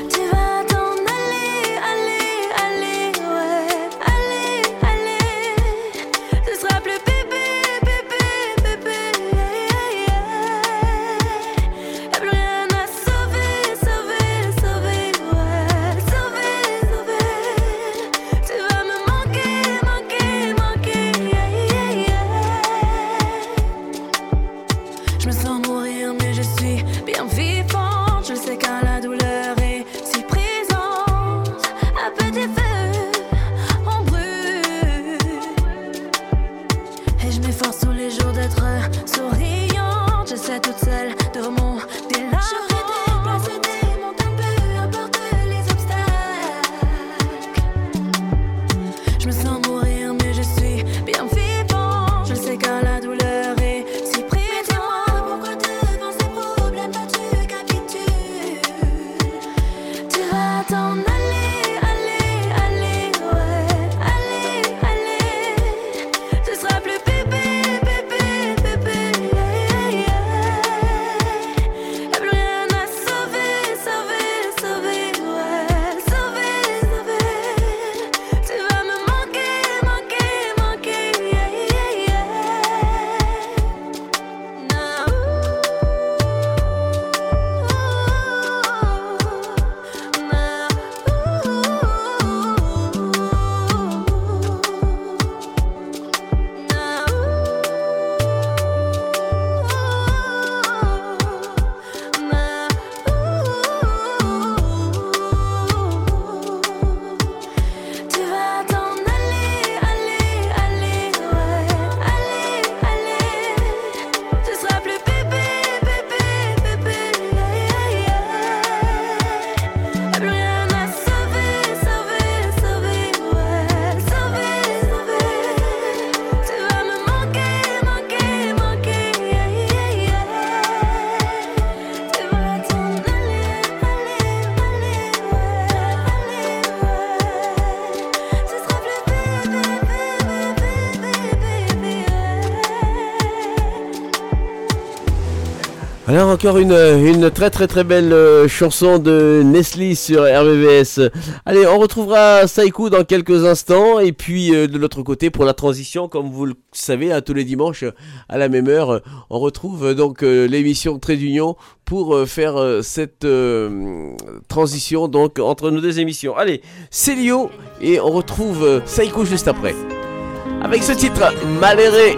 Alors encore une, une très très très belle euh, chanson de Nestlé sur R V V S. Allez, on retrouvera Saikou dans quelques instants. Et puis euh, de l'autre côté, pour la transition, comme vous le savez, à tous les dimanches à la même heure, on retrouve euh, donc euh, l'émission Trait d'Union pour euh, faire euh, cette euh, transition donc entre nos deux émissions. Allez, c'est Lio et on retrouve euh, Saikou juste après. Avec ce titre, Maléré.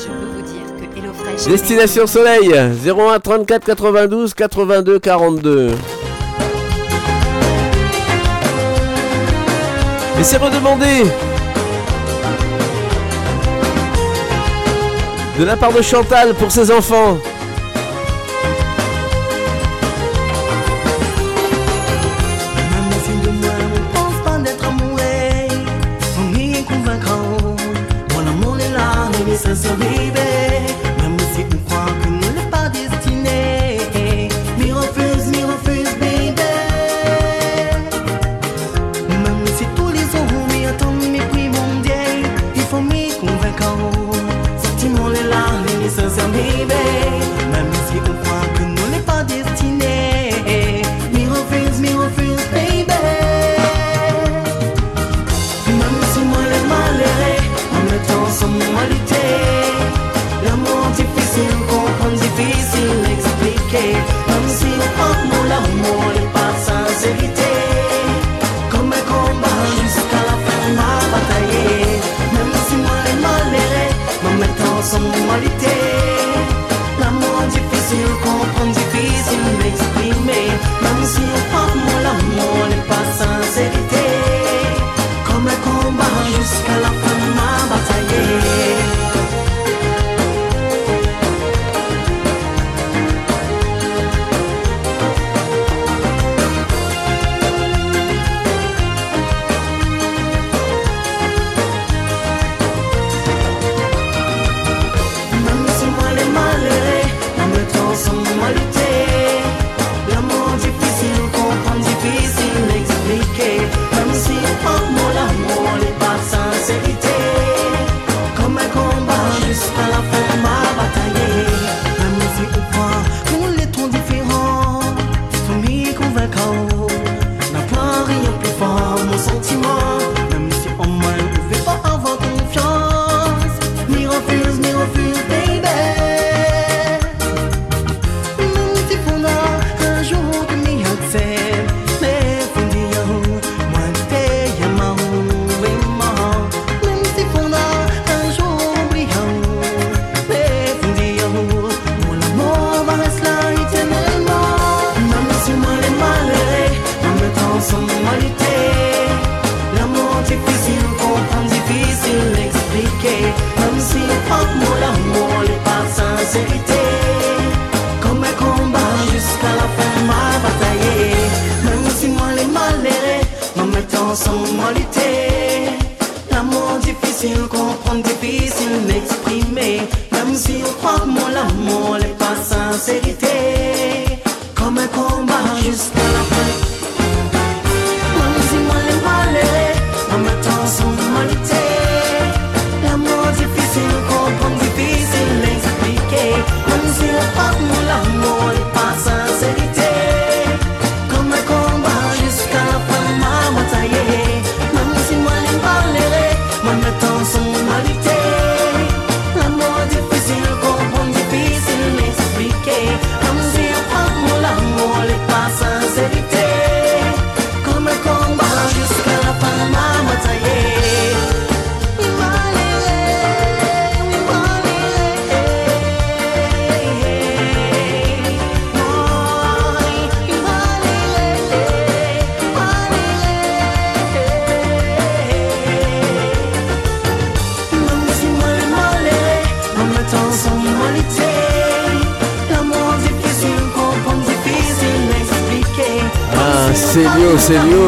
Destination Soleil, zéro un trente-quatre quatre-vingt-douze quatre-vingt-deux quarante-deux. Et c'est redemandé de la part de Chantal pour ses enfants. Ça se baby, même si on croit que nous n'est pas destiné. Me refuse, me refuse, baby. Même si tout Même si on prend mon l'amour et pas sincérité. Comme un combat jusqu'à la fin m'a bataillé. Même si moi les malheureux m'en mettant sans moralité. L'amour difficile comprendre, difficile m'exprimer. Même si on prend mon l'amour et pas sincérité. Comme un combat jusqu'à la fin m'a bataillé. Célio, Célio.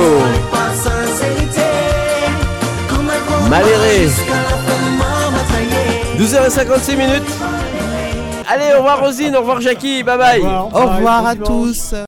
Maléré. douze heures cinquante-six minutes. Allez, au revoir Rosine, au revoir Jackie, bye bye. Au revoir, au revoir à tous.